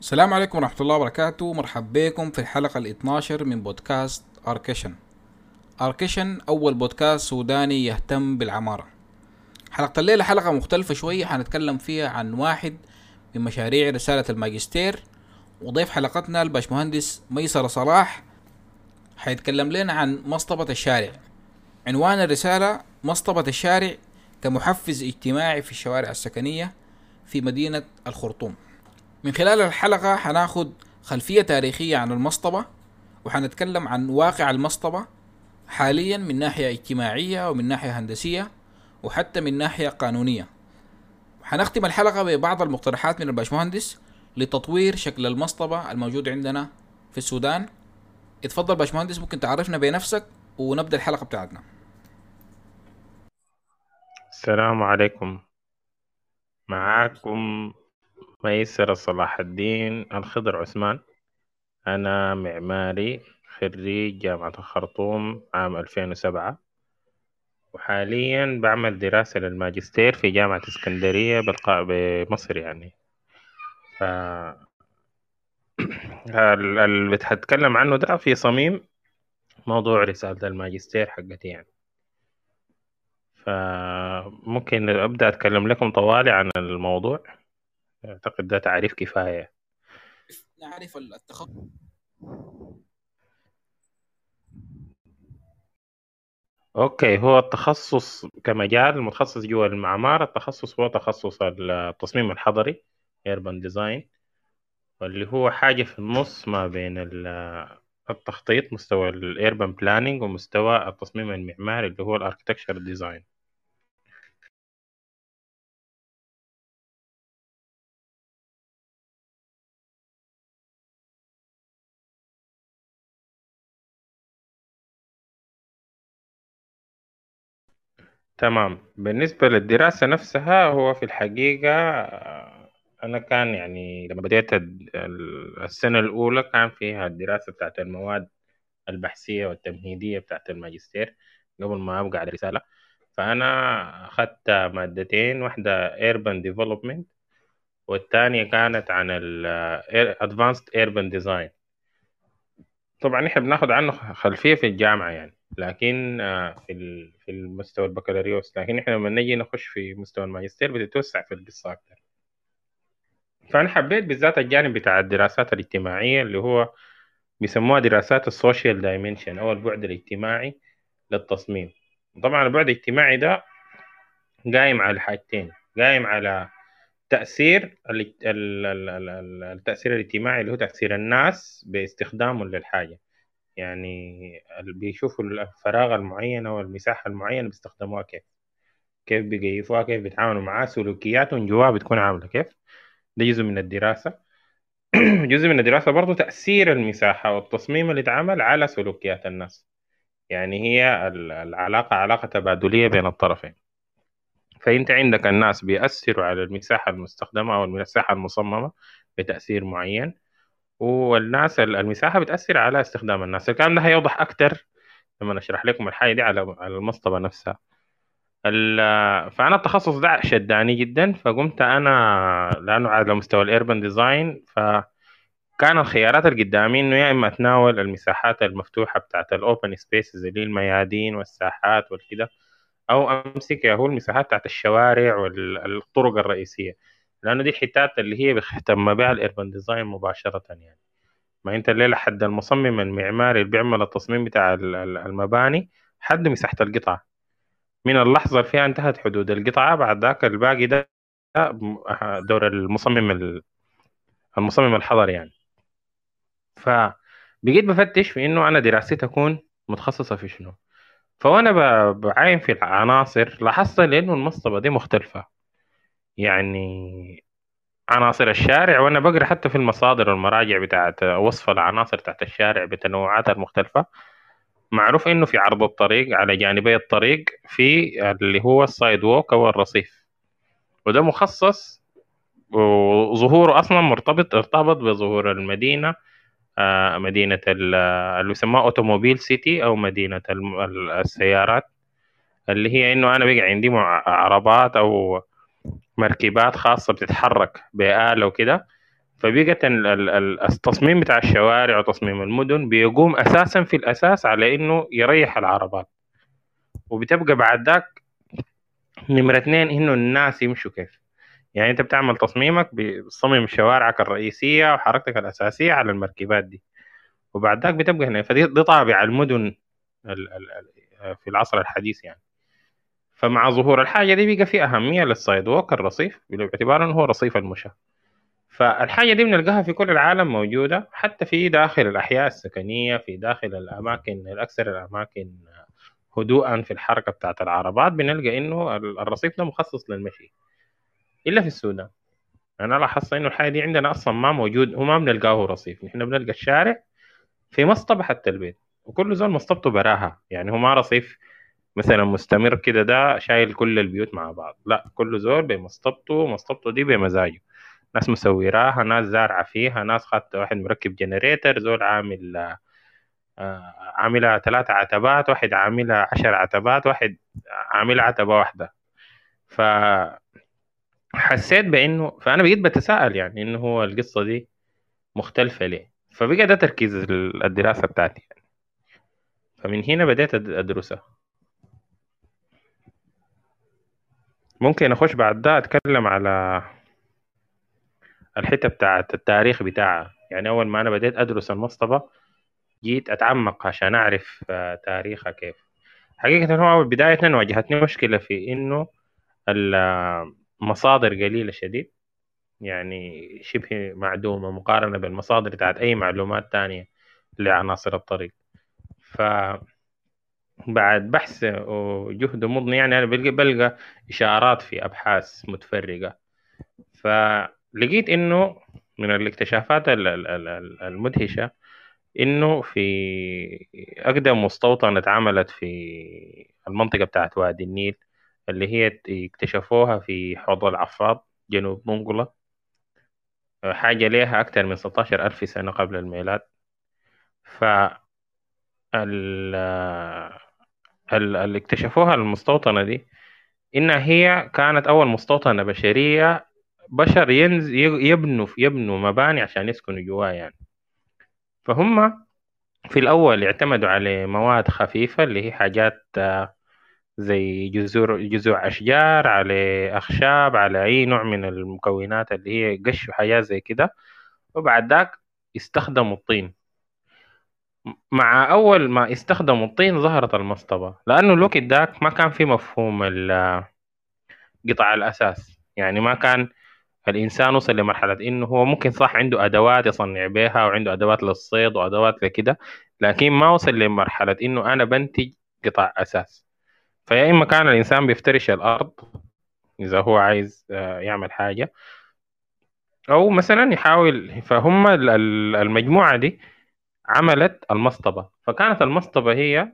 السلام عليكم ورحمة الله وبركاته. مرحب بكم في الحلقة ال 12 من بودكاست أركيشن. أركيشن أول بودكاست سوداني يهتم بالعمارة. حلقة الليلة حلقة مختلفة شوية، حنتكلم فيها عن واحد من مشاريع رسالة الماجستير، وضيف حلقتنا الباشمهندس ميسر صلاح حيتكلم لنا عن مصطبة الشارع. عنوان الرسالة: مصطبة الشارع كمحفز اجتماعي في الشوارع السكنية في مدينة الخرطوم. من خلال الحلقة حناخد خلفية تاريخية عن المصطبة، وحنتكلم عن واقع المصطبة حاليا من ناحية اجتماعية ومن ناحية هندسية وحتى من ناحية قانونية. حنختم الحلقة ببعض المقترحات من الباشمهندس لتطوير شكل المصطبة الموجود عندنا في السودان. اتفضل باشمهندس، ممكن تعرفنا بنفسك ونبدأ الحلقة بتاعتنا. السلام عليكم. معاكم ميسر صلاح الدين الخضر عثمان. أنا معماري خريج جامعة الخرطوم عام 2007، وحاليا بعمل دراسة للماجستير في جامعة اسكندرية بمصر يعني. ف اللي بتحتكلم عنه ده في صميم موضوع رسالة الماجستير حقتي يعني. فممكن أبدأ أتكلم لكم طوالي عن الموضوع. أعتقد ده تعريف كفاية. نعرف التخصص. اوكي، هو التخصص كمجال متخصص جوا المعمار. التخصص هو تخصص التصميم الحضري urban design، واللي هو حاجة في النص ما بين التخطيط، مستوى الاربن بلاننج، ومستوى التصميم المعماري اللي هو الاركتكتشر ديزاين. تمام. بالنسبة للدراسة نفسها، هو في الحقيقة أنا كان يعني لما بديت السنة الأولى كان فيها الدراسة بتاعت المواد البحثية والتمهيدية بتاعت الماجستير قبل ما أبقى على الرسالة. فأنا أخذت مادتين، واحدة Urban Development والتانية كانت عن Advanced Urban Design. طبعا إحنا بناخد عنه خلفية في الجامعة يعني، لكن في المستوى البكالوريوس، لكن إحنا لما نيجي نخش في مستوى الماجستير بتتوسع في القصة أكتر. فأنا حبيت بالذات الجانب بتاع الدراسات الاجتماعية، اللي هو بيسموها دراسات السوشيال دايمنشن أو البعد الاجتماعي للتصميم. طبعا البعد الاجتماعي ده قايم على حاجتين: قايم على تأثير التأثير الاجتماعي، اللي هو تأثير الناس باستخدامه للحاجة. يعني بيشوفوا الفراغ المعين أو المساحة المعينة بيستخدموها كيف بيقيفوها، كيف بيتعاملوا معاها، سلوكياتهم جواها بتكون عاملة كيف. ده جزء من الدراسة. جزء من الدراسة برضو تأثير المساحة والتصميم اللي اتعمل على سلوكيات الناس. يعني هي العلاقة علاقة تبادلية بين الطرفين. فأنت عندك الناس بيأثروا على المساحة المستخدمة أو المساحة المصممة بتأثير معين، والناس المساحة بتأثر على استخدام الناس. الكلام ده هيوضح أكتر لما نشرح لكم الحاجة دي على المصطبة نفسها. فأنا التخصص ده شداني جدا، فقمت أنا لأنه على مستوى الإيربن ديزاين، فكان الخيارات اللي قدامي إنه يا إما أتناول المساحات المفتوحة بتاعت الأوبن سبيسز اللي هي الميادين والساحات والكده، او امسك هو المساحات بتاعت الشوارع والطرق الرئيسيه، لانه دي الحتات اللي هي بيهتم بها الاربن ديزاين مباشره يعني. ما انت الليله حد المصمم المعماري اللي بيعمل التصميم بتاع المباني حد مساحه القطعه، من اللحظه اللي فيها انتهت حدود القطعه، بعد ذاك الباقي ده دور المصمم الحضري يعني. فبقيت بفتش في انه انا دراستي تكون متخصصه في شنو. فوانا بعاين في العناصر لاحظت لانه المصطبه دي مختلفه يعني. عناصر الشارع، وانا بقرا حتى في المصادر والمراجع بتاعت وصف العناصر تحت الشارع بتنوعاتها المختلفة، معروف انه في عرض الطريق على جانبي الطريق في اللي هو السايد ووك او الرصيف، وده مخصص، وظهوره اصلا ارتبط بظهور المدينة. مدينة اللي بيسموها اوتوموبيل سيتي او مدينة السيارات، اللي هي انه انا بقى عندي عربات او مركبات خاصة بتتحرك بآلة وكده. فبقت التصميم بتاع الشوارع وتصميم المدن بيقوم أساسا في الأساس على إنه يريح العربات، وبتبقى بعد ذاك نمرة اتنين إنه الناس يمشوا كيف. يعني أنت بتعمل تصميمك بتصمم شوارعك الرئيسية وحركتك الأساسية على المركبات دي، وبعد ذاك بتبقى هنا. دي طابع المدن في العصر الحديث يعني. فمع ظهور الحاجة دي بقى في أهمية للسايد ووك الرصيف باعتبار إنه هو رصيف المشاة. فالحاجة دي بنلقاها في كل العالم موجودة، حتى في داخل الأحياء السكنية، في داخل الأماكن الأكثر الأماكن هدوءا في الحركة بتاعت العربات بنلقى إنه الرصيف ده مخصص للمشي، إلا في السودان. أنا لاحظت إنه الحاجة دي عندنا أصلا ما موجود، وما بنلقاه رصيف. نحن بنلقى الشارع في مصطبة حتى البيت، وكل زول مصطبته براها. يعني هو ما رصيف مثلا مستمر كده ده شايل كل البيوت مع بعض، لا، كل زول بمصطبته، مصطبته دي بمزاجه. ناس مسويراها، ناس زارعة فيها، ناس خدت واحد مركب جنريتر، زول عامل عاملها 3 عتبات، واحد عاملها 10 عتبات، واحد عاملها عتبة واحدة. فحسيت بأنه، فأنا بقيت بتساءل يعني إنه هو القصة دي مختلفة ليه؟ فبقى ده تركيز الدراسة بتاعتي يعني. فمن هنا بديت أدرسها. ممكن أخش بعد ده أتكلم على الحتة بتاعت التاريخ بتاعها. يعني أول ما أنا بديت أدرس المصطبة جيت أتعمق عشان أعرف تاريخها كيف. حقيقة هو بداية واجهتني مشكلة في إنه المصادر قليلة شديد، يعني شبه معدومة مقارنة بالمصادر بتاعت أي معلومات تانية لعناصر الطريق. فبعد بحث وجهد مضني يعني أنا بلقى إشارات في أبحاث متفرقة. فلقيت إنه من الاكتشافات المدهشة إنه في أقدم مستوطنة اتعملت في المنطقة بتاعت وادي النيل، اللي هي اكتشفوها في حوض العفاض جنوب منغولا، حاجة ليها أكثر من 16 ألف سنة قبل الميلاد. ف اللي اكتشفوها المستوطنة دي إنها هي كانت أول مستوطنة بشرية، بشر يبنوا مباني عشان يسكنوا جواها يعني. فهم في الأول اعتمدوا على مواد خفيفة اللي هي حاجات زي جذوع أشجار، على أخشاب، على أي نوع من المكونات اللي هي قش وحاجات زي كده. وبعد ذاك استخدموا الطين. مع أول ما استخدموا الطين ظهرت المصطبة، لأنه الوقت ذاك ما كان في مفهوم قطع الأساس. يعني ما كان الإنسان وصل لمرحلة إنه هو ممكن صح عنده أدوات يصنع بها، وعنده أدوات للصيد وأدوات لكده، لكن ما وصل لمرحلة إنه أنا بنتج قطع أساس. فيا إما كان الإنسان بيفترش الأرض إذا هو عايز يعمل حاجة، أو مثلا يحاول. فهم المجموعة دي عملت المصطبة. فكانت المصطبة هي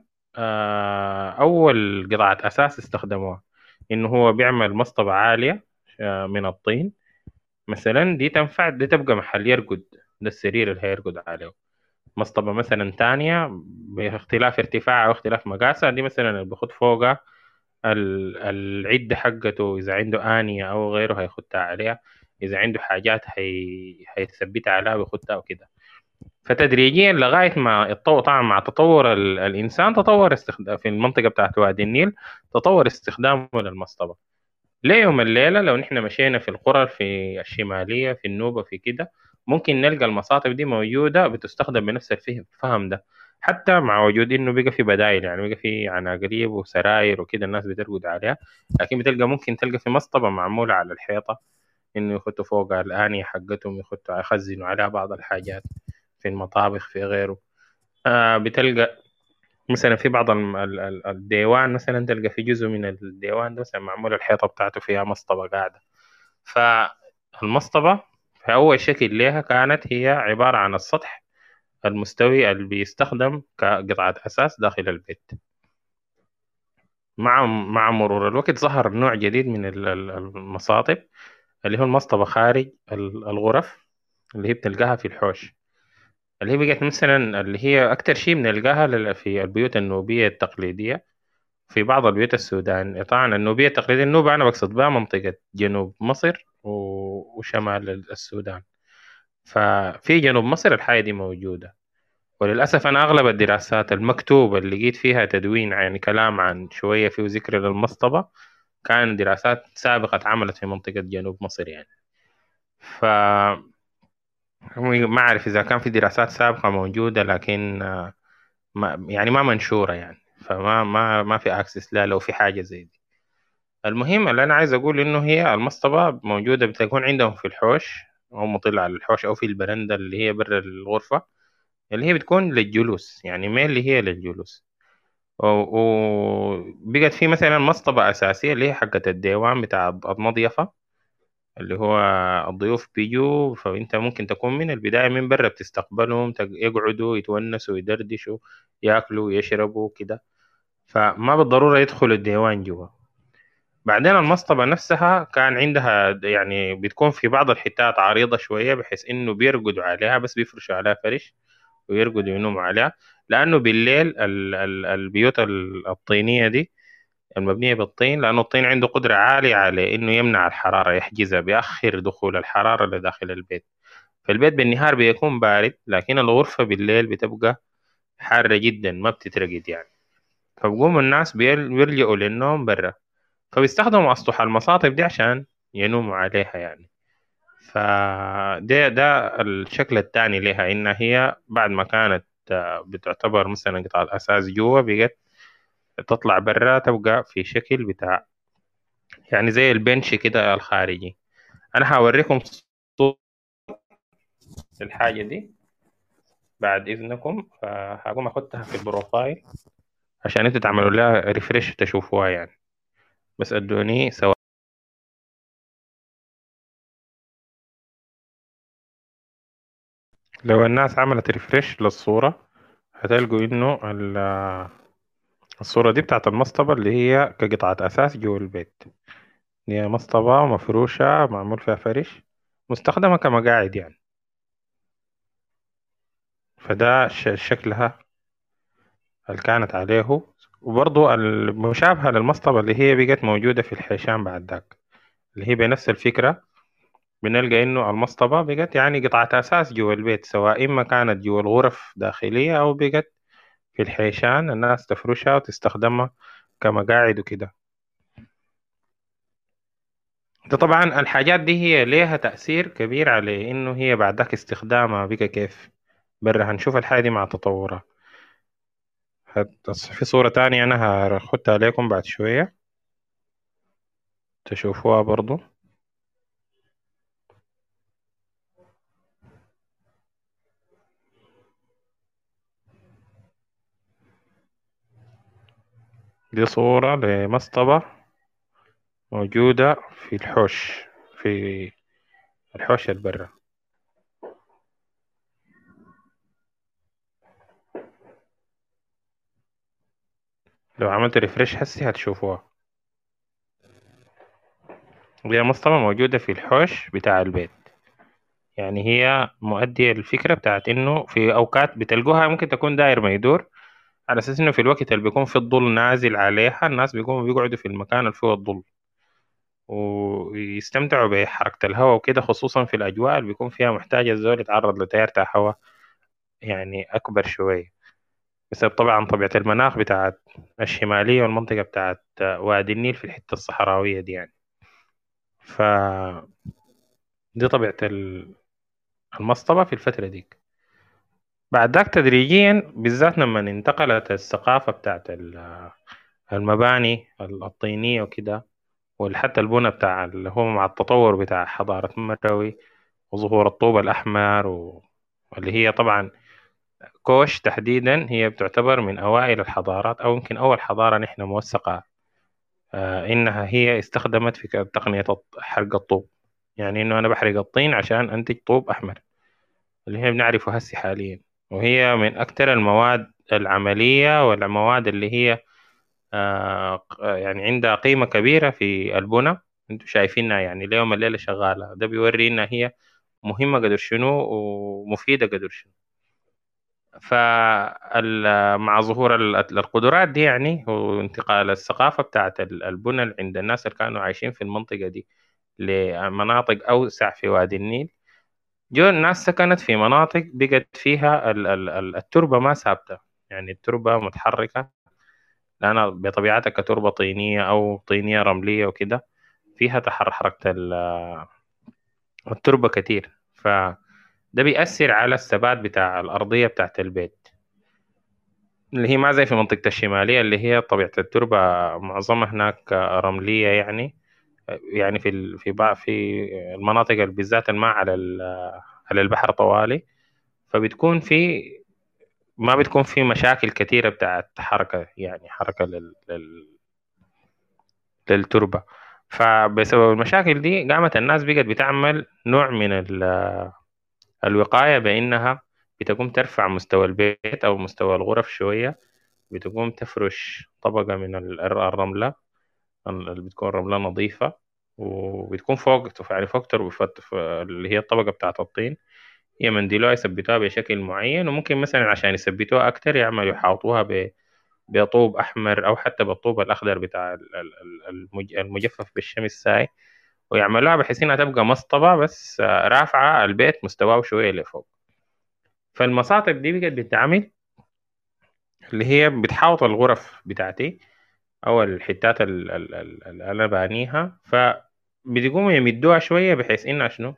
أول قطعة أساس استخدموها، إنه هو بيعمل مصطبة عالية من الطين مثلا. دي تنفع، دي تبقى محل يرقد، ده السرير اللي هيرقد عليه. مصطبة مثلا تانية باختلاف ارتفاعها واختلاف مقاسها، دي مثلا اللي بيخد فوقها العدة حقته، إذا عنده آنية أو غيره هيخدها عليها، إذا عنده حاجات هيثبتها عليها ويخدها وكده. فتدريجيا لغاية ما اتطور، طبعا مع تطور الإنسان تطور استخدام في المنطقة بتاعت وادي النيل، تطور استخدامه للمصطبة. ليوم الليلة لو نحن مشينا في القرى في الشمالية في النوبة في كده، ممكن نلقى المصاطب دي موجودة بتستخدم بنفس الفهم ده، حتى مع وجود إنه بقى في بدائل. يعني بقى في عناقريب وسراير وكده الناس بترقد عليها، لكن ممكن تلقى في مصطبة معمولة على الحيطة، إنه يخطوا فوق الآنية حقتهم، يخطوا يخزنوا عليها بعض الحاجات في المطابخ في غيره. بتلقى مثلا في بعض الديوان، مثلا تلقى في جزء من الديوان ده مثلا معمول الحيطة بتاعته فيها مصطبة قاعدة. فالمصطبة في أول شكل لها كانت هي عبارة عن السطح المستوي اللي بيستخدم كقطعة أساس داخل البيت. مع مرور الوقت ظهر نوع جديد من المصاطب، اللي هو المصطبة خارج الغرف، اللي هي بتلقاها في الحوش، اللي هي بقت مثلا اللي هي أكتر شيء بنلقاها في البيوت النوبية التقليدية، في بعض البيوت السودان. طبعا النوبية التقليدية، النوبة أنا بقصد بها منطقة جنوب مصر وشمال السودان. ففي جنوب مصر الحاجة دي موجودة. وللأسف أنا أغلب الدراسات المكتوبة اللي لقيت فيها تدوين يعني كلام عن شوية فيه ذكر للمصطبة كان دراسات سابقة اتعملت في منطقة جنوب مصر يعني. ف ما أعرف إذا كان في دراسات سابقة موجودة، لكن ما يعني ما منشورة يعني، فما في أكسس لا لو في حاجة زي دي. المهم اللي أنا عايز أقول إنه هي المصطبة موجودة، بتكون عندهم في الحوش أو مطل على الحوش أو في البرندة اللي هي برا الغرفة، اللي هي بتكون للجلوس يعني ميل اللي هي للجلوس. وبقت في مثلا مصطبة أساسية اللي هي حقة الديوان بتاع المضيفة، اللي هو الضيوف بيجوا، فأنت ممكن تكون من البداية من برا بتستقبلهم، يقعدوا يتونسوا يدردشوا ياكلوا يشربوا كده، فما بالضرورة يدخلوا الديوان جوا. بعدين المصطبة نفسها كان عندها يعني بتكون في بعض الحتات عريضة شوية بحيث إنه بيرقدوا عليها، بس بيفرشوا عليها فرش ويرقدوا ينوموا عليها، لأنه بالليل البيوت الطينية دي المبنية بالطين، لأنه الطين عنده قدرة عالية على إنه يمنع الحرارة، يحجزها، بيأخر دخول الحرارة لداخل البيت. فالبيت بالنهار بيكون بارد، لكن الغرفة بالليل بتبقى حارة جدا ما بتترقد يعني. فبقوم الناس بيلجؤوا للنوم برا، فبيستخدموا أسطح المصاطب دي عشان ينوموا عليها يعني. ده الشكل الثاني لها، إن هي بعد ما كانت بتعتبر مثلا قطعة أساس جوا، بقت تطلع برا تبقى في شكل بتاع يعني زي البنش كده الخارجي. أنا هوريكم صورة الحاجة دي بعد إذنكم، فهقوم أحطها في البروفايل عشان انتوا تعملوا لها ريفرش تشوفوها يعني. بس ادوني سوا. لو الناس عملت ريفرش للصورة هتلقوا إنه الصورة دي بتاعت المصطبة اللي هي كقطعة أساس جوا البيت. هي مصطبة مفروشة معمول فيها فرش مستخدمة كمقاعد يعني. فده شكلها اللي كانت عليه. وبرضو المشابهة للمصطبة اللي هي بقت موجودة في الحيشان بعد ذاك، اللي هي بنفس الفكرة. بنلقى إنه المصطبة بقت يعني قطعة أساس جوا البيت، سواء إما كانت جوا الغرف داخلية أو بقت في الحيشان الناس تفرشها وتستخدمها كمقاعد وكده. ده طبعا الحاجات دي هي ليها تأثير كبير على إنه هي بعدك استخدامها بقى كيف برا. هنشوف الحاجة دي مع تطورها. في صورة تانية أنا هاخدها لكم بعد شوية تشوفوها برضو. دي صورة لمصطبة موجودة في الحوش، في الحوش البرة. لو عملت ريفرش هسي هتشوفوها. هي مصطبة موجودة في الحوش بتاع البيت، يعني هي مؤدية الفكرة بتاعت إنه في أوقات بتلقوها ممكن تكون داير ما يدور، على أساس إنه في الوقت اللي بيكون في الظل نازل عليها الناس بيقوموا بيقعدوا في المكان اللي فيه الظل ويستمتعوا بحركة الهواء وكده، خصوصا في الأجواء اللي بيكون فيها محتاج الزول يتعرض لتيار بتاع هواء يعني أكبر شوية، بسبب طبعا طبيعة المناخ بتاعت الشمالية والمنطقة بتاعت وادي النيل في الحتة الصحراوية دي يعني. فدي طبيعة المصطبة في الفترة دي. بعد ذاك تدريجيا بالذات لما انتقلت الثقافة بتاعت المباني الطينية وكده، وحتى البنى بتاع اللي هو مع التطور بتاع حضارة مروي وظهور الطوب الأحمر واللي هي طبعا كوش تحديدا هي بتعتبر من أوائل الحضارات أو يمكن أول حضارة نحن موثقة إنها هي استخدمت في تقنية حرق الطوب، يعني إنه أنا بحرق الطين عشان أنتج طوب أحمر اللي هي بنعرفه هسي حاليا. وهي من أكثر المواد العملية والمواد اللي هي يعني عندها قيمة كبيرة في البنى. انتوا شايفينها يعني اليوم الليلة شغالة، ده بيوري إنها هي مهمة قدر شنو ومفيدة قدر شنو. فمع ظهور القدرات دي يعني وانتقال الثقافة بتاعت البنى عند الناس اللي كانوا عايشين في المنطقة دي لمناطق أوسع في وادي النيل، جو الناس سكنت في مناطق بقت فيها التربة ما ثابتة، يعني التربة متحركة، لأنها بطبيعتها كتربة طينية أو طينية رملية وكده فيها حركة التربة كتير، فده بيأثر على الثبات بتاع الأرضية بتاعت البيت، اللي هي ما زي في منطقة الشمالية اللي هي طبيعة التربة معظمها هناك رملية، يعني في المناطق اللي بالذات الماء على البحر طوالي، فبتكون في ما بتكون في مشاكل كثيرة بتاعت حركة، يعني حركة للتربة. فبسبب المشاكل دي قامت الناس بقت بتعمل نوع من الوقاية، بأنها بتقوم ترفع مستوى البيت أو مستوى الغرف شوية، بتقوم تفرش طبقة من الرملة اللي بتكون رملة نظيفة، وبتكون فوق، يعني فوق اللي هي الطبقة بتاعة الطين، هي منديلوها يثبتوها بشكل معين، وممكن مثلا عشان يثبتوها أكتر يعملوا يحاوطوها بطوب أحمر أو حتى بالطوب الأخضر بتاع المجفف بالشمس ساي، ويعملوها بحيث إنها تبقى مصطبة بس رافعة البيت مستواه شوية لفوق. فالمصاطب دي بقت بتتعمل اللي هي بتحاوط الغرف بتاعتي أو الحتات اللي أنا بانيها، فبتقوموا يمدوها شوية بحيث إنها شنو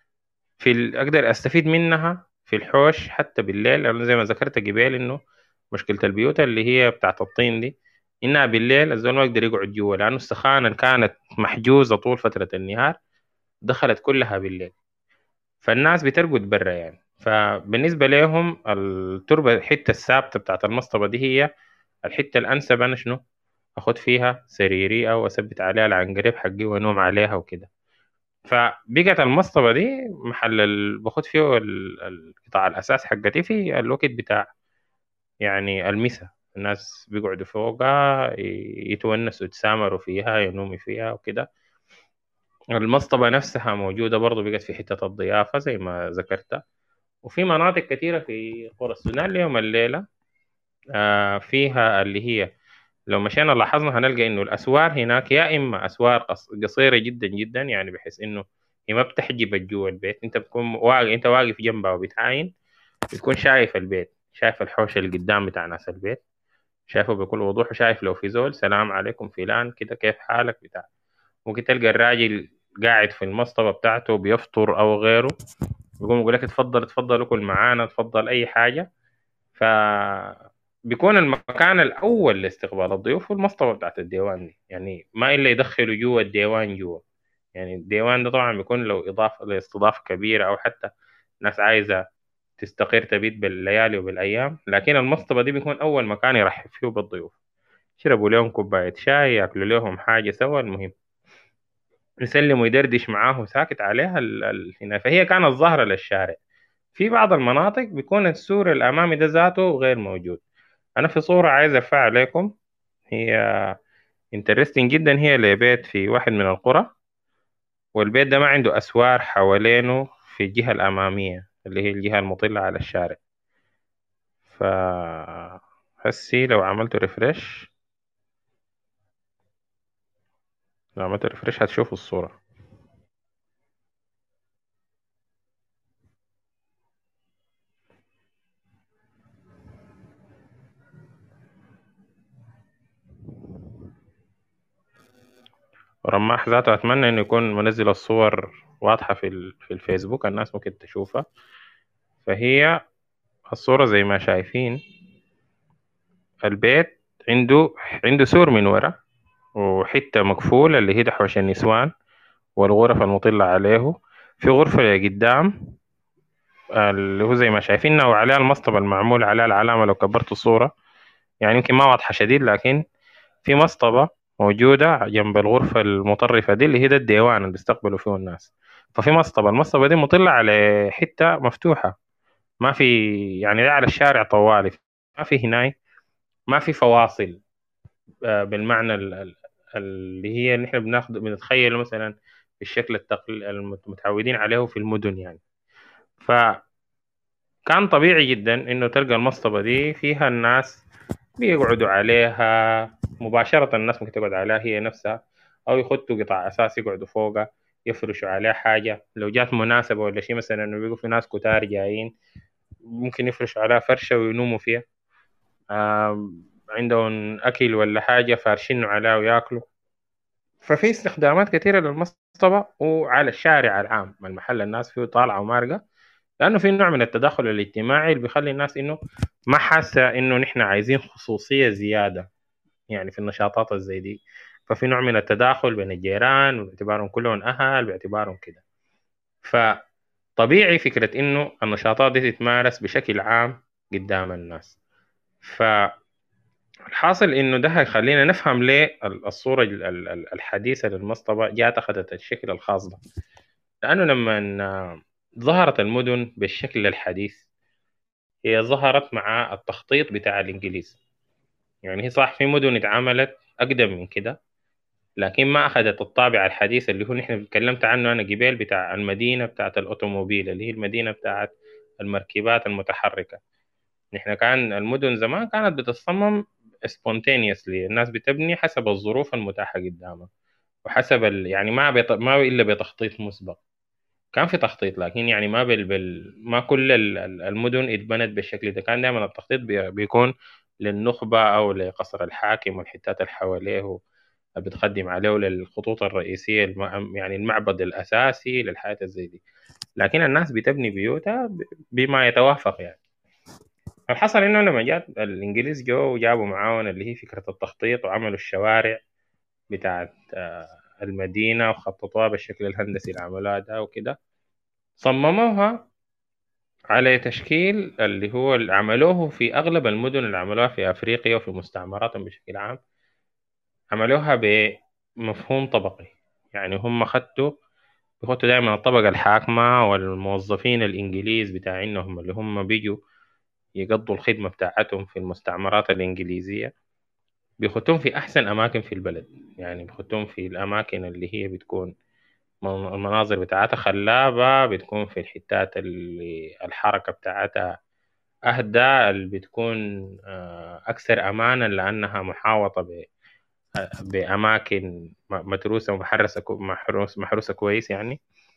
أقدر أستفيد منها في الحوش حتى بالليل، لأنه زي ما ذكرت قبل إنه مشكلة البيوت اللي هي بتاعت الطين دي إنها بالليل الزول ما يقدر يقعد جوا، لأنه السخانة اللي كانت محجوزة طول فترة النهار دخلت كلها بالليل، فالناس بترقد برا يعني. فبالنسبة لهم التربة الحتة الثابتة بتاعت المصطبة دي هي الحتة الأنسب أنا شنو أخد فيها سريري أو أثبت عليها العنقريب حقي وأنوم عليها وكده. فبقت المصطبة دي محل باخد فيه القطاع الأساس حقتي في الوقت بتاع يعني المسا، الناس بيقعدوا فوقها يتونسوا يتسامروا فيها ينوموا فيها وكده. المصطبة نفسها موجودة برضو، بقت في حتة الضيافة زي ما ذكرت. وفي مناطق كثيرة في قرى السودان اليوم الليلة فيها اللي هي لو مشينا لاحظنا هنلقى إنه الأسوار هناك يا إما أسوار قصيرة جدا جدا، يعني بحيث إنه هي ما بتحجبك جوا البيت، أنت بتكون واقف، أنت واقف جنبها وبتعاين، بتكون شايف البيت، شايف الحوش اللي قدام بتاع ناس البيت، شايفه بكل وضوح، وشايف لو في زول سلام عليكم فلان كده كيف حالك بتاع. ممكن تلقى الراجل قاعد في المصطبة بتاعته بيفطر أو غيره، بيقوم يقول لك اتفضل اتفضل اكل معانا اتفضل أي حاجة. ف بيكون المكان الأول لاستقبال الضيوف هو المصطبة بتاعت الديوان دي، يعني ما إلا يدخلوا جوا الديوان جوا. يعني الديوان ده طبعا بيكون لو إضافة لاستضافة كبيرة أو حتى ناس عايزة تستقر تبيت بالليالي وبالأيام، لكن المصطبة دي بيكون أول مكان يرحب فيه بالضيوف، يشربوا لهم كوباية شاي، ياكلوا لهم حاجة سوا، المهم يسلم ويدردش معاه ساكت عليها هنا. فهي كانت ظاهرة للشارع. في بعض المناطق بيكون السور الأمامي ده ذاته غير موجود. أنا في صورة عايز أرفعها عليكم، هي انترستنج جدا، هي لبيت في واحد من القرى، والبيت ده ما عنده أسوار حوالينه في الجهة الأمامية اللي هي الجهة المطلة على الشارع. ف هسي لو عملت ريفرش هتشوفوا الصورة. رماح ذاته أتمنى إنه يكون منزل الصور واضحة في الفيسبوك، الناس ممكن تشوفها. فهي الصورة زي ما شايفين، البيت عنده سور من ورا، وحتة مقفولة اللي هي حوش النسوان والغرف المطلة عليه. في غرفة قدام اللي هو زي ما شايفينها وعليها المصطبة المعمول عليها العلامة، لو كبرت الصورة يعني يمكن ما واضحة شديد، لكن في مصطبة موجودة جنب الغرفة المطرفة دي اللي هي ده الديوان اللي بيستقبلوا فيه الناس. ففي المصطبة دي مطلة على حتة مفتوحة، ما في يعني ده على الشارع طوالي، ما في هناي، ما في فواصل بالمعنى اللي هي اللي احنا بنتخيله مثلا بالشكل المتعودين عليه في المدن يعني. فكان طبيعي جدا انه تلقى المصطبة دي فيها الناس بيقعدوا عليها مباشرة، الناس ممكن تقعد عليها هي نفسها، أو يخطوا قطع أساس يقعدوا فوقها، يفرشوا عليه حاجة، لو جات مناسبة ولا شيء مثلا إنه بيقوا في ناس كتار جايين ممكن يفرشوا عليها فرشة وينوموا فيها. عندهم أكل ولا حاجة فارشينه عليها وياكلوا. ففي استخدامات كثيرة للمصطبة، وعلى الشارع العام المحل الناس فيه طالعة ومارقة، لأنه في نوع من التدخل الاجتماعي اللي بيخلي الناس إنه ما حاسة إنه نحن عايزين خصوصية زيادة يعني في النشاطات الزي دي. ففي نوع من التداخل بين الجيران باعتبارهم كلهم أهل باعتبارهم كده. فطبيعي فكرة إنه النشاطات دي تتمارس بشكل عام قدام الناس. فالحاصل إنه ده هيخلينا نفهم ليه الصورة الحديثة للمصطبة جات أخذت الشكل الخاص ده. لأنه لما ظهرت المدن بالشكل الحديث هي ظهرت مع التخطيط بتاع الإنجليز. يعني هي صح في مدن اتعملت أقدم من كده، لكن ما أخذت الطابع الحديث اللي هو نحن اتكلمت عنه أنا قبل، بتاع المدينة بتاعت الأوتوموبيل اللي هي المدينة بتاعت المركبات المتحركة. نحن كان المدن زمان كانت بتتصمم spontaneously، الناس بتبني حسب الظروف المتاحة قدامها وحسب يعني ما إلا بتخطيط مسبق. كان في تخطيط لكن يعني ما كل المدن اتبنت بالشكل ده. كان دائما التخطيط بيكون للنخبة أو لقصر الحاكم والحتات اللي حواليه اللي بتخدم عليه، للخطوط الرئيسية يعني المعبد الأساسي للحياة زي دي. لكن الناس بتبني بيوتها بما يتوافق يعني. الحصل إنه لما جات الإنجليز جو وجابوا معاهم اللي هي فكرة التخطيط وعملوا الشوارع بتاعت المدينة وخططوها بالشكل الهندسي اللي عملوها ده وكده، صمموها على تشكيل اللي هو اللي عملوه في أغلب المدن اللي عملوها في أفريقيا وفي مستعمراتهم بشكل عام. عملوها بمفهوم طبقي. يعني هم بيخطوا دائما الطبقة الحاكمة والموظفين الإنجليز بتاعينهم اللي هم بيجوا يقضوا الخدمة بتاعتهم في المستعمرات الإنجليزية، بيخطوهم في أحسن أماكن في البلد. يعني بيخطوهم في الأماكن اللي هي بتكون المناظر بتاعتها خلابة، بتكون في الحتات اللي الحركة بتاعتها أهدى، اللي بتكون أكثر أمانا لأنها محاوطة بأماكن متروسة ومحرسة محروسة كويس يعني.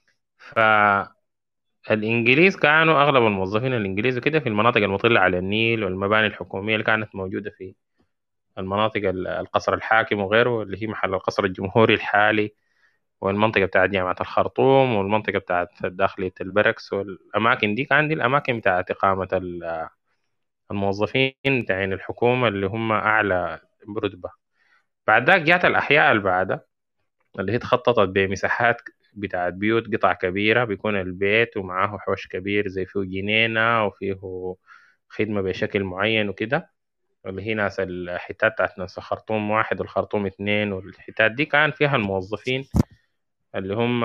فالإنجليز كانوا أغلب الموظفين الإنجليز كده في المناطق المطلة على النيل والمباني الحكومية اللي كانت موجودة في المناطق القصر الحاكم وغيره اللي هي محل القصر الجمهوري الحالي، والمنطقة بتاعت جامعة الخرطوم، والمنطقة بتاعت داخلية البركس، والأماكن دي كان دي الأماكن بتاعت إقامة الموظفين بتاعين الحكومة اللي هم أعلى برتبة. بعد ذاك جات الأحياء اللي بعدها اللي هي اتخططت بمساحات بتاعت بيوت قطع كبيرة، بيكون البيت ومعاه حوش كبير زي فيه جنينة وفيه خدمة بشكل معين وكده، اللي هي ناس الحتات بتاعت ناس الخرطوم واحد والخرطوم اثنين، والحتات دي كان فيها الموظفين اللي هم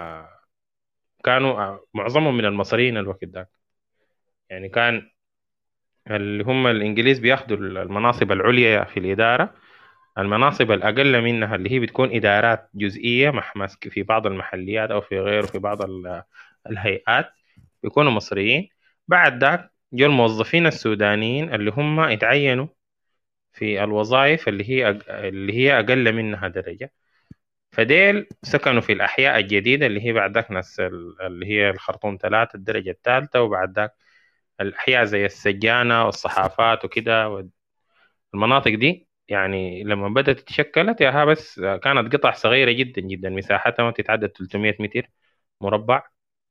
كانوا معظمهم من المصريين الوقت ده. يعني كان اللي هم الإنجليز بياخدوا المناصب العليا في الإدارة، المناصب الأقل منها اللي هي بتكون إدارات جزئية محمس في بعض المحليات أو في غيره في بعض الهيئات بيكونوا مصريين. بعد ذاك جو الموظفين السودانيين اللي هم اتعينوا في الوظائف اللي هي أقل منها درجة، فديل سكنوا في الأحياء الجديدة اللي هي بعد ذاك ناس اللي هي الخرطوم 3 الدرجة الثالثة، وبعد ذاك الأحياء زي السجانة والصحافات وكده. المناطق دي يعني لما بدأت تشكلت ياها بس كانت قطع صغيرة جدا جدا، مساحتها ما تتعدى 300 متر مربع.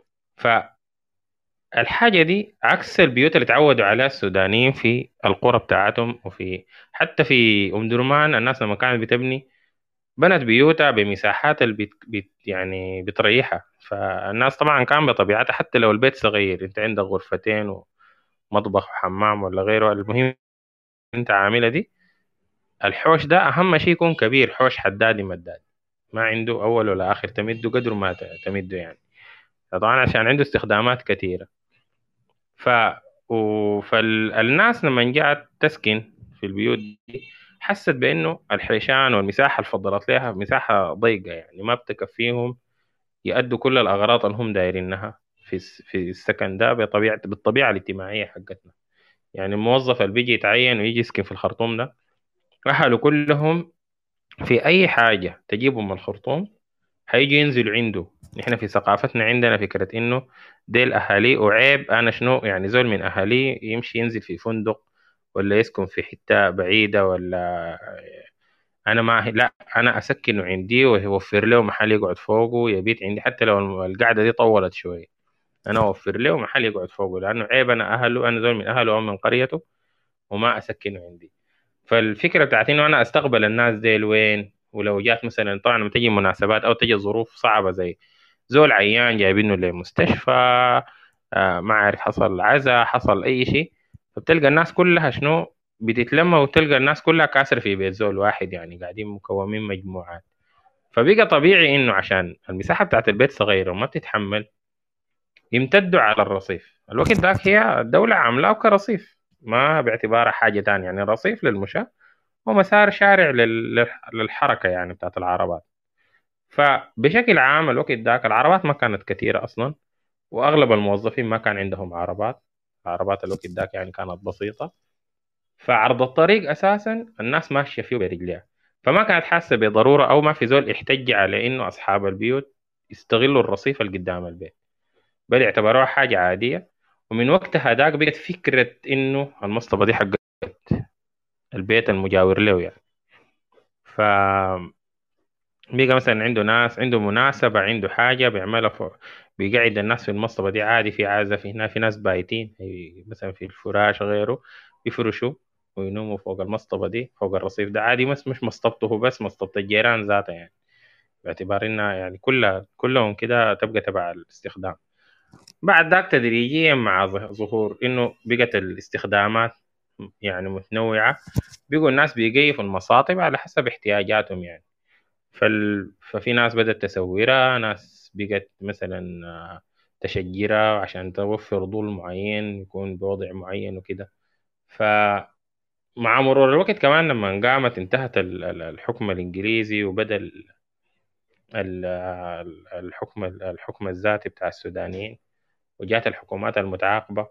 فالحاجة دي عكس البيوت اللي تعودوا عليها السودانيين في القرى بتاعتهم، وفي حتى في أم درمان الناس لما كانت بتبني بنت بيوتها بمساحات اللي يعني بتريحها. فالناس طبعا كان بطبيعتها حتى لو البيت صغير انت عندك غرفتين ومطبخ وحمام ولا غيره، المهم انت عاملة دي الحوش ده أهم شيء يكون كبير، حوش حدادي مداد ما عنده أول ولا آخر، تمده قدر ما تمده يعني. طبعا عشان عنده استخدامات كثيرة. ف فالناس لما جاءت تسكن في البيوت دي حست بأنه الحيشان والمساحة اللي فضلت لها مساحة ضيقة، يعني ما بتكفيهم يأدوا كل الأغراض اللي هم دايرينها في السكن ده بالطبيعة الاجتماعية حقتنا. يعني الموظف اللي بيجي يتعين ويجي يسكن في الخرطوم ده أهله كلهم في أي حاجة تجيبهم من الخرطوم هيجي ينزلوا عنده. نحن في ثقافتنا عندنا فكرة إنه ديل أهالي، وعيب أنا شنو يعني زول من أهالي يمشي ينزل في فندق ولا يسكن في حتة بعيدة، ولا أنا ما لا، أنا أسكنه عندي وأوفر له محل يقعد فوقه يبيت عندي، حتى لو القعدة دي طولت شوية أنا أوفر له محل يقعد فوقه، لأنه عيب أنا أهله، أنا زول من أهله أو من قريته وما أسكنه عندي. فالفكرة بتاعت إنه أنا أستقبل الناس ديل وين، ولو جات مثلا، طبعا لما تجي مناسبات أو تجي ظروف صعبة زي زول عيان جايبينه لمستشفى، ما عارف حصل عزا حصل أي شيء، فبتلقى الناس كلها شنو بتتلمى، وتلقى الناس كلها كاسرة في بيت زول واحد، يعني قاعدين مكومين مجموعات. فبقى طبيعي إنه عشان المساحة بتاعت البيت صغيرة وما بتتحمل، يمتدوا على الرصيف. الوقت ذاك هي الدولة عاملاه كرصيف، ما باعتبارها حاجة تانية، يعني رصيف للمشاة ومسار شارع للحركة يعني بتاعت العربات. فبشكل عام الوقت ذاك العربات ما كانت كثيرة أصلا، وأغلب الموظفين ما كان عندهم عربات. عربات الوقت ذاك يعني كانت بسيطة، فعرض الطريق أساسا الناس ماشية فيه برجليها، فما كانت حاسة بضرورة، أو ما في زول احتج على إنه أصحاب البيوت يستغلوا الرصيف اللي قدام البيت، بل اعتبروها حاجة عادية. ومن وقتها ذاك بقت فكرة إنه المصطبة دي حق البيت المجاور له يعني. ف بيجي مثلا عنده ناس عنده مناسبة عنده حاجة بيعملها فوق، بيقعد الناس في المصطبة دي عادي، في عازة في هنا، في ناس بايتين مثلا في الفراش غيره بيفرشوا وينوموا فوق المصطبة دي، فوق الرصيف ده عادي، مش مصطبته هو بس، مصطبة الجيران ذاتها يعني، باعتبار انها يعني كلهم كده تبقى تبع الاستخدام. بعد ذاك تدريجيا مع ظهور انه بقت الاستخدامات يعني متنوعة، بيقوا الناس بيقيفوا المصاطب على حسب احتياجاتهم يعني. ففي ناس بدأت تسورها، ناس بقت مثلا تشجرها عشان توفر طول معين يكون بوضع معين وكده. فمع مرور الوقت كمان لما قامت انتهت الحكم الإنجليزي، وبدأ الحكم الذاتي بتاع السودانيين، وجات الحكومات المتعاقبة،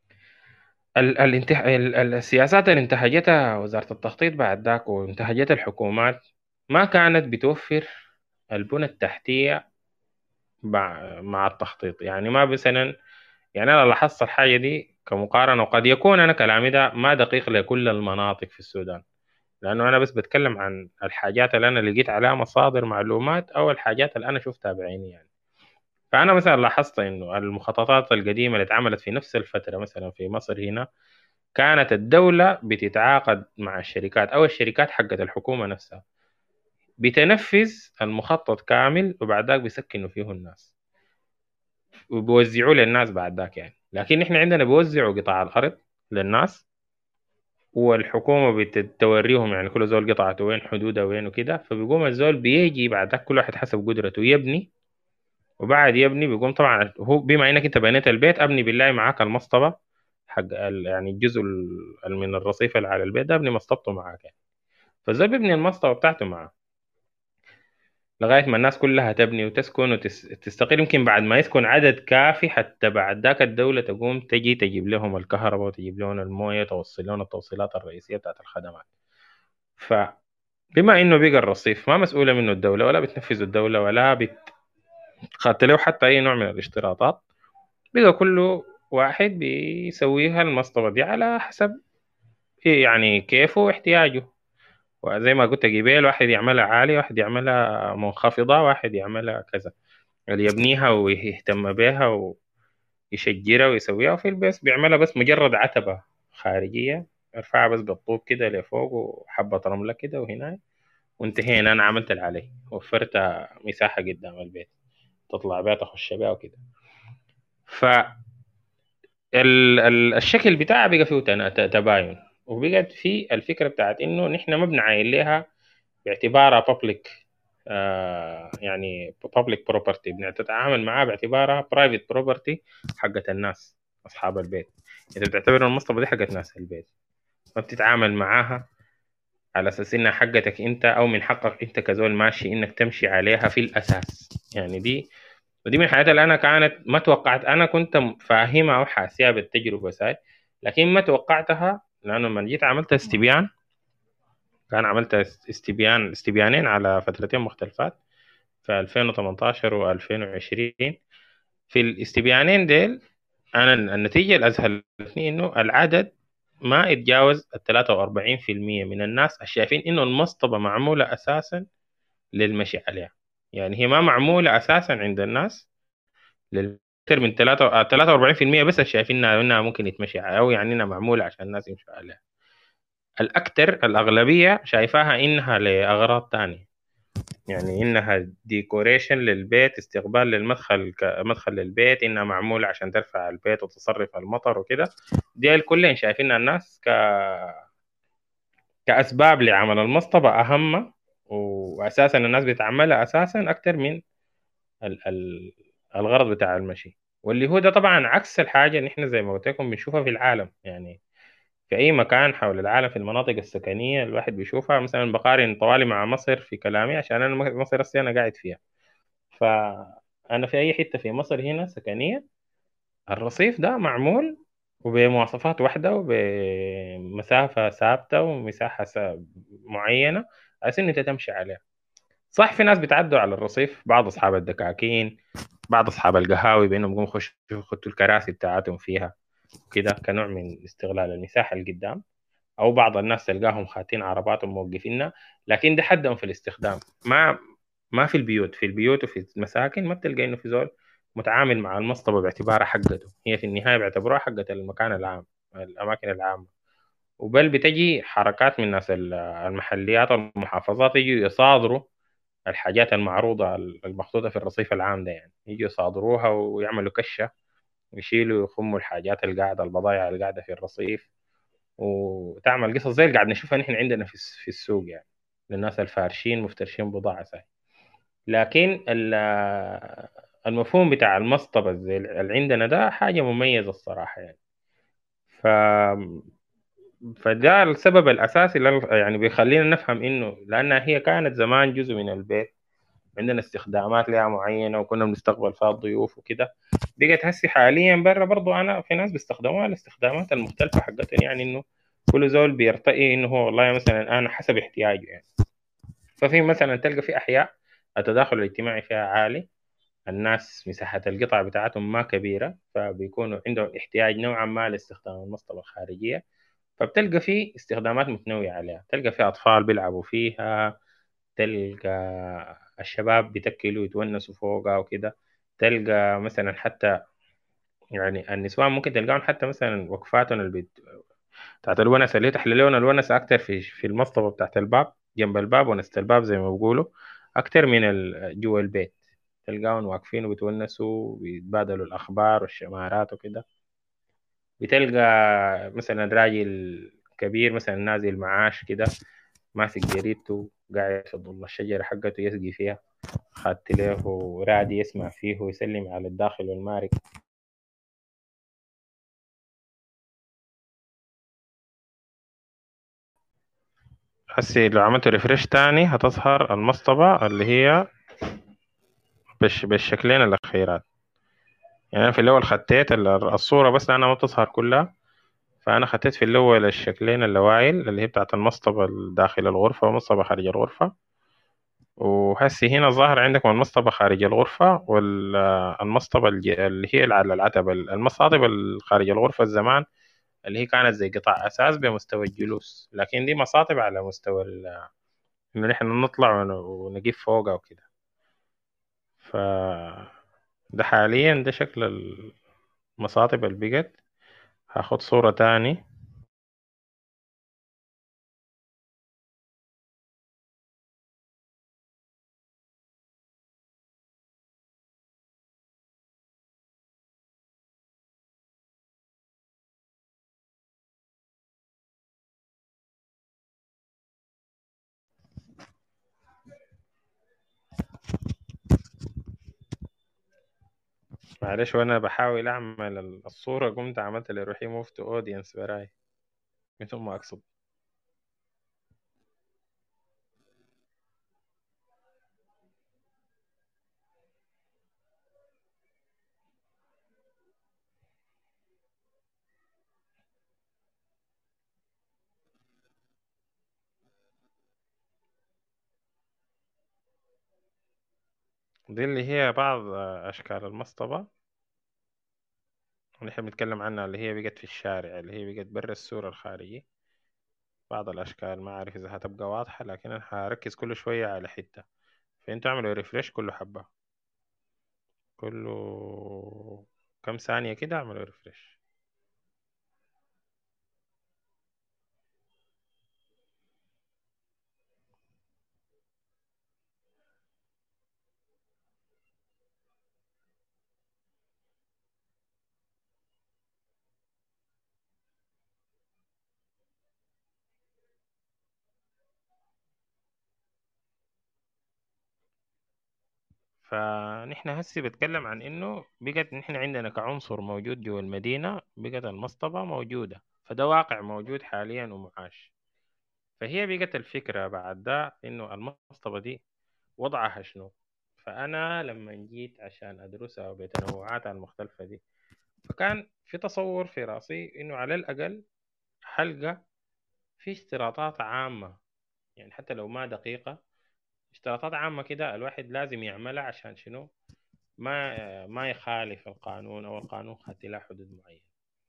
السياسات اللي انتهجتها وزارة التخطيط بعد ذاك وانتهجتها الحكومات ما كانت بتوفر البنى التحتية مع التخطيط. يعني ما مثلا، يعني أنا لاحظت الحاجة دي كمقارنة، وقد يكون أنا كلامي ده ما دقيق لكل المناطق في السودان، لأنه أنا بس بتكلم عن الحاجات اللي أنا لقيت عليها مصادر معلومات أو الحاجات اللي أنا شفتها بعيني يعني. فأنا مثلا لاحظت إنه المخططات القديمة اللي اتعملت في نفس الفترة مثلا في مصر هنا، كانت الدولة بتتعاقد مع الشركات أو الشركات حقت الحكومة نفسها، بتنفذ المخطط كامل، وبعد ذاك بيسكنوا فيه الناس وبيوزعوه للناس بعد ذاك يعني. لكن احنا عندنا بيوزعوا قطع الأرض للناس، والحكومة بتوريهم يعني كل زول قطعته وين، حدودها وين وكده، فبيقوم الزول بيجي بعد ذاك كل واحد حسب قدرته يبني. وبعد يبني بيقوم طبعا هو بما انك انت بنيت البيت، ابني بالله معاك المصطبة حق يعني الجزء من الرصيف اللي على البيت ده، ابني مصطبته معاك يعني. فالزول بيبني المصطبة بتاعته معاه لغاية ما الناس كلها تبني وتسكن وتستقر. يمكن بعد ما يسكن عدد كافي، حتى بعد ذاك الدولة تقوم تجي تجيب لهم الكهرباء وتجيب لهم الموية، توصل لهم التوصيلات الرئيسية بتاعت الخدمات. فبما إنه بقى الرصيف ما مسؤولة منه الدولة، ولا بتنفذ الدولة، ولا بتخاطر حتى أي نوع من الاشتراطات، بقى كل واحد بيسويها المصطبة دي على حسب يعني كيفه واحتياجه. وزي ما قلت قبيل، واحد يعملها عالية، واحد يعملها منخفضة، واحد يعملها كذا، اللي يبنيها ويهتم بها ويشجرها ويسويها، وفي البس بيعملها بس مجرد عتبة خارجية، يرفعها بس بالطوب كده لفوق وحبة رملة كده وهنا، وانتهينا. أنا عملت اللي علي، وفرت مساحة قدام البيت تطلع بيها تخش بيها وكده. فالشكل بتاعها بقى فيه تباين، وبقت في الفكرة بتاعت إنه نحن ما بنعاين لها باعتبارها public، يعني public property، بنتعامل معاه باعتبارها private property حقت الناس أصحاب البيت. أنت بتعتبر المصطبة دي حقت ناس البيت، ما بتتعامل معاها على أساس إنها حقتك أنت، أو من حقك أنت كزول ماشي إنك تمشي عليها في الأساس يعني. ودي من الحاجات اللي أنا كانت ما توقعت، أنا كنت فاهمها أو حاسيها بالتجربة ساي، لكن ما توقعتها، لأنه لما جيت عملت استبيان، كان عملت استبيانين على فترتين مختلفات. في 2018 و2020. في الاستبيانين ديل أنا النتيجة اللي أذهلتني إنه العدد ما يتجاوز 43% من الناس الشايفين إنه المصطبة معمولة أساسا للمشي عليها. يعني هي ما معمولة أساسا عند الناس أكثر من 43% بس شايفين إنها ممكن يتمشي عليها، أو يعني إنها معمولة عشان الناس يمشوا عليها. الأكثر الأغلبية شايفاها إنها لأغراض تانية، يعني إنها ديكوريشن للبيت، استقبال للمدخل كمدخل للبيت، إنها معمولة عشان ترفع البيت وتصرف المطر وكده. دي الكل شايفينها الناس كأسباب لعمل المصطبة أهم، وأساسا الناس بتعملها أساسا أكتر من الغرض بتاع المشي. واللي هو ده طبعا عكس الحاجة اللي احنا زي ما قلت لكم بنشوفها في العالم. يعني في أي مكان حول العالم في المناطق السكنية الواحد بيشوفها، مثلا بقارن طوالي مع مصر في كلامي عشان أنا مصر أنا قاعد فيها. فأنا في أي حتة في مصر هنا سكنية، الرصيف ده معمول وبمواصفات واحدة وبمسافة ثابتة ومساحة معينة عشان أنت تمشي عليها. صح، في ناس بتعدوا على الرصيف، بعض أصحاب الدكاكين، بعض أصحاب القهاوي بأنهم يقوموا يخشوا يخطوا الكراسي بتاعتهم فيها كده كنوع من استغلال المساحة اللي قدام. أو بعض الناس تلقاهم خاتين عرباتهم موقفينها، لكن ده حدهم في الاستخدام. ما في البيوت، في البيوت وفي المساكن ما بتلقى إنه في زول متعامل مع المصطبة باعتبارها حقته، هي في النهاية بيعتبروها حقة المكان العام، الأماكن العامة. وبل بتجي حركات من ناس المحليات والمحافظات يجوا يصادروا الحاجات المعروضة المحطوطة في الرصيف العام ده، يعني يجوا يصادروها ويعملوا كشة ويشيلوا ويخموا الحاجات اللي قاعدة، البضائع اللي قاعدة في الرصيف، وتعمل قصص زي اللي قاعد نشوفها نحن عندنا في السوق، يعني للناس الفارشين مفترشين بضاعة سهل. لكن المفهوم بتاع المصطبة زي اللي عندنا ده حاجة مميزة الصراحة يعني. ف فده السبب الأساسي اللي يعني بيخلينا نفهم إنه لأنها هي كانت زمان جزء من البيت، عندنا استخدامات لها معينة وكنا بنستقبل فيها الضيوف وكده. بقت هسي حاليا برا برضو أنا في ناس بيستخدموها الاستخدامات المختلفة حقتهم، يعني إنه كل زول بيرتقي إنه هو والله مثلا أنا حسب احتياجه يعني. ففي مثلا تلقى في أحياء التداخل الاجتماعي فيها عالي، الناس مساحة القطع بتاعتهم ما كبيرة، فبيكونوا عندهم احتياج نوعا ما لاستخدام المصطبة الخارجية. فبتلقى في استخدامات متنوعة عليها، تلقى في أطفال بيلعبوا فيها، تلقى الشباب بيتكلوا يتونسوا فوقها وكده، تلقى مثلا حتى يعني النسوان ممكن تلقاهم حتى مثلا وقفاتهم بتاعت الونس اللي تحلى لهم الونس أكتر في المصطبة بتاعت الباب، جنب الباب ونست الباب زي ما بيقولوا، أكتر من جوا البيت. تلقاهم واقفين وبيتونسوا ويتبادلوا الأخبار والشمارات وكده. بتلقى مثلا راجل كبير مثلا نازل معاش كده ماسك جريدته قاعد في ظل الشجرة حقته يسقي فيها، خدت له رادي يسمع فيه ويسلم على الداخل والمارك. هسي لو عملت ريفرش تاني هتظهر المصطبة اللي هي بالشكلين الأخيرات. يعني أنا في الأول خطيت الصورة بس لأنها ما بتظهر كلها، فأنا خطيت في الأول الشكلين اللوايل اللي هي بتاعت المصطبة داخل الغرفة والمصطبة خارج الغرفة. وهسي هنا ظاهر عندكم المصطبة خارج الغرفة والمصطبة اللي هي على العتبة، المصاطب خارج الغرفة الزمان اللي هي كانت زي قطع أساس بمستوى الجلوس، لكن دي مصاطب على مستوى إنه نحن نطلع ونقف فوقها وكده. ف ده حاليا ده شكل المصاطب اللي بقت. هاخد صورة تاني. معلش وأنا بحاول أعمل الصورة قمت عملت لي روحي موف تو أودينس براي من ثم أقصد. دي اللي هي بعض أشكال المصطبة اللي احنا بنتكلم عنها، اللي هي بقت في الشارع، اللي هي بقت برا السور الخارجي. بعض الأشكال ما أعرف إذا هتبقى واضحة، لكن أنا هركز كل شوية على حتة. فأنتوا اعملوا ريفريش كل حبة، كل كم ثانية كده اعملوا ريفريش. فنحن هسي بتكلم عن إنه بقت نحن عندنا كعنصر موجود جوا المدينة، بقت المصطبة موجودة، فده واقع موجود حاليا ومعاش. فهي بقت الفكرة بعد ده إنه المصطبة دي وضعها شنو. فأنا لما جيت عشان أدرسها بتنوعاتها المختلفة دي، فكان في تصور في راسي إنه على الأقل حلقة في اشتراطات عامة، يعني حتى لو ما دقيقة، اشتراطات عامة كده الواحد لازم يعملها عشان شنو، ما يخالف القانون أو القانون خدت له حدود معينة.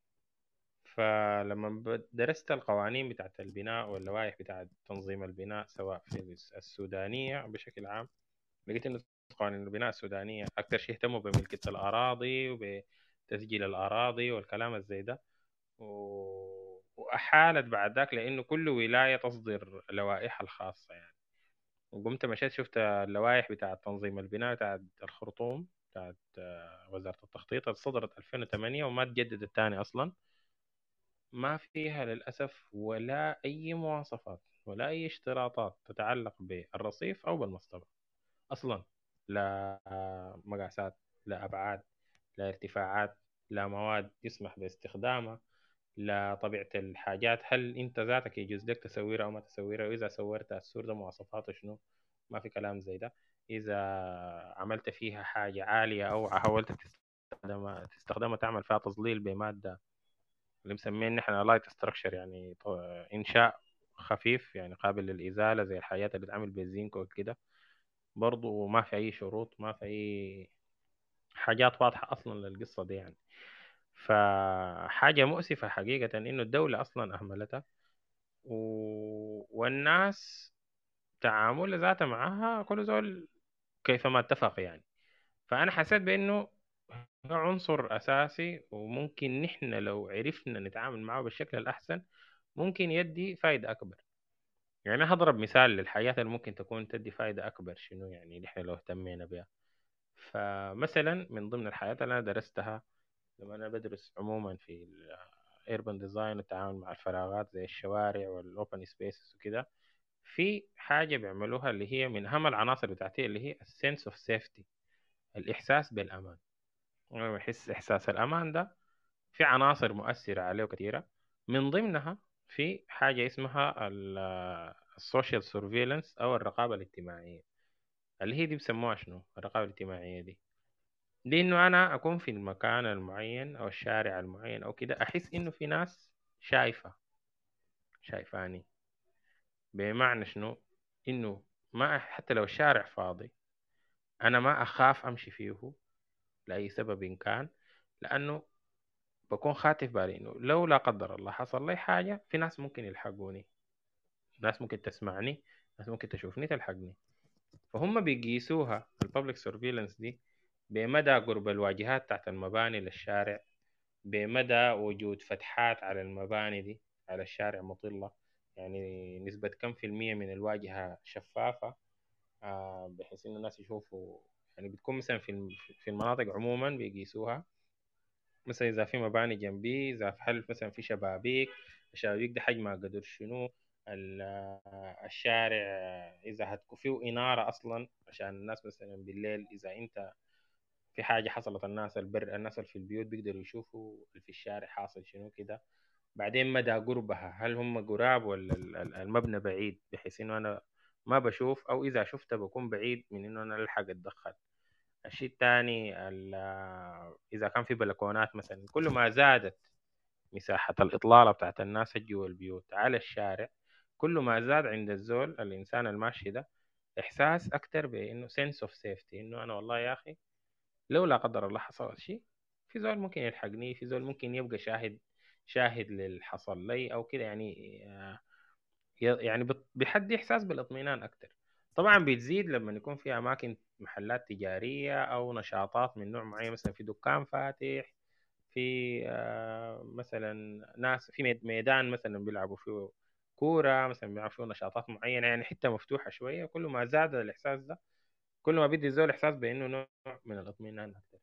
فلما درست القوانين بتاعت البناء واللوائح بتاعت تنظيم البناء سواء في السودانية بشكل عام، لقيت إنه قوانين البناء السودانية أكثر شيء اهتموا بملكية الأراضي وبتسجيل الأراضي والكلام الزي ده. وأحالت بعد ذاك لأنه كل ولاية تصدر لوائحها الخاصة يعني. وقمت مشيت شفت اللوائح بتاعة تنظيم البناء بتاعة الخرطوم بتاعة وزارة التخطيط اللي صدرت 2008 وما تجددت تاني أصلا. ما فيها للأسف ولا أي مواصفات ولا أي اشتراطات تتعلق بالرصيف أو بالمصطبة أصلا. لا مقاسات، لا أبعاد، لا ارتفاعات، لا مواد يسمح باستخدامها، لا طبيعة الحاجات، هل أنت ذاتك يجوز لك تسويرها أو ما تسويرها، وإذا سورتها السور ده مواصفاته شنو. ما في كلام زي ده. إذا عملت فيها حاجة عالية أو حاولت تستخدمها تعمل فيها تظليل بمادة اللي مسمين نحن لايت ستراكشر، يعني إنشاء خفيف يعني قابل للإزالة زي الحاجات اللي بتتعمل بالزينك وكده، برضو ما في أي شروط، ما في أي حاجات واضحة أصلا للقصة دي يعني. فحاجة مؤسفة حقيقة إنه الدولة أصلا أهملتها والناس تعامل ذاتها معها كل زول كيفما اتفق يعني. فأنا حسيت بأنه هو عنصر أساسي، وممكن نحن لو عرفنا نتعامل معه بالشكل الأحسن ممكن يدي فايدة أكبر. يعني أنا هضرب مثال للحياة اللي ممكن تكون تدي فايدة أكبر شنو، يعني نحن لو اهتمينا بها. فمثلا من ضمن الحياة اللي أنا درستها لما أنا بدرس عموما في الأيربن ديزاين والتعامل مع الفراغات زي الشوارع والأوبن سبيسز وكده، في حاجة بيعملوها اللي هي من أهم العناصر بتاعتها اللي هي السنس اوف سيفتي، الإحساس بالأمان. أنا بحس إحساس الأمان ده في عناصر مؤثرة عليه كثيرة، من ضمنها في حاجة اسمها السوشيال سورفيلانس أو الرقابة الاجتماعية. اللي هي دي بسموها شنو الرقابة الاجتماعية دي؟ دي إنه أنا أكون في المكان المعين أو الشارع المعين أو كده أحس إنه في ناس شايفاني. بمعنى شنو؟ إنه ما حتى لو الشارع فاضي أنا ما أخاف أمشي فيه لأي سبب إن كان، لأنه بكون خاطف بالي إنه لو لا قدر الله حصل لي حاجة في ناس ممكن يلحقوني، ناس ممكن تسمعني، ناس ممكن تشوفني تلحقني. فهم بيقيسوها الببليك سيرفيلانس دي بمدى قرب الواجهات تحت المباني للشارع، بمدى وجود فتحات على المباني دي على الشارع مطلة، يعني نسبة كم في المية من الواجهة شفافة، بحيث إنه الناس يشوفوا. يعني بتكون مثلا في المناطق عموما بيقيسوها، مثلا إذا في مباني جنبي، إذا في حلف مثلا في شبابيك، الشبابيك ده حجمها قدر شنو، الشارع إذا هتكون فيه إنارة أصلا عشان الناس مثلا بالليل إذا أنت في حاجة حصلت، الناس اللي في البيوت بيقدروا يشوفوا اللي في الشارع حاصل شنو كده. بعدين مدى قربها، هل هم قراب ولا المبنى بعيد، بحيث إنه أنا ما بشوف، أو إذا شفته بكون بعيد من إنه أنا ألحق أتدخل. الشيء الثاني إذا كان في بلكونات مثلا، كل ما زادت مساحة الإطلالة بتاعت الناس جوا البيوت على الشارع، كل ما زاد عند الزول الإنسان الماشي ده إحساس أكتر بإنه sense of safety، إنه أنا والله يا أخي لو لا قدر الله حصل شيء، في زول ممكن يلحقني، في زول ممكن يبقى شاهد للحصل لي أو كده يعني. يعني بيحدي إحساس بالاطمئنان أكتر. طبعا بتزيد لما يكون في أماكن محلات تجارية أو نشاطات من نوع معين، مثلا في دكان فاتح، في مثلا ناس في ميدان مثلا بيلعبوا فيه كورة، مثلا بيلعبوا فيه نشاطات معينة، يعني حتة مفتوحة شوية. كل ما زاد الإحساس ده، كل ما بيدي الزول إحساس بأنه نوع من الاطمئنان أكتر.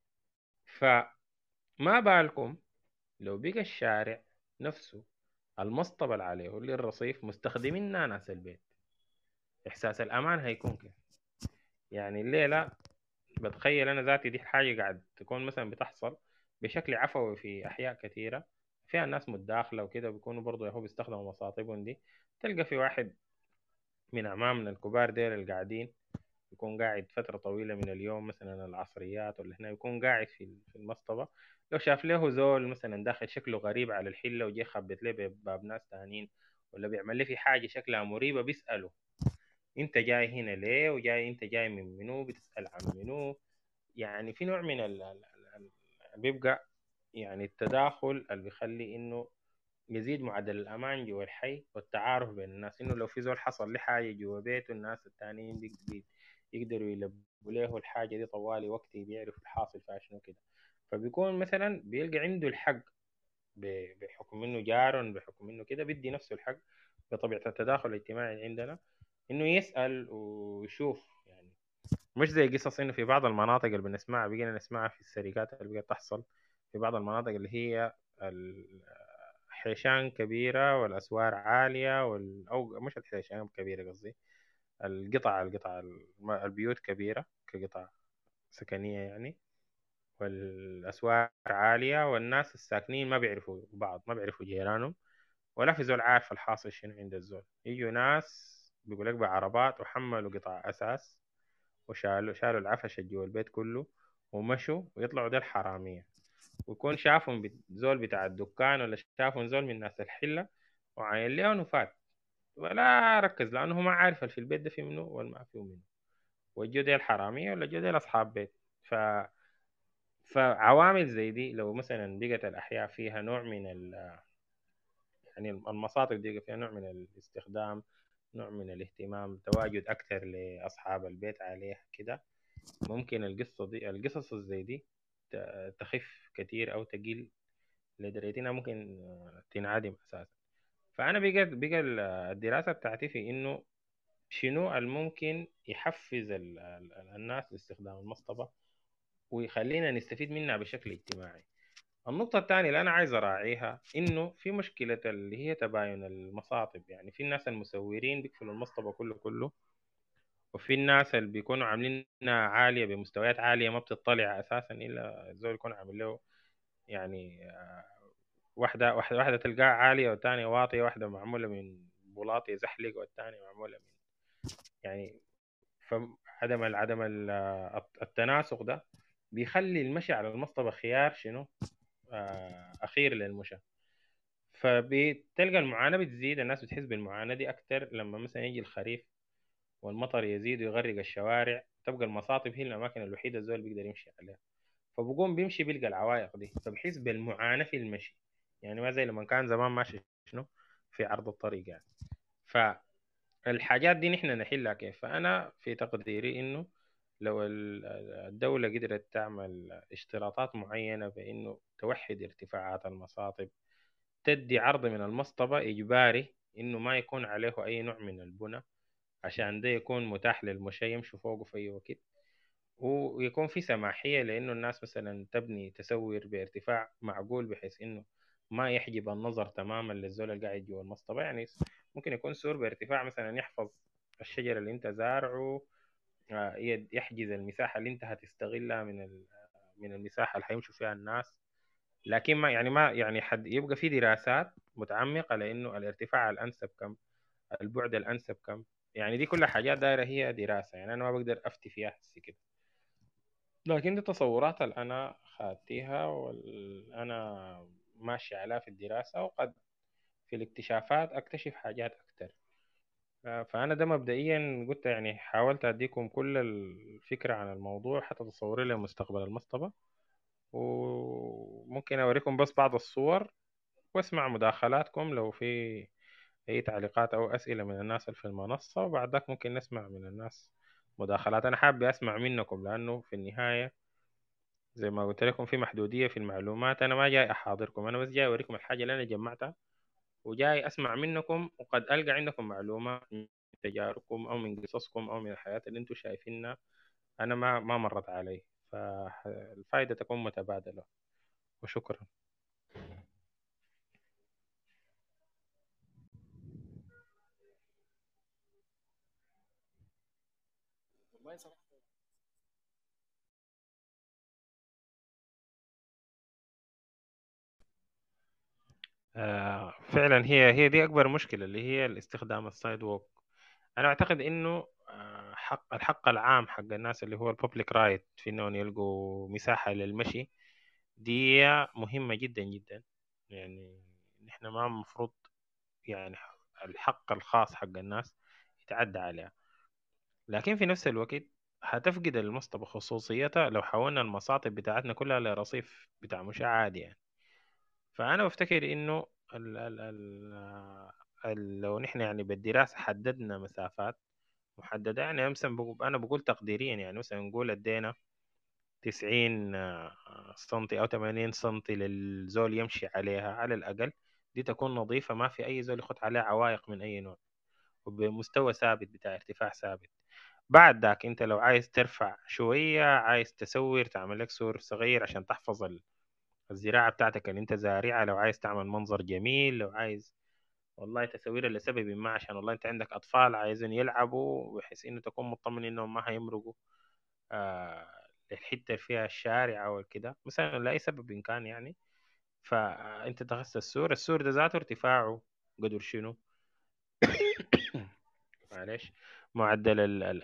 فما بالكم لو بقى الشارع نفسه المصطبة اللي عليه اللي الرصيف مستخدمينها ناس البيت، إحساس الأمان هيكون كيف؟ يعني الليلة بتخيل أنا ذاتي دي حاجة قاعد تكون مثلا بتحصل بشكل عفوي في أحياء كثيرة فيها الناس متداخلة وكده، بيكونوا برضو يهو بيستخدموا مصاطبهم دي. تلقى في واحد من أمامنا الكبار ديل القاعدين يكون قاعد فترة طويلة من اليوم، مثلا العصريات ولا هنا، يكون قاعد في المصطبة. لو شاف له زول مثلا داخل شكله غريب على الحلة وجي خبط له بباب ناس تانيين، ولا بيعمل له في حاجة شكلها مريبة، بيسأله انت جاي هنا ليه، وجاي انت جاي من منو، بتسأل عن منو. يعني في نوع من بيبقى يعني التداخل اللي بيخلي انه يزيد معدل الامان جوا الحي، والتعارف بين الناس، انه لو في زول حصل له حاجه جوا بيته الناس التانيين يقدروا يلبوا له الحاجه دي طوالي وقت بيعرفوا الحاصل فيها شنو كده. فبيكون مثلا بيلقى عنده الحق بحكم انه جار، بحكم انه كده بيدي نفسه الحق بطبيعه التداخل الاجتماعي اللي عندنا، انه يسأل ويشوف. يعني مش زي قصص انه في بعض المناطق اللي بنسمعها، بقينا نسمعها في السرقات اللي بقت تحصل في بعض المناطق اللي هي الحيشان كبيرة والأسوار عالية أو مش الحيشان كبيرة قصدي، البيوت كبيرة كقطع سكنية يعني، والأسوار عالية، والناس الساكنين ما بيعرفوا بعض، ما بيعرفوا جيرانهم، ولا في زول عارف الحاصل شنو عند الزول. يجوا ناس بيقول لك بعربات وحملوا قطع أساس شالوا العفش اللي جوا البيت كله ومشوا، ويطلعوا ده الحرامية، ويكون شافهم زول بتاع الدكان ولا شافهم زول من ناس الحلة وعاين لهم وفات، ولا ركز لأنه ما عارف في البيت ده في منه ولا ما فيه منه، وجو ده الحرامية ولا جو ده أصحاب بيت. فعوامل زي دي لو مثلا بقت الأحياء فيها نوع من يعني المصادر دي فيها نوع من الاستخدام، نوع من الاهتمام، تواجد أكثر لأصحاب البيت عليها كده، ممكن القصص زي دي تخف كتير أو تقل لدرجة إنها ممكن تنعدم أساسا. فأنا بقى الدراسة بتاعتي في إنه شنو الممكن يحفز الناس لاستخدام المصطبة ويخلينا نستفيد منها بشكل اجتماعي. النقطة الثانية اللي أنا عايز أراعيها إنه في مشكلة اللي هي تباين المصاطب. يعني في الناس المسورين بيقفلوا المصطبة كله، وفي الناس اللي بيكونوا عاملينها عالية بمستويات عالية ما بتطلع أساسا إلا الزول يكون عامل له يعني واحدة تلقاها عالية والتانية واطية، واحدة معمولة من بلاط يزحلق والتانية معمولة من يعني. التناسق ده بيخلي المشي على المصطبة خيار شنو أخير للمشاة. فبتلقى المعاناة بتزيد، الناس بتحس بالمعاناة دي أكتر لما مثلا يجي الخريف والمطر يزيد ويغرق الشوارع، تبقى المصاطب هي الأماكن الوحيدة الزول بيقدر يمشي عليها، فبقوم بيمشي بيلقى العوائق دي، فبحس بالمعاناة في المشي. يعني ما زي لما كان زمان ماشي شنو في عرض الطريق يعني. فالحاجات دي نحن نحلها كيف؟ فأنا في تقديري إنه لو الدولة قدرت تعمل اشتراطات معينة بإنه توحد ارتفاعات المصاطب، تدي عرض من المصطبة إجباري إنه ما يكون عليه أي نوع من البنى، عشان ده يكون متاح للمشاة يمشوا فوقه في أي وقت، ويكون في سماحية لأنه الناس مثلا تبني تسور بارتفاع معقول بحيث إنه ما يحجب النظر تماما للزول القاعد جوا المصطبة. يعني ممكن يكون سور بارتفاع مثلا يحفظ الشجر اللي انت زارعه، يحجز المساحة اللي انت هتستغلها من المساحة اللي هيمشوا فيها الناس. لكن ما يعني حد يبقى في دراسات متعمقة لأنه الارتفاع الأنسب كم، البعد الأنسب كم. يعني دي كلها حاجات دايرة هي دراسة، يعني أنا ما بقدر أفتي فيها هسي كده، لكن دي تصورات اللي أنا خدتها وأنا ماشي عليها في الدراسة، وقد في الاكتشافات أكتشف حاجات أكتر. فأنا ده مبدئيا قلت يعني حاولت أديكم كل الفكرة عن الموضوع حتى تصوري لي مستقبل المصطبة، وممكن أوريكم بس بعض الصور واسمع مداخلاتكم لو في أي تعليقات أو أسئلة من الناس اللي في المنصة، وبعد ذاك ممكن نسمع من الناس مداخلات. أنا حابب أسمع منكم لأنه في النهاية زي ما قلت لكم في محدودية في المعلومات. أنا ما جاي أحاضركم، أنا بس جاي أوريكم الحاجة اللي أنا جمعتها، وجاي أسمع منكم، وقد ألقى عندكم معلومات من تجاربكم أو من قصصكم أو من الحياة اللي أنتم شايفينها أنا ما مرت علي، فالفائدة تكون متبادلة. وشكرا. فعلا هي دي أكبر مشكلة اللي هي الاستخدام السايد ووك. أنا أعتقد إنه الحق العام حق الناس اللي هو الببليك رايت في إنهم يلقوا مساحة للمشي دي مهمة جدا جدا. يعني نحن ما المفروض يعني الحق الخاص حق الناس يتعدى عليها، لكن في نفس الوقت هتفقد المصطبة خصوصيتها لو حولنا المصاطب بتاعتنا كلها لرصيف بتاع مشاة عادي يعني. فأنا بفتكر إنه لو نحن يعني بالدراسة حددنا مسافات محددة، يعني مثلا أنا بقول تقديريا، يعني مثلا نقول ادينا 90 سنتي أو 80 سنتي للزول يمشي عليها على الأقل، دي تكون نظيفة ما في أي زول يخط عليها عوائق من أي نوع، وبمستوى ثابت بتاع ارتفاع ثابت. بعد ذاك انت لو عايز ترفع شوية، عايز تسوي تعمل لك سور صغير عشان تحفظ الزراعة بتاعتك اللي انت زارعها، لو عايز تعمل منظر جميل، لو عايز والله تسوير لسبب ما عشان والله انت عندك اطفال عايزين يلعبوا بحيث انه تكون مطمن انهم ما هيمرقوا آه الحتة اللي فيها الشارع او كده مثلا لاي سبب إن كان يعني. فانت تخصص السور ده ذاته ارتفاعه قدر شنو معلش معدل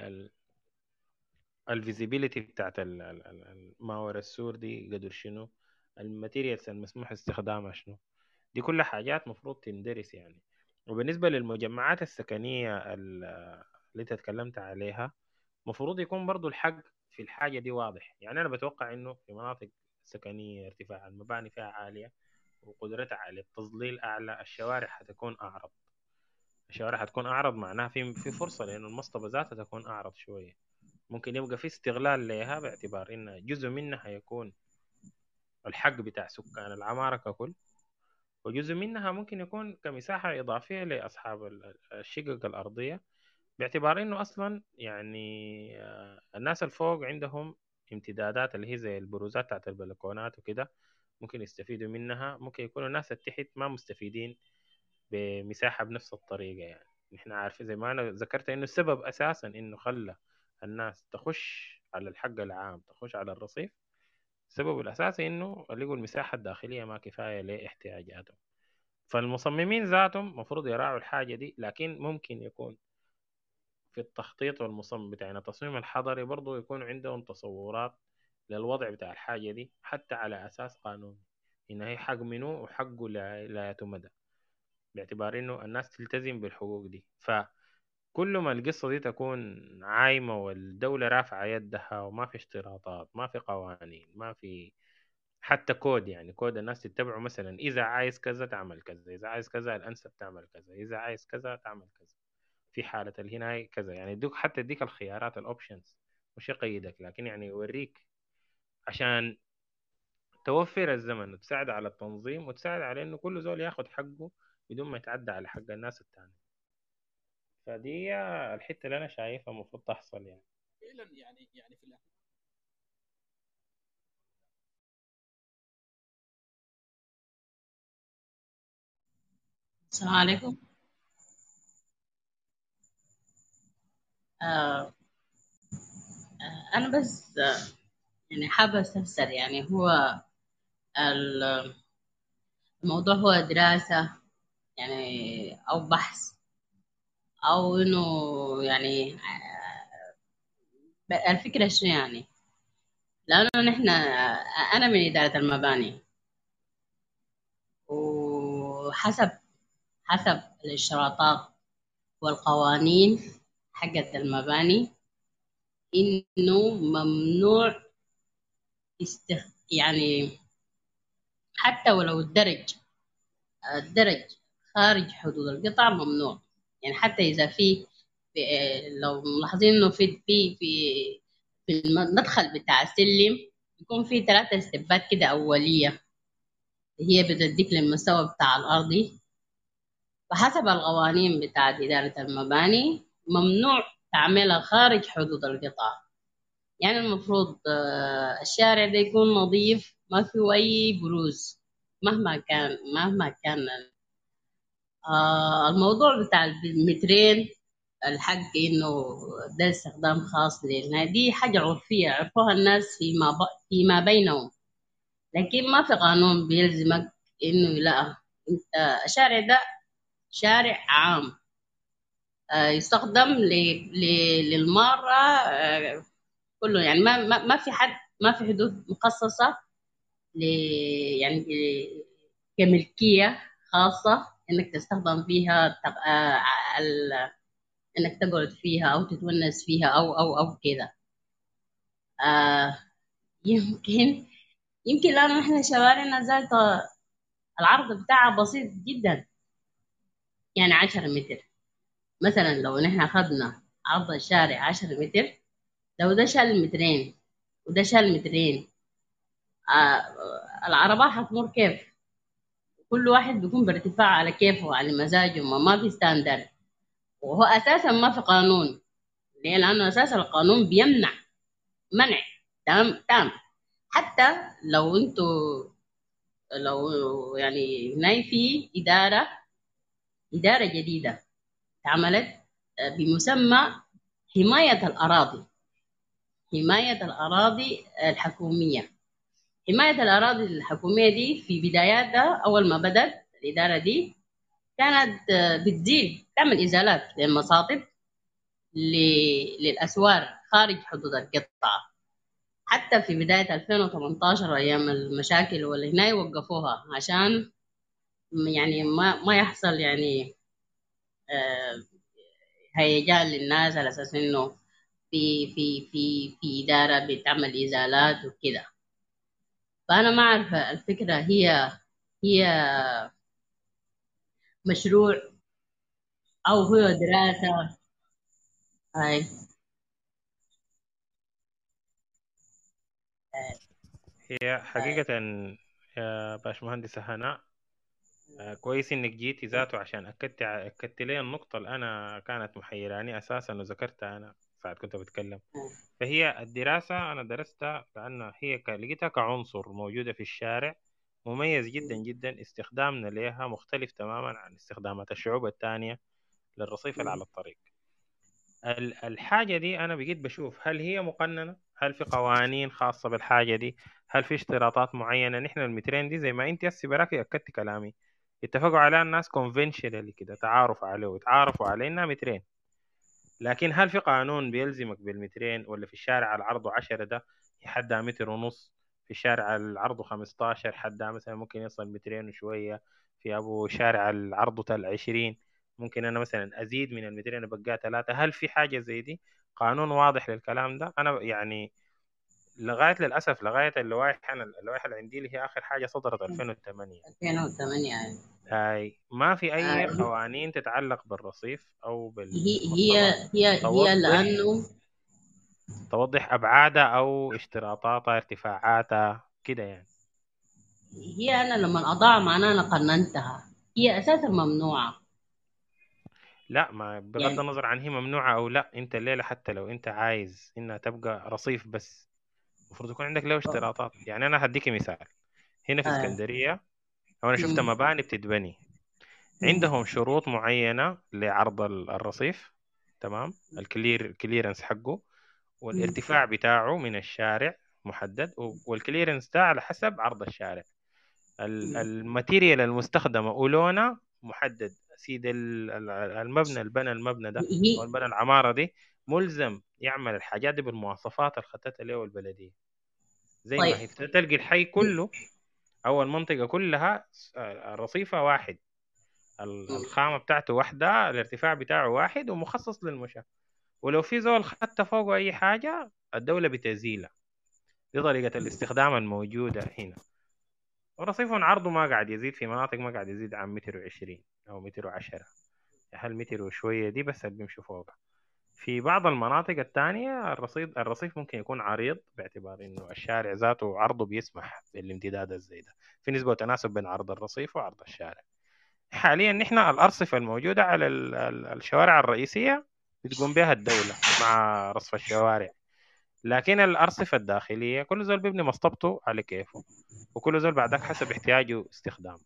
الفيزيبيليتي بتاعت ما ورا السور دي قدر شنو، الماتيريالز المسموح استخدامها شنو، دي كل حاجات مفروض تندرس يعني. وبالنسبة للمجمعات السكنية اللي انت اتكلمت عليها، مفروض يكون برضو الحق في الحاجة دي واضح. يعني أنا بتوقع إنه في مناطق سكنية ارتفاع المباني فيها عالية وقدرتها على التظليل أعلى، الشوارع هتكون أعرض. الشوارع هتكون أعرض معناها في فرصة لأنه المصطبة ذاتها تكون أعرض شوية. ممكن يبقى في استغلال لها باعتبار إن جزء منها هيكون الحق بتاع سكان العمارة ككل، وجزء منها ممكن يكون كمساحة إضافية لأصحاب الشقق الأرضية، باعتبار إنه أصلا يعني الناس الفوق عندهم امتدادات اللي هي زي البروزات بتاعت البلكونات وكده، ممكن يستفيدوا منها. ممكن يكونوا الناس التحت ما مستفيدين بمساحة بنفس الطريقة. يعني نحن عارفين زي ما أنا ذكرت إنه السبب أساسا إنه خلى الناس تخش على الحق العام تخش على الرصيف، السبب الأساسي إنه لقوا المساحة الداخلية ما كفاية لاحتياجاتهم. فالمصممين ذاتهم المفروض يراعوا الحاجة دي، لكن ممكن يكون في التخطيط والمصمم بتاعنا التصميم الحضري برضو يكون عندهم تصورات للوضع بتاع الحاجة دي حتى على أساس قانوني، إن هي حق منه وحقه لا يتمدى، باعتبار إنه الناس تلتزم بالحقوق دي. فكل ما القصة دي تكون عايمة والدولة رافعة يدها وما في اشتراطات ما في قوانين ما في حتى كود، يعني كود الناس تتبعه، مثلا إذا عايز كذا تعمل كذا، إذا عايز كذا الأنسب تعمل كذا، إذا عايز كذا تعمل كذا، في حالة اللي هنا كذا، يعني يدوك حتى يديك الخيارات الأوبشنز، مش يقيدك لكن يعني يوريك عشان توفر الزمن وتساعد على التنظيم وتساعد على إنه كل زول ياخد حقه بدون ما يتعدى على حق الناس التانية. فدي الحتة اللي أنا شايفها المفروض تحصل يعني. فعلا يعني في السلام عليكم. آه أنا بس يعني حابة أستفسر، يعني هو الموضوع هو دراسة يعني أو بحث أو إنه يعني الفكرة شنو يعني؟ لأنه نحن أنا من إدارة المباني، وحسب الاشتراطات والقوانين حقت المباني إنه ممنوع يعني حتى ولو الدرج خارج حدود القطع ممنوع. يعني حتى إذا لو ملاحظين إنه في المدخل بتاع السلم يكون في 3 استبات كده أولية هي بتديك للمستوى بتاع الأرضي. فحسب القوانين بتاعت إدارة المباني ممنوع تعملها خارج حدود القطاع. يعني المفروض الشارع ده يكون نظيف ما فيه أي بروز مهما كان. الموضوع بتاع المترين الحق إنه ده استخدام خاص لنا، دي حاجة عرفية عرفوها الناس فيما بينهم، لكن ما في قانون بيلزمك إنه لا، أنت الشارع ده شارع عام يستخدم للمارة كله. يعني ما في حدود مخصصة ل يعني كملكية خاصة إنك تستخدم فيها إنك تقعد فيها أو تتونس فيها أو كده. آه يمكن يمكن لأنه إحنا شوارعنا ذات العرض بتاعها بسيط جدا، يعني 10 متر مثلا. لو نحن أخذنا عرض الشارع 10 متر، لو ده شال مترين وده شال مترين، العربات هتمر كيف؟ كل واحد بيكون بارتفاع على كيفه وعلى مزاجه، ما في ستاندر، وهو أساسا ما في قانون. ليه؟ لأنه أساسا القانون بيمنع منع تام. حتى لو انتوا لو يعني هناي في إدارة جديدة اتعملت بمسمى حماية الأراضي، حماية الأراضي الحكومية. حماية الأراضي الحكومية دي في بداياتها أول ما بدأت الإدارة دي كانت تعمل إزالات للمصاطب للأسوار خارج حدود القطعة. حتى في بداية 2018 أيام المشاكل واللي هنا وقفوها عشان يعني ما يحصل يعني آه، هيجان للناس على أساس إنه في إدارة بتعمل إزالات وكده. فأنا ما أعرف الفكرة هي مشروع أو هو دراسة. هاي هي حقيقة يا باشمهندسة هناء، كويس إنك جيتي ذاته عشان أكدت لي النقطة اللي أنا كانت محيراني أساسا وذكرتها أنا ساعة كنت بتكلم. فهي الدراسة أنا درستها لأن هي لقيتها كعنصر موجودة في الشارع مميز جدا جدا، استخدامنا لها مختلف تماما عن استخدامات الشعوب الثانية للرصيف اللي على الطريق. الحاجة دي أنا بقيت بشوف هل هي مقننة، هل في قوانين خاصة بالحاجة دي، هل في اشتراطات معينة. نحن المترين دي زي ما أنت هسي براكي أكدت كلامي اتفقوا عليها الناس conventionally كده، تعارفوا عليه وتعارفوا عليه إنها مترين. لكن هل في قانون بيلزمك بالمترين، ولا في الشارع العرض 10 ده حدها متر ونص، في الشارع العرض 15 حدها مثلا ممكن يصل مترين وشوية، في أبو شارع العرض 20 ممكن أنا مثلا أزيد من المترين أبقى 3. هل في حاجة زي دي قانون واضح للكلام ده؟ أنا يعني للأسف لغاية اللوائح اللي عندي اللي هي آخر حاجة صدرت 2008 2008 يعني. هاي ما في أي آه، قوانين تتعلق بالرصيف أو هي هي بالمصطبة هي توضح لأنه أبعادها أو اشتراطاتها ارتفاعاتها كده يعني. أنا لما أضاع معناها أنا قننتها، هي أساسا ممنوعة. لا، ما بغض يعني النظر عن هي ممنوعة أو لا، أنت الليلة حتى لو أنت عايز إنها تبقى رصيف بس المفروض يكون عندك له اشتراطات. يعني أنا هديك مثال، هنا في آه. اسكندرية أو أنا شفت مم. مباني بتتبني مم. عندهم شروط معينة لعرض الرصيف، تمام، الكليرنس حقه مم. والارتفاع بتاعه من الشارع محدد، والكليرنس ده على حسب عرض الشارع. الماتيريال المستخدمة ولونها محدد. سيد المبنى اللي بنى المبنى ده هي أو اللي بنى العمارة دي ملزم يعمل الحاجات دي بالمواصفات اللي خطتها له البلدية. زي طيب. ما هي تلقي الحي كله أو المنطقة كلها رصيفة واحد، الخامة بتاعته واحدة، الارتفاع بتاعه واحد ومخصص للمشاة، ولو في زول خدت فوقه أي حاجة الدولة بتزيلها. دي طريقة الاستخدام الموجودة هنا. ورصيف عرضه ما قاعد يزيد، في مناطق ما قاعد يزيد عن 120 أو 110، هل 200 وشوية دي بس اللي بيمشوا فوقها. في بعض المناطق الثانية الرصيف ممكن يكون عريض، باعتبار إنه الشارع ذاته عرضه بيسمح بالامتداد الزي ده، في نسبة وتناسب بين عرض الرصيف وعرض الشارع. حاليا نحن الأرصفة الموجودة على الشوارع الرئيسية بتقوم بها الدولة مع رصف الشوارع، لكن الأرصفة الداخلية كل زول بيبني مصطبته على كيفه، وكل زول بعدك حسب احتياجه استخدام.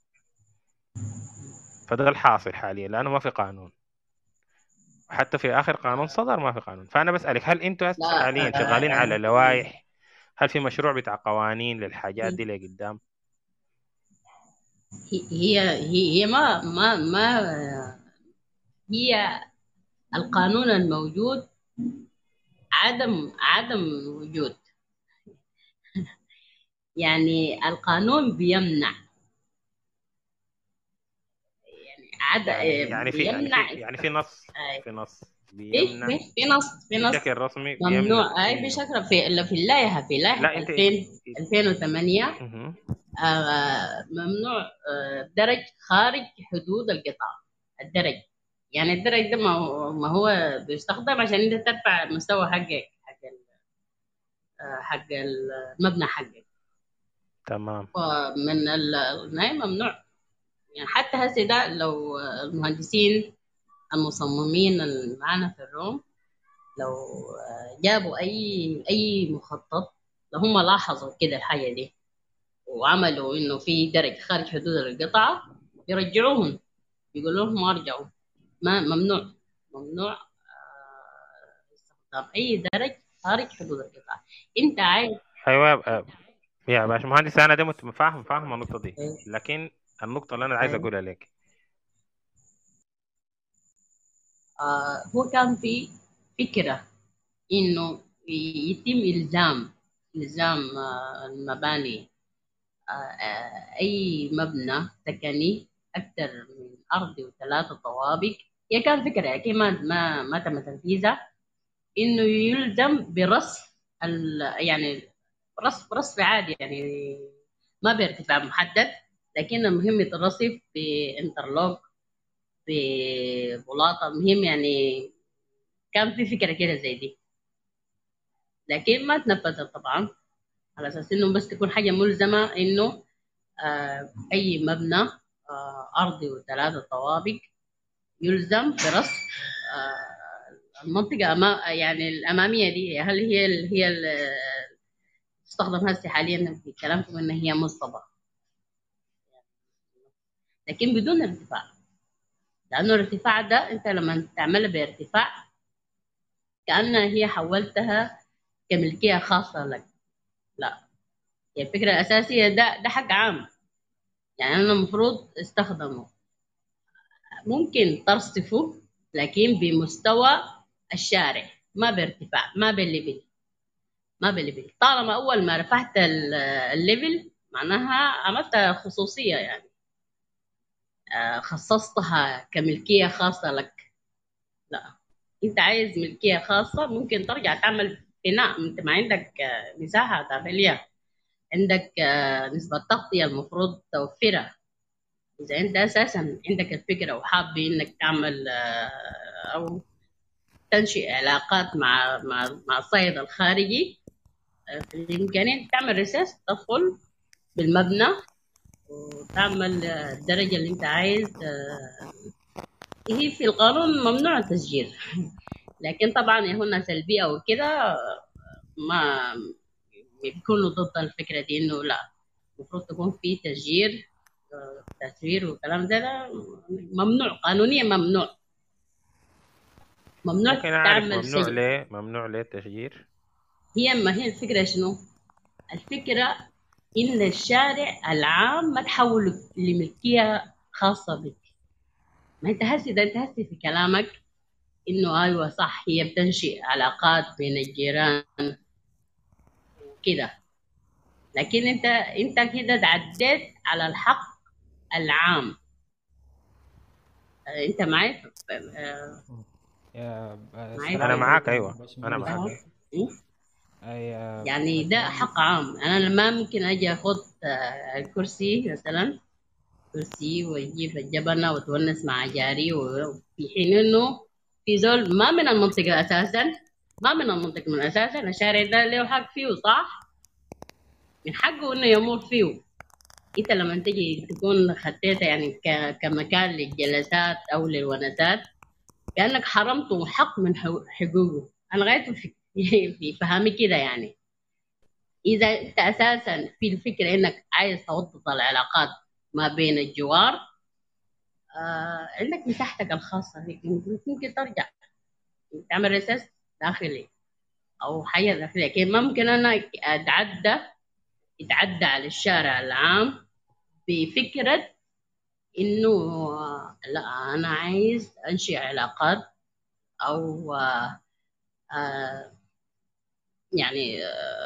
فده الحاصل حاليا لأنه ما في قانون، وحتى في آخر قانون صدر ما في قانون. فأنا بسألك، هل أنتوا هسه لا حاليا شغالين على لوائح؟ هل في مشروع بتاع قوانين للحاجات دي لقدام؟ هي ما هي القانون الموجود عدم وجود. يعني القانون بيمنع، يعني في يعني في بيمنع. يعني في نص آه، في نص في بيمنع في نص بشكل رسمي بيمنع ممنوع. انه. بشكل في اللائحة لا انت 2008 مهم. ممنوع درج خارج حدود القطاع. الدرج، يعني الدرج ده ما هو بيستخدم عشان انت ترفع مستوى حقك، حق المبنى حقك. تمام. ومن النهاية ممنوع. يعني حتى هسه ده لو المهندسين المصممين اللي معانا في الروم لو جابوا اي مخطط، لو هم لاحظوا كده الحاجه دي وعملوا انه في درج خارج حدود القطعه، يرجعوهم، يقولوا لهم ما ارجعوا. ما ممنوع استخدام اي درج خارج حدود القطعه. انت عايز ايوه يا باشا مهندس، انا ده فاهم النقطه دي، لكن النقطه اللي انا عايز اقولها لك. هو كان في فكره انه يتم الزام المباني، أي مبنى سكني أكثر من أرض وثلاثة طوابق. هي كان فكرة أكيد ما تم تنفيذها، إنه يلزم برصف يعني رصف عادي، يعني ما بارتفاع محدد، لكن المهم يترصف بانترلوك ببلاطة. المهم يعني كان في فكرة كده زي دي، لكن ما تنفذت طبعا، على أساس إنه بس تكون حاجة ملزمة إنه أي مبنى أرضي وثلاثة طوابق يلزم برصف المنطقة يعني الأمامية دي. هل هي تستخدم هسه حاليا في كلامكم إن هي مصطبة، لكن بدون ارتفاع، لأنه الارتفاع ده أنت لما تعملها بارتفاع كأنها هي حولتها كملكية خاصة لك. لا، هي الفكرة الأساسية ده حق عام، يعني أنا المفروض استخدمه. ممكن ترصفه لكن بمستوى الشارع، ما بارتفاع، ما بالليفل. طالما أول ما رفعت الليفل معناها عملت خصوصية، يعني خصصتها كملكية خاصة لك. لا، أنت عايز ملكية خاصة ممكن ترجع تعمل بناء. أنت ما عندك مساحة داخلية، عندك نسبة تغطية المفروض توفرها. إذا أنت أساسا عندك الفكرة وحاب إنك تعمل أو تنشئ علاقات مع الصيد الخارجي، في الإمكانية تعمل ريسيرش، تدخل بالمبنى وتعمل الدرجة اللي أنت عايز. هي في القانون ممنوع التسجيل، لكن طبعا هنا سلبية وكده ما بيكونوا ضد الفكرة دي، إنه لا، المفروض تكون في تسجيل وكلام ده ممنوع قانونيا، ممنوع ممكن اعرف تعمل ممنوع سجل. ليه؟ ممنوع ليه التشجير؟ ما هي الفكرة شنو؟ الفكرة إن الشارع العام ما تحوله لملكية خاصة بك. ما أنت هسي في كلامك إنه أيوة صح، هي بتنشئ علاقات بين الجيران وكده، لكن أنت كده تعديت على الحق العام. انت معي يا معي السلام انا في معاك، عليكم ايوه انا باشمهندس معاك. أهو. عبد. اي يعني ده حق باشمهندس. عام. انا ما ممكن اجي اخد الكرسي مثلا، كرسي واجيب الجبنه واتونس مع جاري، وفي حين انه في زول ما من المنطقه اساسا، ما من المنطقه من اساسا، الشارع ده له حق فيه صح، من حقه انه يمر فيه. انت لما تجي تكون خطيتها يعني كمكان للجلسات او للونسات، كانك حرمته حق من حقوقه. انا غايته في في فهمي كده يعني. اذا انت اساسا في الفكره انك عايز توطد العلاقات ما بين الجوار، عندك مساحتك الخاصه فيك، ممكن ترجع تعمل ريسيس داخلي او حاجه داخليه. كيف ممكن انا اتعدى على الشارع العام بفكره انه لا انا عايز انشئ علاقات، او آه، يعني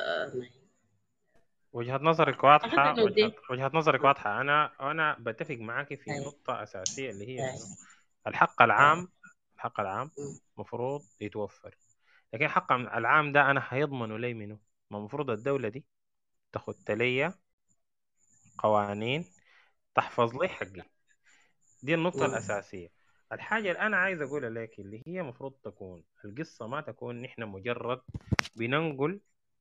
وجهة نظرك اعتقد واضحة، انه دي وجهة نظرك واضحة. أنا بتفق معاك في آه، نقطة أساسية اللي هي آه، شنو؟ الحق آه، العام. الحق العام مفروض يتوفر، لكن الحق العام ده أنا هيضمنه لي منه؟ ما المفروض الدولة دي تخط لي قوانين تحفظ لي حقي. دي النقطة الأساسية. الحاجة اللي أنا عايز أقولها لك اللي هي مفروض تكون القصة ما تكون نحن مجرد بننقل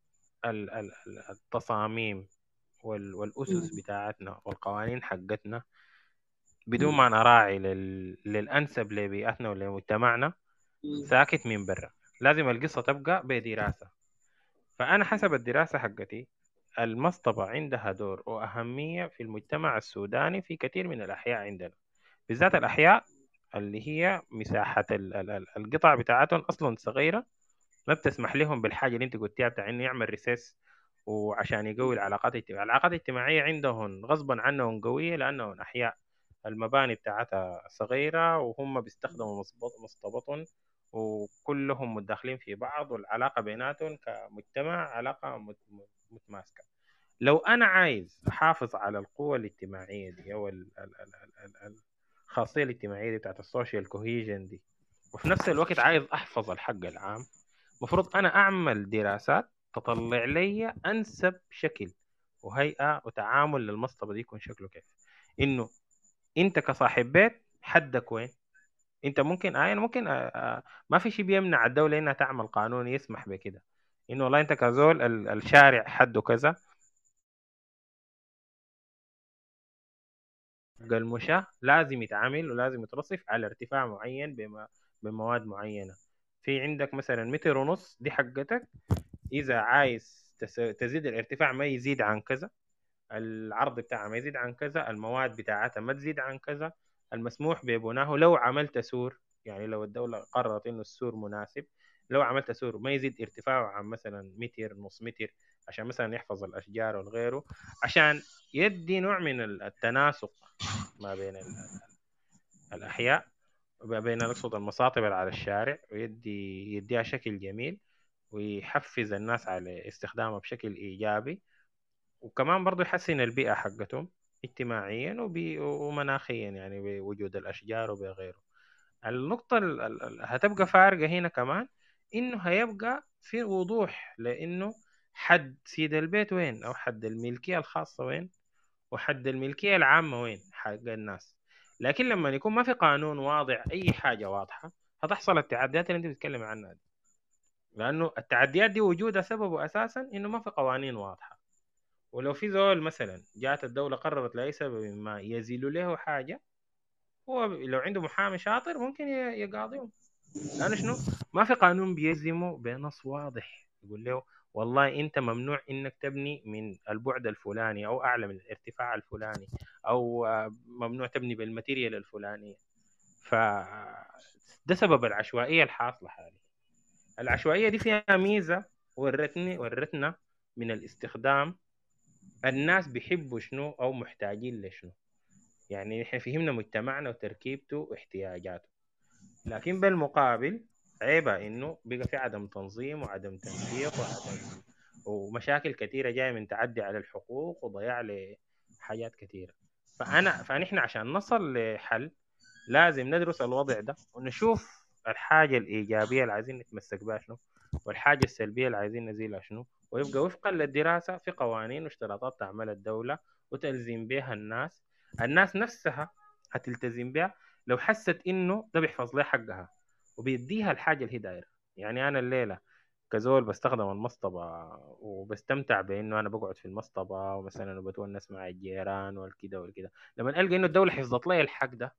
التصاميم والأسس بتاعتنا والقوانين حقتنا بدون ما نراعي للأنسب لبيئتنا ولمجتمعنا ساكت من برا. لازم القصة تبقى بدراسة. فأنا حسب الدراسة حقتي المصطبة عندها دور وأهمية في المجتمع السوداني في كثير من الأحياء عندنا، بالذات الأحياء اللي هي مساحة القطع بتاعتهم أصلا صغيرة، ما بتسمح لهم بالحاجة اللي أنت قلتيها بتاع إنه يعمل ريسيس وعشان يقوي العلاقات الاجتماعية. العلاقات الاجتماعية عندهم غصبا عنهم قوية لأنهم أحياء، المباني بتاعتها صغيرة وهم بيستخدموا مصطبة وكلهم متداخلين في بعض، والعلاقة بيناتهم كمجتمع علاقة متماسكة. لو أنا عايز أحافظ على القوة الاجتماعية دي أو الخاصية الاجتماعية دي بتاعت السوشيال كوهيجن دي، وفي نفس الوقت عايز أحفظ الحق العام، مفروض أنا أعمل دراسات تطلع لي أنسب شكل وهيئة وتعامل للمصطبة دي يكون شكله كيف. إنه انت كصاحب بيت حدك وين؟ انت ممكن ممكن ما في شيء بيمنع الدوله انها تعمل قانون يسمح بكده، انه والله انت كزول الشارع حده كذا، المشاة لازم يتعامل ولازم يترصف على ارتفاع معين بمواد معينه. في عندك مثلا متر ونص دي حقتك، اذا عايز تزيد الارتفاع ما يزيد عن كذا، العرض بتاعها ما يزيد عن كذا، المواد بتاعتها ما تزيد عن كذا، المسموح ببناه لو عملت سور. يعني لو الدولة قررت إنه السور مناسب، لو عملت سور ما يزيد ارتفاعه عن مثلا متر نص متر، عشان مثلا يحفظ الأشجار وغيره، عشان يدي نوع من التناسق ما بين الأحياء، بين أقصد المصاطب اللي على الشارع، يديها شكل جميل ويحفز الناس على استخدامها بشكل إيجابي، وكمان برضو يحسن البيئة حقتهم اجتماعيا ومناخيا، يعني بوجود الأشجار وبغيره. النقطة هتبقى فارقة هنا كمان، إنه هيبقى في وضوح لإنه حد سيد البيت وين، أو حد الملكية الخاصة وين، وحد الملكية العامة وين حق الناس. لكن لما يكون ما في قانون واضح أي حاجة واضحة، هتحصل التعديات اللي أنت بتتكلم عنها دي، لأنه التعديات دي وجودها سببه أساسا إنه ما في قوانين واضحة. ولو في زول مثلا جات الدولة قررت لأي سبب ما يزيلوا له حاجة، هو لو عنده محامي شاطر ممكن يقاضيهم. لأنه شنو؟ ما في قانون بيلزمه بنص واضح يقول له والله أنت ممنوع إنك تبني من البعد الفلاني أو أعلى من الارتفاع الفلاني، أو ممنوع تبني بالماتيريال الفلانية. ف ده سبب العشوائية الحاصلة حاليا. العشوائية دي فيها ميزة ورتنا من الاستخدام. الناس بيحبوا شنو أو محتاجين لشنو، يعني نحن فهمنا مجتمعنا وتركيبته واحتياجاته. لكن بالمقابل عيبة إنه بقى في عدم تنظيم وعدم تنسيق ومشاكل كثيرة جاية من تعدي على الحقوق وضياع لحاجات كثيرة. فنحن عشان نصل لحل لازم ندرس الوضع ده ونشوف الحاجة الإيجابية اللي عايزين نتمسك بها شنو، والحاجة السلبية اللي عايزين نزيلها شنو، ويبقى وفقا للدراسة في قوانين واشتراطات تعمل الدولة وتلزم بها الناس. الناس نفسها هتلتزم بها لو حست إنه ده بيحفظ لها حقها وبيديها الحاجة اللي هي دايرة. يعني أنا الليلة كزول بستخدم المصطبة وبستمتع بإنه أنا بقعد في المصطبة ومثلا وبتونس مع الجيران والكده والكده، لما ألقى إنه الدولة حفظت لي الحق ده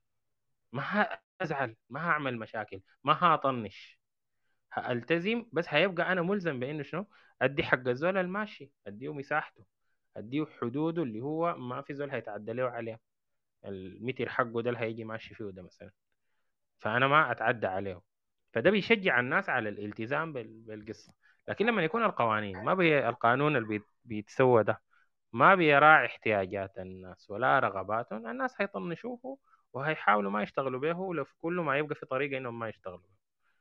ما هزعل، ما هعمل مشاكل، ما هطنش، هالتزم. بس هيبقى انا ملزم بانه شنو، ادي حق الزول الماشي، اديه مساحته، اديه حدوده اللي هو ما في زول هيتعدى له عليه. المتر حقه ده اللي هيجي ماشي فيه ده مثلا، فانا ما اتعدى عليه. فده بيشجع الناس على الالتزام بالقصه. لكن لما يكون القوانين ما القانون اللي بيتسوى ده ما بيراعي احتياجات الناس ولا رغباتهم، الناس هيطنشوه وهيحاولوا ما يشتغلوا به، ولو في كل ما يبقى في طريقة انهم ما يشتغلوا به.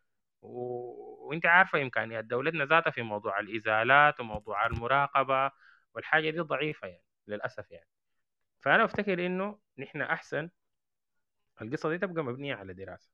وانت عارفة امكانيات دولتنا ذاتها في موضوع الازالات وموضوع المراقبة، والحاجة دي ضعيفة يعني للأسف يعني. فأنا أفتكر إنه نحن أحسن القصة دي تبقى مبنية على دراسة.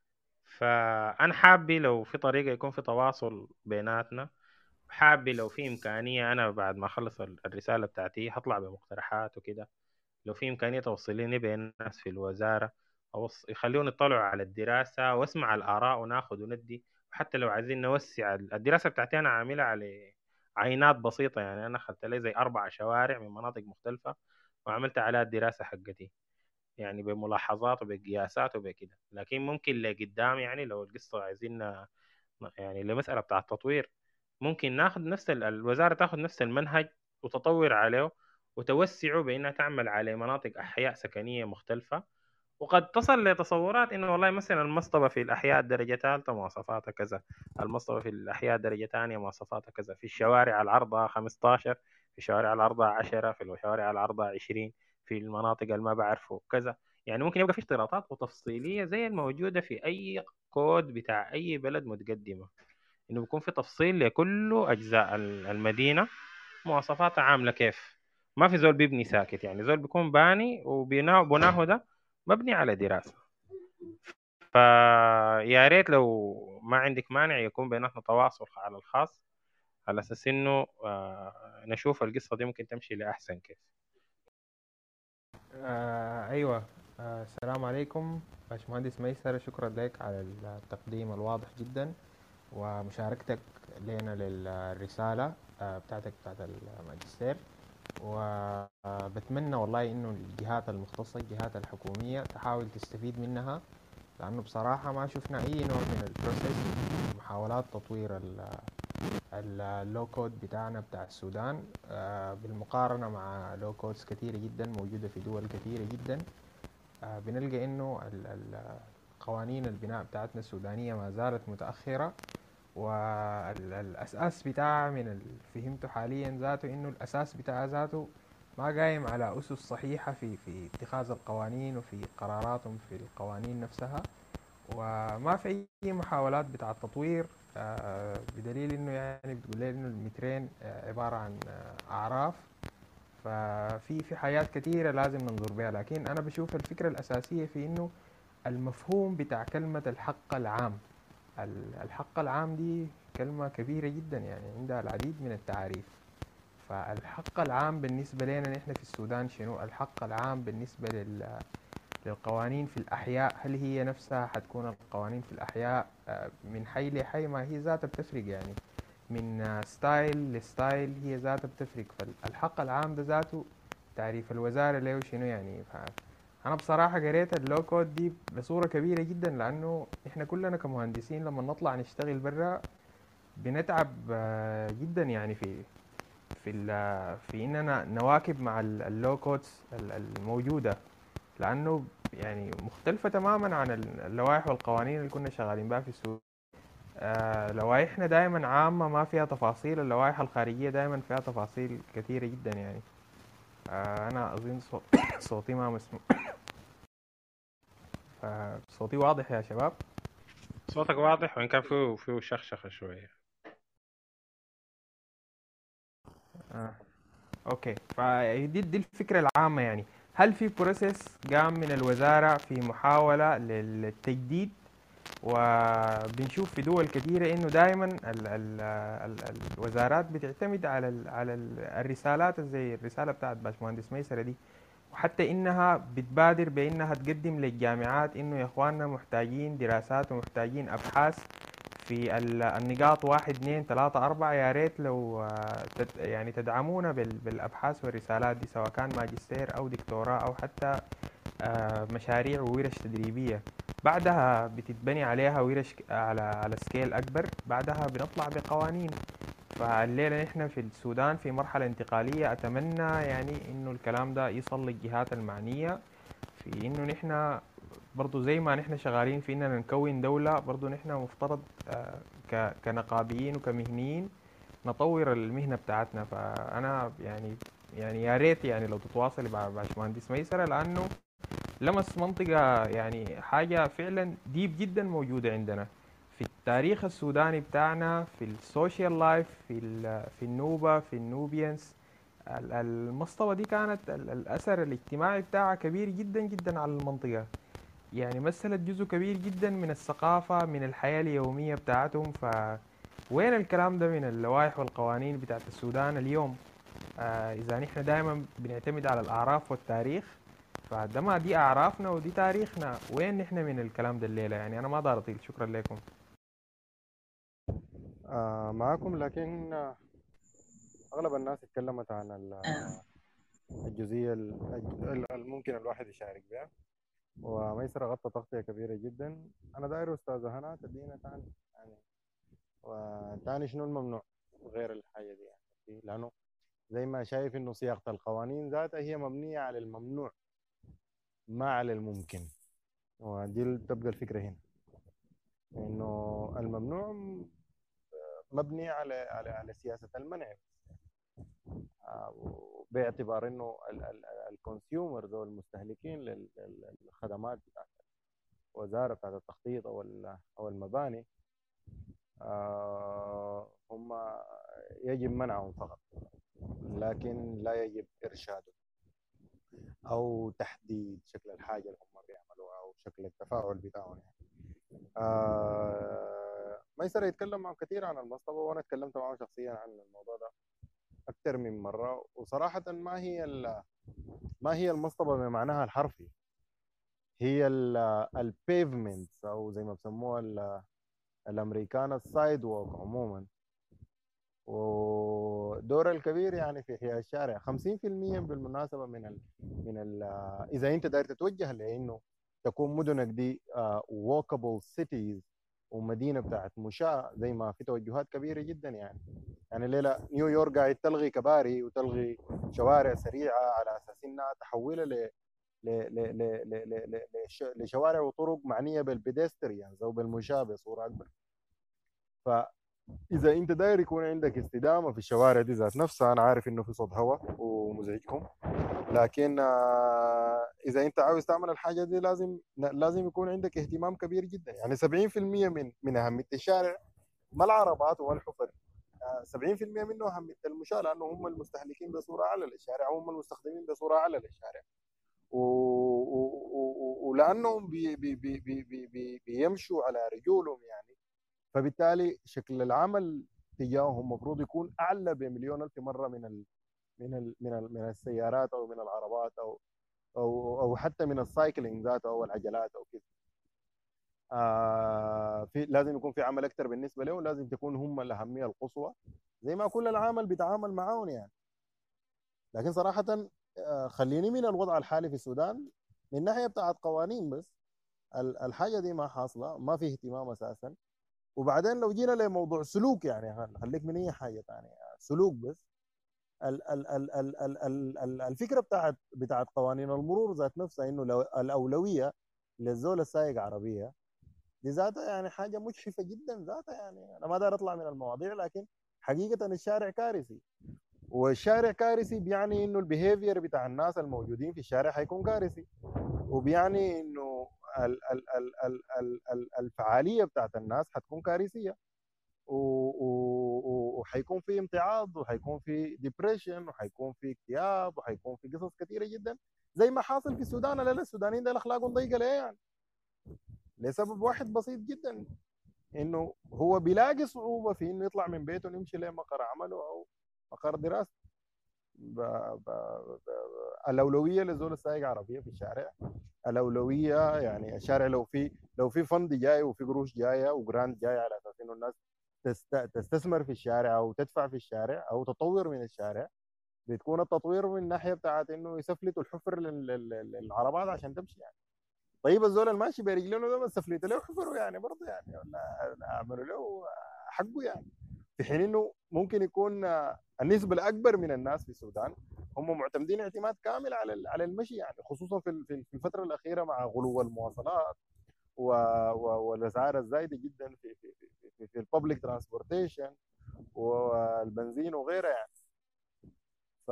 فأنا حابي لو في طريقة يكون في تواصل بيناتنا، حابي لو في إمكانية أنا بعد ما أخلص الرسالة بتاعتي هطلع بمقترحات وكده، لو في إمكانية توصليني بين الناس في الوزارة أو يخلوني يطلعوا على الدراسة واسمع الآراء وناخد وندي. وحتى لو عايزين نوسع الدراسة بتاعتي أنا عاملها على عينات بسيطة، يعني أنا أخذت لي زي 4 شوارع من مناطق مختلفة وعملت عليها الدراسة حقتي، يعني بملاحظات وبقياسات وبكده. لكن ممكن لقدام يعني لو القصة عايزين يعني لمسألة بتاع التطوير، ممكن ناخد نفس الوزارة تاخد نفس المنهج وتطور عليه وتوسعه بأنها تعمل على مناطق أحياء سكنية مختلفة. وقد تصل لتصورات إنه والله مثلا المصطبة في الأحياء درجة ثالثة مواصفاتها كذا، المصطبة في الأحياء درجة ثانية مواصفاتها كذا، في الشوارع العرضها 15، في الشوارع العرضها 10، في الشوارع العرضها 20، في المناطق اللي ما بعرفه كذا. يعني ممكن يبقى في اشتراطات وتفصيلية زي الموجودة في أي كود بتاع أي بلد متقدمة، إنه بيكون في تفصيل لكل أجزاء المدينة، مواصفاتها عاملة كيف. ما في زول بيبني ساكت، يعني زول بيكون باني وبناه ده مبني على دراسة. فيا ريت لو ما عندك مانع يكون بيناتنا تواصل على الخاص، على أساس إنه نشوف القصة دي ممكن تمشي لأحسن كيف. أيوة. السلام عليكم باشمهندس ميسر، شكرا لك على التقديم الواضح جدا ومشاركتك لنا للرسالة بتاعتك بتاعت الماجستير. وبتمنى والله إنه الجهات المختصة، الجهات الحكومية تحاول تستفيد منها، لأنه بصراحة ما شفنا أي نوع من البروسيس محاولات تطوير اللو كود بتاعنا بتاع السودان بالمقارنة مع لو كودز كثيرة جدا موجودة في دول كثيرة جدا. بنلقى إنه قوانين البناء بتاعتنا السودانية ما زالت متأخرة، والأساس بتاعها من فهمته حاليا ذاته إنه الأساس بتاعها ذاته ما قايم على أسس صحيحة في اتخاذ القوانين وفي قراراتهم في القوانين نفسها، وما في أي محاولات بتاع التطوير. بدليل إنه يعني بتقول لي إنه المترين عبارة عن أعراف. ففي حاجات كثيرة لازم ننظر بها، لكن أنا بشوف الفكرة الأساسية في إنه المفهوم بتاع كلمة الحق العام. الحق العام دي كلمة كبيرة جدا، يعني عندها العديد من التعاريف. فالحق العام بالنسبة لنا نحن في السودان شنو؟ الحق العام بالنسبة للقوانين في الأحياء، هل هي نفسها حتكون القوانين في الأحياء من حي لحي؟ ما هي ذاتها بتفرق، يعني من ستايل لستايل هي ذاتها بتفرق. فالحق العام ده ذاته تعريف الوزارة له شنو يعني؟ أنا بصراحة قريت اللو كود دي بصورة كبيرة جدا، لأنه إحنا كلنا كمهندسين لما نطلع نشتغل برا بنتعب جدا، يعني في إننا نواكب مع اللو كودز الموجودة، لأنه يعني مختلفة تماما عن اللوائح والقوانين اللي كنا شغالين بها في السوق. لوائحنا دائما عامة ما فيها تفاصيل، اللوائح الخارجية دائما فيها تفاصيل كثيرة جدا يعني. أنا أظن صوتي ما مسموع. صوتي واضح يا شباب؟ صوتك واضح وإن كان فيه شخشخة شوية. أوكي، فدي الفكرة العامة يعني. هل في بروسيس قام من الوزارة في محاولة للتجديد؟ وبنشوف في دول كثيرة إنه دائما الوزارات بتعتمد على الرسالات زي الرسالة بتاعت باشمهندس ميسرة دي، وحتى إنها بتبادر بإنها تقدم للجامعات إنه يا إخواننا محتاجين دراسات ومحتاجين أبحاث في النقاط 1 2 3 4. يا ريت لو يعني تدعمونا بالأبحاث والرسالات دي، سواء كان ماجستير أو دكتوراه أو حتى مشاريع وورش تدريبية. بعدها بتتبني عليها ورش على سكيل أكبر، بعدها بنطلع بقوانين. فالليلة نحن في السودان في مرحلة انتقالية، أتمنى يعني إنه الكلام ده يصل للجهات المعنية، في إنه نحن برضو زي ما نحن شغالين في إننا نكون دولة، برضو نحن مفترض كنقابيين وكمهنيين نطور المهنة بتاعتنا. فأنا يعني يا ريت يعني لو تتواصلي مع باشمهندس ميسرة، لأنه لمس منطقة يعني حاجة فعلا ديب جدا موجودة عندنا في التاريخ السوداني بتاعنا، في السوشيال لايف، في النوبة، في النوبيانس. المصطبة دي كانت الأثر الاجتماعي بتاعها كبير جدا جدا على المنطقة، يعني مثلت جزء كبير جدا من الثقافة من الحياة اليومية بتاعتهم. فوين الكلام ده من اللوائح والقوانين بتاعت السودان اليوم؟ إذا نحن دائما بنعتمد على الأعراف والتاريخ، فده ما دي أعرافنا ودي تاريخنا، وين نحن من الكلام ده الليلة؟ يعني أنا ما دار أطيل، شكرا لكم. معاكم، لكن أغلب الناس اتكلمت عن الجزئية الممكن الواحد يشارك بها، وميسر غطى تغطية كبيرة جدا. أنا داير أستاذة هنا تدينا تاني يعني، وتاني شنو الممنوع غير الحاجة دي يعني، لأنه زي ما شايف إنه صياغة القوانين ذاتها هي مبنية على الممنوع ما على الممكن، ودي تبقى الفكرة هنا، إنه الممنوع مبني على سياسة المنع، باعتبار انه الكونسيومرز او المستهلكين للخدمات بتاعت الوزاره بتاعت التخطيط او المباني هم يجب منعهم فقط، لكن لا يجب ارشادهم او تحديد شكل الحاجه اللي هم بيعملوها او شكل التفاعل بتاعهم يعني. ميسر يتكلم معه كثير عن المصطبه، وانا اتكلمت معه شخصيا عن الموضوع ده اكثر من مره، وصراحه ما هي المصطبه بمعناها الحرفي، هي البيفمنت او زي ما بسموها الامريكان السايد ووك عموما، ودور الكبير يعني في احياء الشارع. 50% بالمناسبه من اذا انت داير تتوجه لانه تكون مدنك دي ووكابل سيتيز ومدينه بتاعت مشاة، زي ما في توجهات كبيره جدا يعني الليله نيويورك قاعد تلغي كباري وتلغي شوارع سريعه على اساس انها تحولها لشوارع وطرق معنيه بالبيدستريانز او بالمشاة بصوره اكبر. فاذا انت داير يكون عندك استدامه في الشوارع دي ذات نفسها، انا عارف انه في صوت هواء ومزعجكم، لكن اذا انت عاوز تعمل الحاجه دي لازم يكون عندك اهتمام كبير جدا. يعني 70% من اهميه الشارع ما العربات وما الحفر، 70% منه اهميه المشاة، لانه هم المستهلكين بصوره اعلى للشارع، هم المستخدمين بصوره اعلى للشارع، ولانهم بيمشوا على رجولهم يعني، فبالتالي شكل العمل تجاههم المفروض يكون اعلى بمليون الف مره من السيارات او من العربات او حتى من السايكلينج ذاته او العجلات او كده. في لازم يكون في عمل اكثر بالنسبه له، لازم تكون هم الاهميه القصوى زي ما كل العمل بيتعامل معاهم يعني. لكن صراحه خليني من الوضع الحالي في السودان من ناحيه بتاعت قوانين بس، الحاجه دي ما حاصله، ما في اهتمام اساسا. وبعدين لو جينا لموضوع سلوك، يعني خليك من اي حاجه ثانيه، سلوك بس. الفكره بتاعت قوانين المرور ذات نفسها، انه لو الاولويه للزول السايق عربيه دي ذاتها يعني حاجه مجحفه جدا ذاتها. يعني انا ما داير اطلع من المواضيع، لكن حقيقه الشارع كارثي، والشارع كارثي بيعني انه البيهيفير بتاع الناس الموجودين في الشارع حيكون كارثي، وبيعني انه الفعاليه بتاعت الناس حتكون كارثيه. وحيكون في امتعاض وحيكون في ديبريشن وحيكون في اكتئاب وحيكون في قصص كثيره جدا زي ما حاصل في السودان. لا لا، السودانيين ده اخلاقهم ضيقه ليه يعني؟ لسبب واحد بسيط جدا، انه هو بيلاقي صعوبه في انه يطلع من بيته ويمشي لمقر عمله او مقر دراسته. ب... ب... ب... الاولويه لزول السايق عربيه في الشارع، الاولويه يعني الشارع لو في فند جاي وفي قروش جايه وجراند جاي على اساس انه الناس تستثمر في الشارع او تدفع في الشارع او تطور من الشارع، بتكون التطوير من الناحيه بتاعت انه يسفلتوا الحفر للعربات عشان تمشي يعني. طيب الزول الماشي برجلينه ده بس سفلتوا له حفره يعني برضه يعني، ولا اعملوا له حقه يعني. في حين انه ممكن يكون النسبه الاكبر من الناس في السودان هم معتمدين اعتماد كامل على المشي يعني، خصوصا في الفتره الاخيره مع غلو المواصلات والاسعار الزايده جدا في الببليك ترانسبورتيشن والبنزين وغيرها يعني. ف...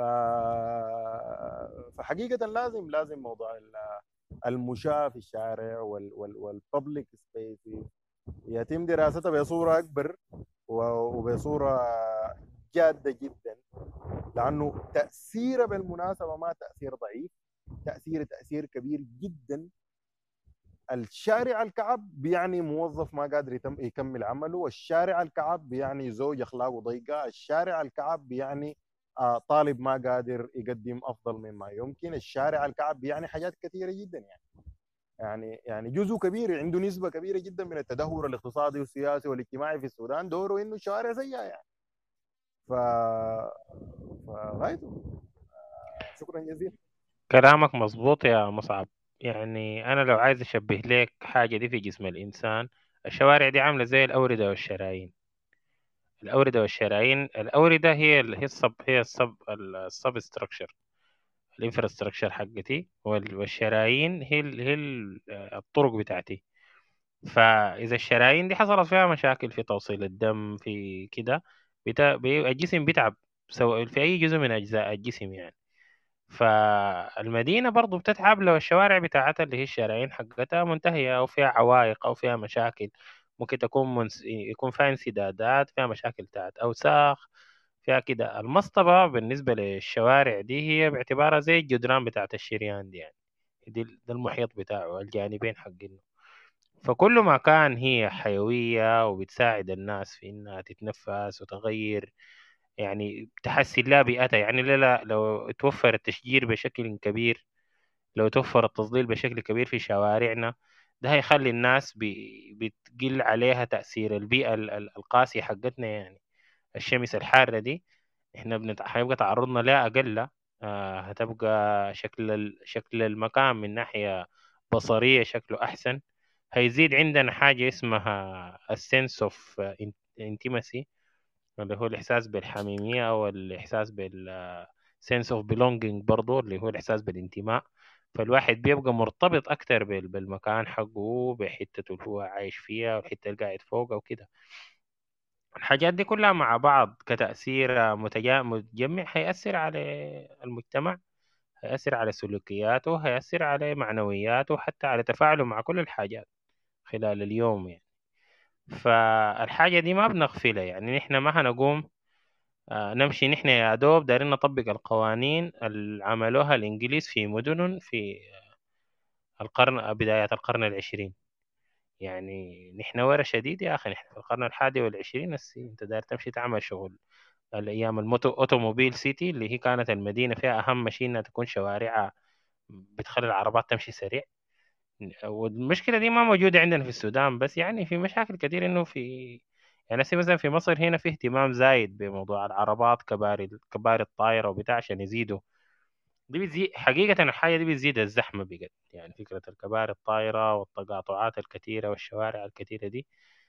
فحقيقه لازم موضوع المشاة في الشارع والببليك سبيسز يتم دراستها بصوره اكبر وبصوره جاده جدا، لانه تاثيره بالمناسبه ما تاثير ضعيف، تاثير كبير جدا. الشارع الكعب بيعني موظف ما قادر يكمل عمله، والشارع الكعب بيعني زوج اخلاقه ضيقه، الشارع الكعب بيعني طالب ما قادر يقدم افضل مما يمكن، الشارع الكعب بيعني حاجات كثيره جدا يعني جزء كبير عنده نسبه كبيره جدا من التدهور الاقتصادي والسياسي والاجتماعي في السودان دوره انه الشوارع زيها يعني. ف فغايته. شكرا جزيلا. كلامك مظبوط يا مصعب. يعني أنا لو عايز أشبه لك حاجة دي في جسم الإنسان، الشوارع دي عاملة زي الأوردة والشرايين. الأوردة هي السب ستراكشر، الانفراستراكشر حقتي، والشرايين هي الطرق بتاعتي. فإذا الشرايين دي حصلت فيها مشاكل في توصيل الدم في كده، الجسم بيتعب، سواء في أي جزء من أجزاء الجسم يعني. فالمدينة برضو بتتعب لو الشوارع بتاعتها اللي هي الشرايين حقتها منتهية أو فيها عوائق أو فيها مشاكل. ممكن يكون فيها انسدادات، فيها مشاكل بتاعت أوساخ، فيها كده. المصطبة بالنسبة للشوارع دي هي باعتبارها زي الجدران بتاعت الشريان دي يعني، ده المحيط بتاعه، الجانبين حقينه. فكل ما كان هي حيوية وبتساعد الناس في إنها تتنفس وتغير، يعني تحسن لها بيئتها يعني. لا لو توفر التشجير بشكل كبير، لو توفر التظليل بشكل كبير في شوارعنا، ده هيخلي الناس بتقل عليها تأثير البيئة القاسية حقتنا يعني. الشمس الحارة دي احنا هيبقى تعرضنا لها أقل. هتبقى شكل المكان من ناحية بصرية شكله أحسن. هيزيد عندنا حاجة اسمها السنس اوف intimacy، اللي هو الإحساس بالحميمية أو الإحساس sense of belonging برضو، اللي هو الإحساس بالانتماء. فالواحد بيبقى مرتبط أكتر بالمكان حقه، بحتته اللي هو عايش فيها والحتة اللي قاعد فوقها وكده. الحاجات دي كلها مع بعض كتأثير متجمع هيأثر على المجتمع، هيأثر على سلوكياته، هيأثر على معنوياته، حتى على تفاعله مع كل الحاجات خلال اليوم يعني. فالحاجة دي ما بنغفلها يعني. نحن ما هنقوم نمشي نحن يا دوب دايرين نطبق القوانين اللي عملوها الإنجليز في مدن في بداية القرن العشرين. يعني نحن ورا شديد يا أخي، نحن في القرن الحادي والعشرين أنت داير تمشي تعمل شغل الأيام أوتوموبيل سيتي، اللي هي كانت المدينة فيها أهم شيء إنها تكون شوارعها بتخلي العربات تمشي سريع. والمشكلة دي ما موجودة عندنا في السودان بس، يعني في مشاكل كتير إنه يعني مثلا في مصر هنا في اهتمام زايد بموضوع العربات، كباري الطائرة وبتاع عشان يزيدوا. دي بتزيد حقيقة، الحاجة دي بتزيد الزحمة بجد يعني. فكرة الكباري الطائرة والتقاطعات الكثيرة والشوارع الكثيرة دي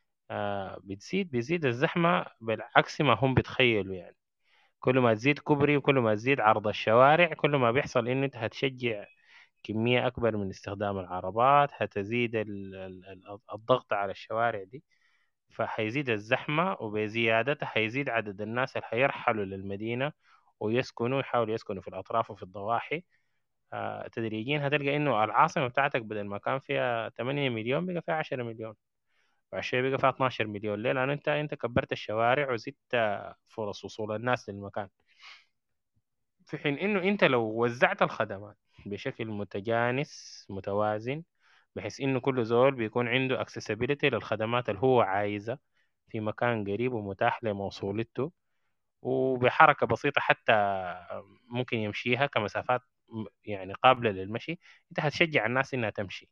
بتزيد الزحمة بالعكس ما هم بتخيلوا يعني. كل ما تزيد كوبري وكل ما تزيد عرض الشوارع، كل ما بيحصل إنه أنت هتشجع كمية أكبر من استخدام العربات، هتزيد الضغط على الشوارع دي، فهيزيد الزحمة، وبزيادتها هيزيد عدد الناس اللي هيرحلوا للمدينة يحاولوا يسكنوا في الأطراف وفي الضواحي. تدريجيا هتلقى إنه العاصمة بتاعتك بدل ما كان فيها 8 مليون بقى فيها 10 مليون. وعشان بقى فيها 12 مليون. ليه؟ لأن أنت كبرت الشوارع وزدت فرص وصول الناس للمكان، في حين إنه أنت لو وزعت الخدمات بشكل متجانس متوازن، بحيث إنه كل زول بيكون عنده accessibility للخدمات اللي هو عايزها في مكان قريب ومتاح لموصولته، وبحركة بسيطة حتى ممكن يمشيها كمسافات يعني قابلة للمشي، أنت هتشجع الناس إنها تمشي.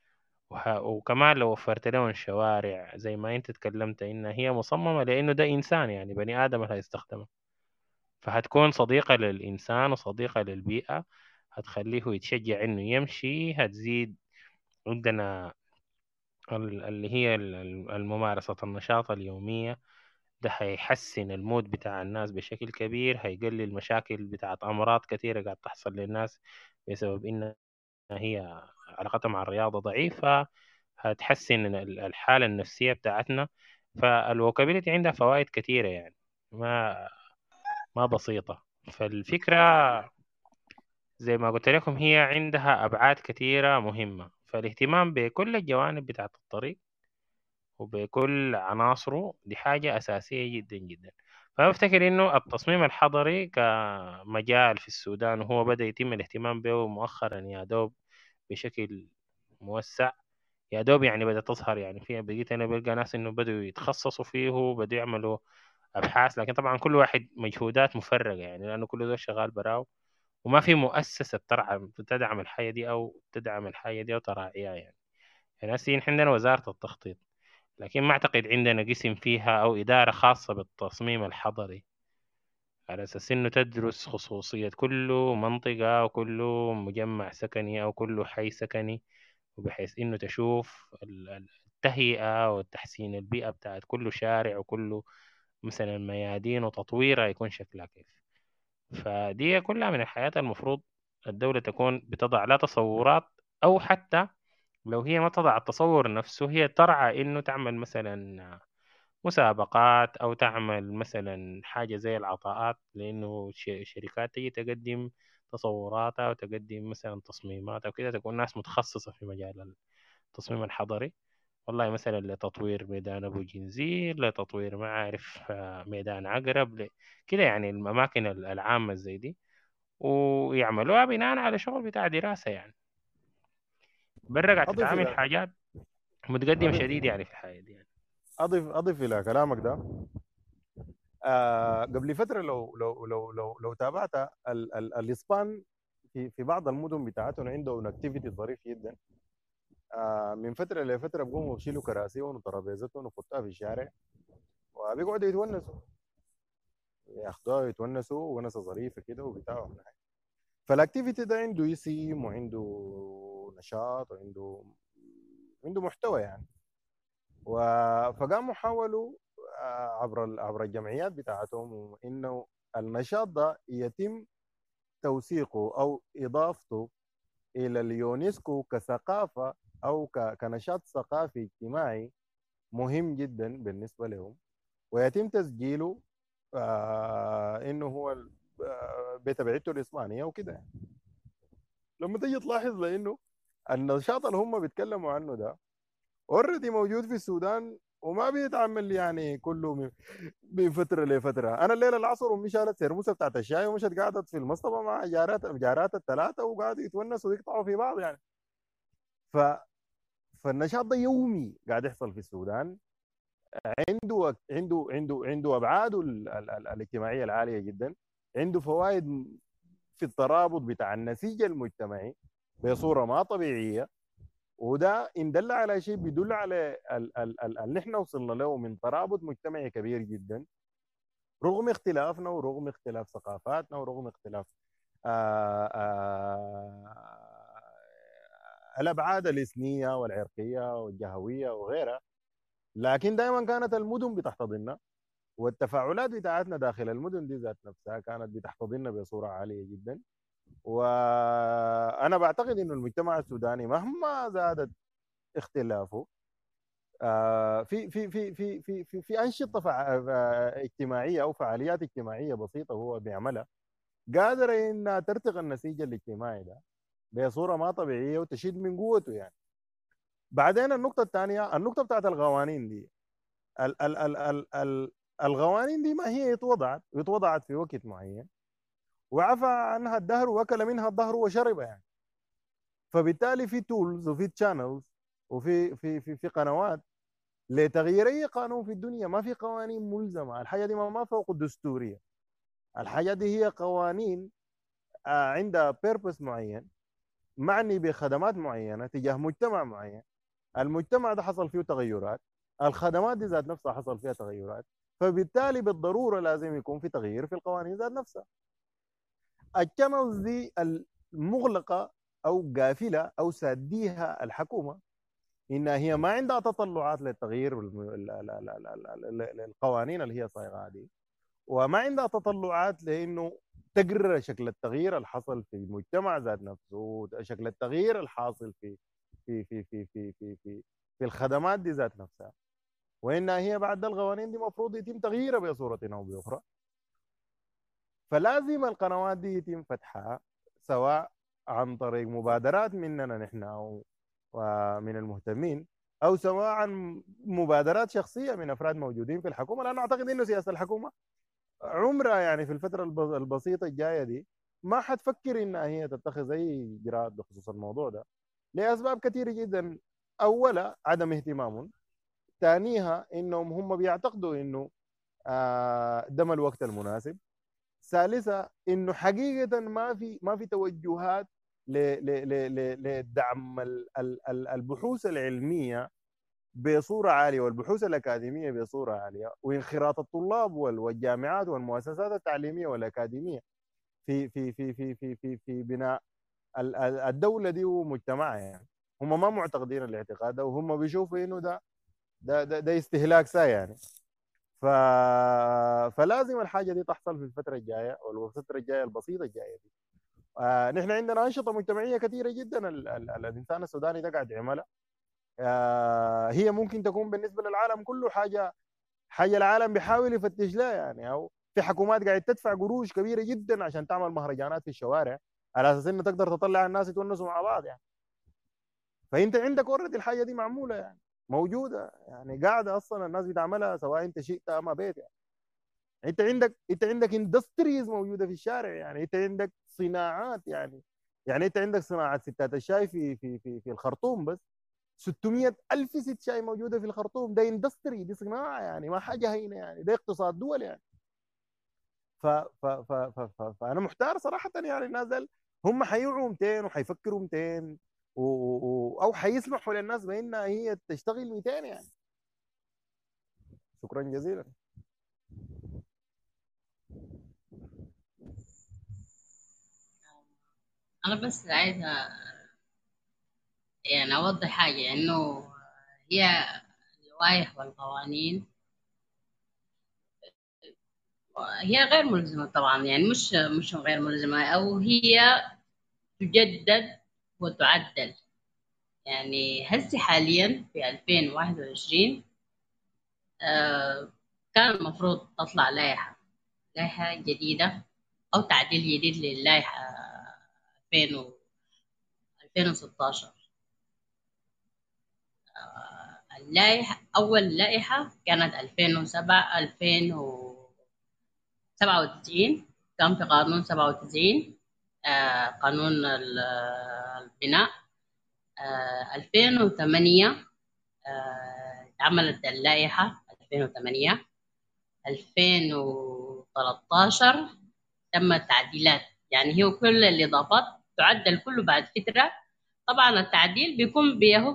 وكمان لو وفرت لهم شوارع زي ما أنت تكلمت إنها هي مصممة لأنه ده إنسان، يعني بني آدم اللي هيستخدمها، فهتكون صديقة للإنسان وصديقة للبيئة، هتخليه يتشجع إنه يمشي، هتزيد عندنا اللي هي الممارسة النشاط اليومية. ده هيحسن المود بتاع الناس بشكل كبير، هيقلل مشاكل بتاعت أمراض كثيرة قاعد تحصل للناس بسبب إن هي علاقتها مع الرياضة ضعيفة، هتحسن الحالة النفسية بتاعتنا. فالوكابيلتي عندها فوائد كثيرة يعني، ما بسيطة. فالفكرة زي ما قلت لكم هي عندها أبعاد كثيرة مهمة، فالاهتمام بكل الجوانب بتاعت الطريق وبكل عناصره دي حاجة أساسية جدا جدا. فأفتكر إنه التصميم الحضري كمجال في السودان وهو بدأ يتم الاهتمام به مؤخرا يا دوب بشكل موسع، يا دوب يعني بدأت تظهر، يعني في بقيت أنا بلقى ناس إنه بدأوا يتخصصوا فيه، بدأوا يعملوا أبحاث، لكن طبعا كل واحد مجهودات مفرغة يعني لأنه كل ده شغال براو، وما في مؤسسة تدعم الحاجة دي أو تدعم الحاجة دي أو تراعيها يعني. يعني هسه عندنا وزارة التخطيط، لكن ما أعتقد عندنا قسم فيها أو إدارة خاصة بالتصميم الحضري على أساس إنه تدرس خصوصية كل منطقة وكل مجمع سكني أو كل حي سكني، وبحيث إنه تشوف التهيئة والتحسين البيئة بتاعت كل شارع وكل مثلا ميادين وتطويرها يكون شكلها كيف. فدي كلها من الحياة المفروض الدولة تكون بتضع لها تصورات، أو حتى لو هي ما تضع التصور نفسه هي ترعى إنه تعمل مثلا مسابقات أو تعمل مثلا حاجة زي العطاءات، لأنه شركات تجي تقدم تصوراتها وتقدم مثلا تصميمات أو كده، تكون ناس متخصصة في مجال التصميم الحضري، والله مثلا لتطوير ميدان أبو جنزير، لتطوير ما أعرف ميدان عقرب كده، يعني الأماكن العامة زي دي، ويعملوها بناء على شغل بتاع دراسة يعني. برا قاعد اضف تتعامل الى حاجات متقدمة اضف شديد يعني في الحياة دي يعني. اضف الى كلامك ده. قبل فتره لو تابعت الاسبان في بعض المدن بتاعتهم عندهم اكتيفيتي ظريف جدا. من فتره لفتره بقوموا بيشيلوا كراسيهم وترابيزتهم ويحطوها في الشارع وبيقعدوا يتونسوا، ياخدوها ويتونسوا ونسه ظريفه كده وبتاع. فالاكتيفيتي ده عنده اسم وعنده نشاط وعنده محتوى يعني. فقاموا حاولوا عبر الجمعيات بتاعتهم انه النشاط ده يتم توثيقه او اضافته الى اليونسكو كثقافه او كنشاط ثقافي اجتماعي مهم جدا بالنسبه لهم، ويتم تسجيله انه هو بتبعته الاسبانيه وكده يعني. لما تيجي تلاحظ لانه النشاط اللي هم بيتكلموا عنه ده اوريدي موجود في السودان وما بيتعمل يعني كله من فتره لفتره. انا الليله العصر امي شالت سيرموسه بتاعت الشاي ومشت قعدت في المصطبه مع جارات الثلاثه وقعدوا يتونسوا ويقطعوا في بعض يعني. ف فالنشاط ده يومي قاعد يحصل في السودان، عنده ابعاده الاجتماعيه العاليه جدا، عنده فوائد في الترابط بتاع النسيج المجتمعي بصوره ما طبيعيه. وده ان دل على شيء بيدل على اللي احنا وصلنا له من ترابط مجتمعي كبير جدا رغم اختلافنا ورغم اختلاف ثقافاتنا ورغم اختلاف الابعاد الاثنيه والعرقيه والجهويه وغيرها. لكن دائما كانت المدن بتحتضننا، والتفاعلات بتاعتنا داخل المدن دي ذات نفسها كانت بتحتضننا بصوره عاليه جدا. وانا بعتقد انه المجتمع السوداني مهما زادت اختلافه في انشطه اجتماعيه او فعاليات اجتماعيه بسيطه هو بيعملها قادره انها ترتقي النسيج الاجتماعي ده بصوره ما طبيعيه وتشيد من قوته يعني. بعدين النقطة الثانية، النقطة بتاعت القوانين دي، ال ال ال ال ال القوانين دي ما هي اتوضعت في وقت معين وعفى عنها الدهر واكل منها الظهر وشرب يعني. فبالتالي في تولز وفي تشانلز وفي في قنوات لتغيير اي قانون في الدنيا. ما في قوانين ملزمه، الحاجه دي ما فوق الدستوريه. الحاجه دي هي قوانين عندها بيربس معين، معني بخدمات معينه تجاه مجتمع معين. المجتمع ده حصل فيه تغيرات، الخدمات دي ذات نفسها حصل فيها تغيرات، فبالتالي بالضروره لازم يكون في تغيير في القوانين ذات نفسها. الشانلز دي المغلقه او قافله او ساديها الحكومه، انها هي ما عندها تطلعات للتغيير القوانين اللي هي صايغه دي، وما عندها تطلعات لانه تقرر شكل التغيير الحصل في المجتمع ذات نفسه، شكل التغيير الحاصل في الخدمات دي ذات نفسها، وانها هي بعد القوانين دي المفروض يتم تغييرها بصوره او باخرى. فلازم القنوات دي يتم فتحها سواء عن طريق مبادرات مننا نحن او ومن المهتمين، او سواء عن مبادرات شخصيه من افراد موجودين في الحكومه، لانه اعتقد انه سياسه الحكومه عمرها يعني في الفتره البسيطه الجايه دي ما حتفكر انها هي تتخذ اي اجراءات بخصوص الموضوع ده لاسباب كثيره جدا. اولا عدم اهتمامهم، ثانيها انهم هم بيعتقدوا انه ده ما الوقت المناسب، ثالثا انه حقيقه ما في توجهات لدعم البحوث العلميه بصوره عاليه والبحوث الاكاديميه بصوره عاليه، وانخراط الطلاب والجامعات والمؤسسات التعليميه والاكاديميه في بناء الدوله دي ومجتمعها يعني. هم ما معتقدين الاعتقاد ده، وهم بيشوفوا انه ده استهلاك ساي يعني. ف... فلازم الحاجه دي تحصل في الفتره الجايه والفتره الجايه البسيطه الجايه دي. نحن عندنا انشطه مجتمعيه كثيره جدا الانسان السوداني ده قاعد يعملها. هي ممكن تكون بالنسبه للعالم كله حاجه العالم بيحاول يفتش لها يعني، او في حكومات قاعد تدفع قروش كبيره جدا عشان تعمل مهرجانات في الشوارع على اساس انه تقدر تطلع الناس يتونسوا مع بعض يعني. فانت عندك اوريدي الحاجه دي معموله يعني، موجوده يعني، قاعده اصلا الناس بتعملها سواء انت شئت ام ابيت يعني. انت عندك اندستريز موجوده في الشارع يعني، انت عندك صناعات يعني انت عندك صناعه ستات الشاي في الخرطوم بس 600 ألف ست شاي موجوده في الخرطوم. ده اندستري، دي صناعه يعني، ما حاجه هينه يعني، ده اقتصاد دول يعني. فانا محتار صراحه يعني. الناس دول هم حيوعوا 200 وحيفكروا 200 او حيسمحوا للناس بانها هي تشتغل 200 يعني. شكرا جزيلا. أنا بس عايزة يعني أوضح حاجة، إنه هي اللوائح والقوانين هي غير ملزمة طبعا، يعني مش غير ملزمة، أو هي تجدد وتعدل. يعني هسه حاليا في 2021 كان المفروض تطلع لائحة جديدة أو تعديل جديد للائحة 2016. أول لائحة كانت 2097 كان في قانون 97 قانون البناء. 2008 عملت اللائحة 2008. 2013 تم التعديلات، يعني هي كل الإضافات تعدل كله بعد فترة. طبعا التعديل بيكون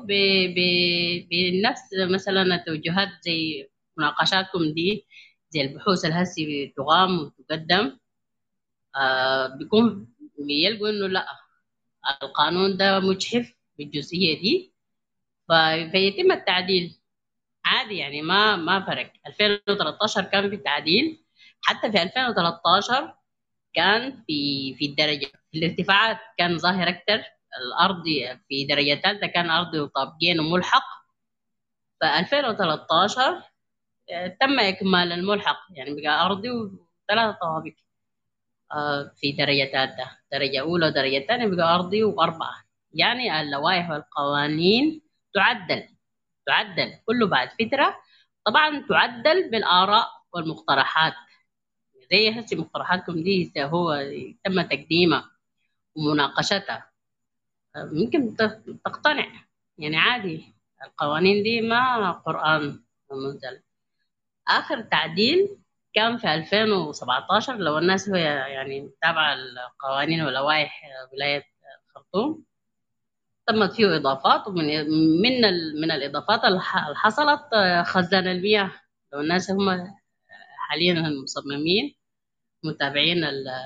بنفس مثلا التوجهات زي مناقشاتكم دي، زي البحوث الهسي تقام وتقدم. بيكون يلقوا انه لا، القانون ده مجحف بالجزئية دي، فيتم التعديل عادي يعني. ما فرق. 2013 كان في تعديل، حتى في 2013 كان في الدرجة في الارتفاعات كان ظاهر أكثر. الأرضي في درجة ثالثة كان أرضي وطابقين وملحق. ف 2013 تم إكمال الملحق، يعني بقى أرضي وثلاثة طوابق. في درجة ثالثة، درجة أولى ودرجة ثانية بقى أرضي وأربعة. يعني اللوائح والقوانين تعدل كله بعد فترة. طبعا تعدل بالآراء والمقترحات، زي هسه مقترحاتكم دي هو تم تقديمها ومناقشتها، ممكن تقتنع. يعني عادي، القوانين دي ما قرآن منزل. آخر تعديل كان في 2017، لو الناس هو يعني متابعة القوانين ولوائح ولاية الخرطوم، تمت فيه إضافات. من الإضافات اللي حصلت خزان المياه. لو الناس هم حاليا المصممين متابعين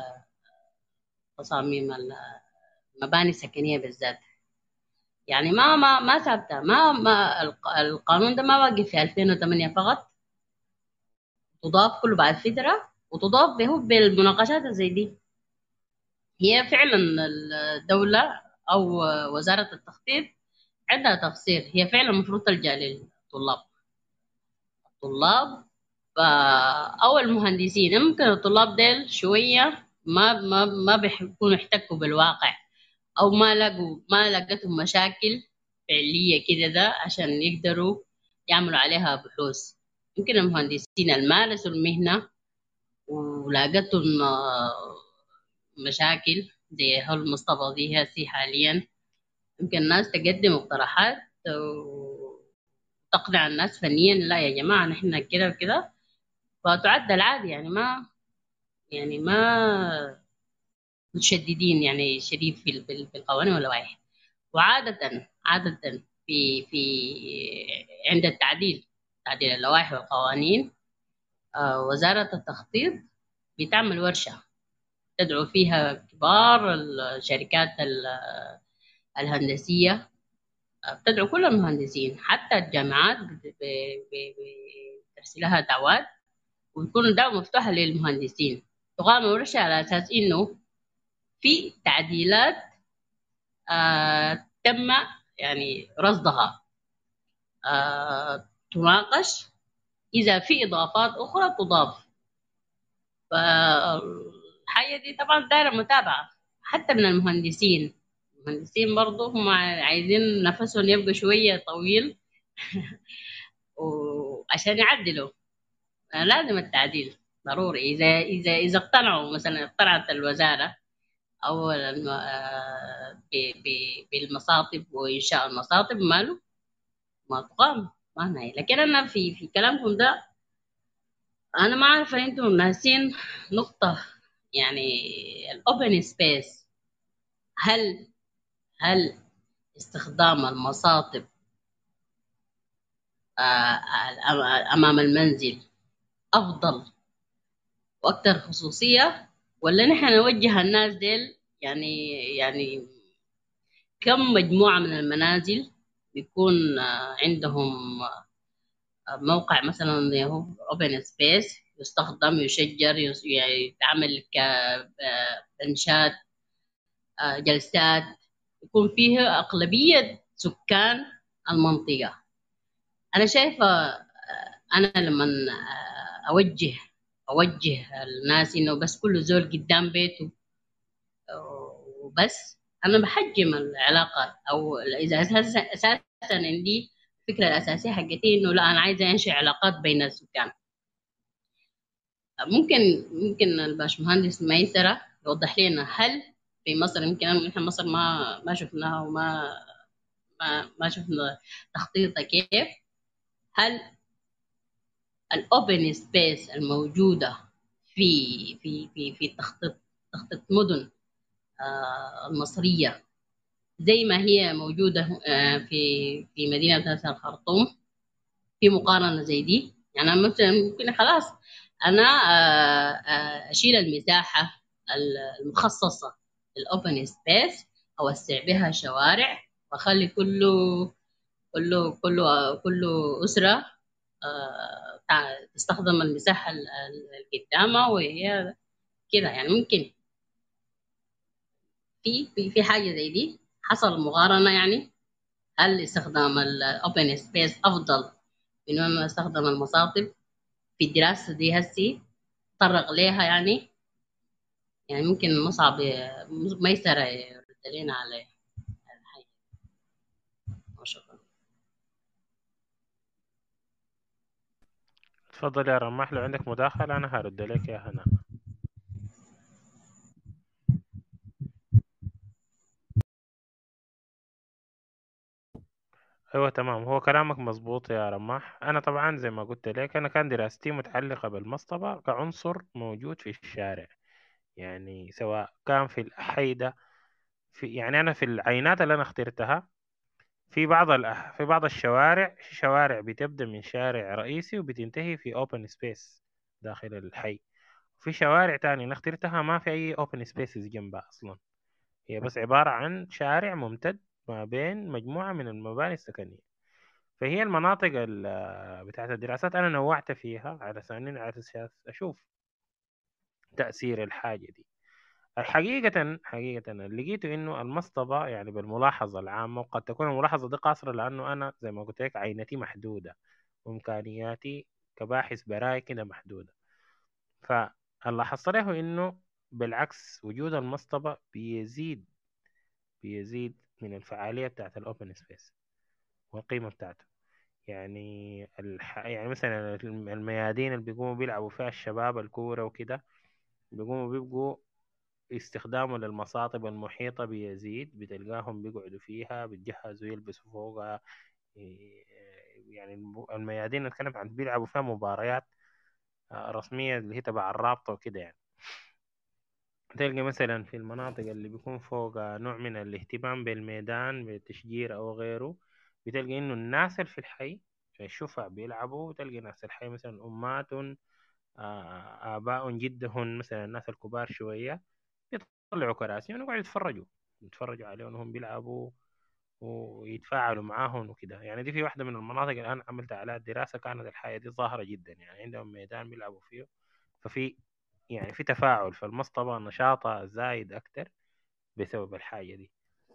تصاميم المباني السكنية بالذات، يعني ما ثابتة. القانون ده ما واقف في 2008 فقط، تضاف كله بعد فترة، وتضاف به بالمناقشات زي دي. هي فعلا الدولة أو وزارة التخطيط عندها تفسير، هي فعلا المفروض تلجأ للطلاب أو المهندسين. ممكن الطلاب ديل شوية ما بيكونوا يحتكوا بالواقع، أو ما لقتهم مشاكل فعلية كده ده عشان يقدروا يعملوا عليها بحوث. يمكن المهندسين المارسوا المهنة ولاقتهم مشاكل زي هول مصطفى دي هسي حاليا، يمكن الناس تقدم اقتراحات وتقنع الناس فنيا، لا يا جماعة نحن كده وكده، فتعدل عادي. يعني ما متشددين يعني شديد في القوانين واللوائح. عادة في عند تعديل اللوائح والقوانين، وزارة التخطيط بتعمل ورشة تدعو فيها كبار الشركات الهندسية، بتدعو كل المهندسين، حتى الجامعات بترسل لها دعوات، ويكون الدعوة مفتوحة للمهندسين. تقام ورشة على أساس إنه في تعديلات تم يعني رصدها، تناقش، إذا في إضافات أخرى تضاف. فالحاجة دي طبعا دايرة متابعة حتى من المهندسين برضو هم عايزين نفسهم يبقى شوية طويل وعشان يعدلوا. لازم التعديل ضروري. إذا اقتنعوا، مثلا اقتنعت الوزارة أو بالمصاطب وإنشاء المصاطب، ماله ما تقام ما نهي. لكن أنا في كلامكم ده أنا ما عارفة أنتم ناسين نقطة، يعني الأوبن سبيس. هل استخدام المصاطب أمام المنزل أفضل وأكثر خصوصية، ولا نحن نوجه الناس ديل؟ يعني كم مجموعة من المنازل بيكون عندهم موقع مثلا اوبن سبيس يستخدم، يشجر، يتعمل كبنشات، جلسات، يكون فيها أغلبية سكان المنطقة. أنا شايفة أنا لما أوجه الناس إنه بس كل زول قدام بيته وبس، أنا بحجم العلاقة. أو إذا أساسا عندي الفكرة الأساسية حقتي إنه لا، أنا عايزة أنشئ علاقات بين السكان. ممكن الباشمهندس ميسرة يوضح لنا، هل في مصر، يمكن نحن مصر ما شفناها ما شفنا تخطيطها كيف، هل الأوبن سبيس الموجودة في تخطيط مدن المصرية زي ما هي موجودة في مدينة الخرطوم، في مقارنة زي دي؟ يعني مثلا ممكن خلاص أنا أشيل المساحة المخصصة للأوبن سبيس، أوسع بها شوارع، وأخلي كل أسرة تستخدم المساحة القدامى، وهي كده. يعني ممكن في حاجة زي دي حصل مقارنة، يعني هل استخدام الأوبن سبيس أفضل من أن استخدم المصاطب في الدراسة دي هسي تطرق ليها؟ يعني ممكن مصعب ميسرة يرد لنا على الحاجة. شكرا. تفضل يا رماح، لو عندك مداخلة أنا هرد لك يا هنا. أيوة تمام، هو كلامك مظبوط يا رماح. أنا طبعا زي ما قلت لك أنا كان دراستي متعلقة بالمصطبة كعنصر موجود في الشارع، يعني سواء كان في الحيدة يعني أنا في العينات اللي أنا اخترتها في بعض الشوارع، في شوارع بتبدأ من شارع رئيسي وبتنتهي في open space داخل الحي. في شوارع تانية أنا اخترتها ما في أي open spaces جنبها أصلا، هي بس عبارة عن شارع ممتد ما بين مجموعة من المباني السكنية. فهي المناطق بتاعت الدراسات أنا نوعت فيها على أساس أشوف تأثير الحاجة دي. حقيقة لقيته إنه المصطبة يعني بالملاحظة العامة، وقد تكون الملاحظة دي قاصرة لأنه أنا زي ما قلت لك عينتي محدودة وإمكانياتي كباحث براي كده محدودة. فاللي لاحظت له إنه بالعكس وجود المصطبة بيزيد من الفعالية بتاعت الأوبن سبيس والقيمة بتاعته. يعني يعني مثلا الميادين اللي بيقوموا بيلعبوا فيها الشباب الكورة وكده بيبقوا استخدامه للمصاطب المحيطة بيزيد، بتلقاهم بيقعدوا فيها بيتجهزوا يلبسوا فوقها. إيه، يعني الميادين نتكلم عن بيلعبوا فيها مباريات رسمية اللي هي تبع الرابطة وكده. يعني تلقى مثلا في المناطق اللي بيكون فوق نوع من الاهتمام بالميدان بالتشجير أو غيره، بتلقى إنه الناس اللي في الحي الشفع بيلعبوا، تلقى ناس الحي مثلا أمات آباء جدهم مثلا الناس الكبار شوية يطلعوا كراسي ونقعد يتفرجوا عليهم وهم بيلعبوا ويتفاعلوا معاهم وكده. يعني دي في واحدة من المناطق اللي أنا عملت عليها دراسة كانت الحياة دي ظاهرة جدا، يعني عندهم ميدان بيلعبوا فيه، ففي يعني في تفاعل، فالمصطبة نشاطها زايد أكتر بسبب الحاجة دي.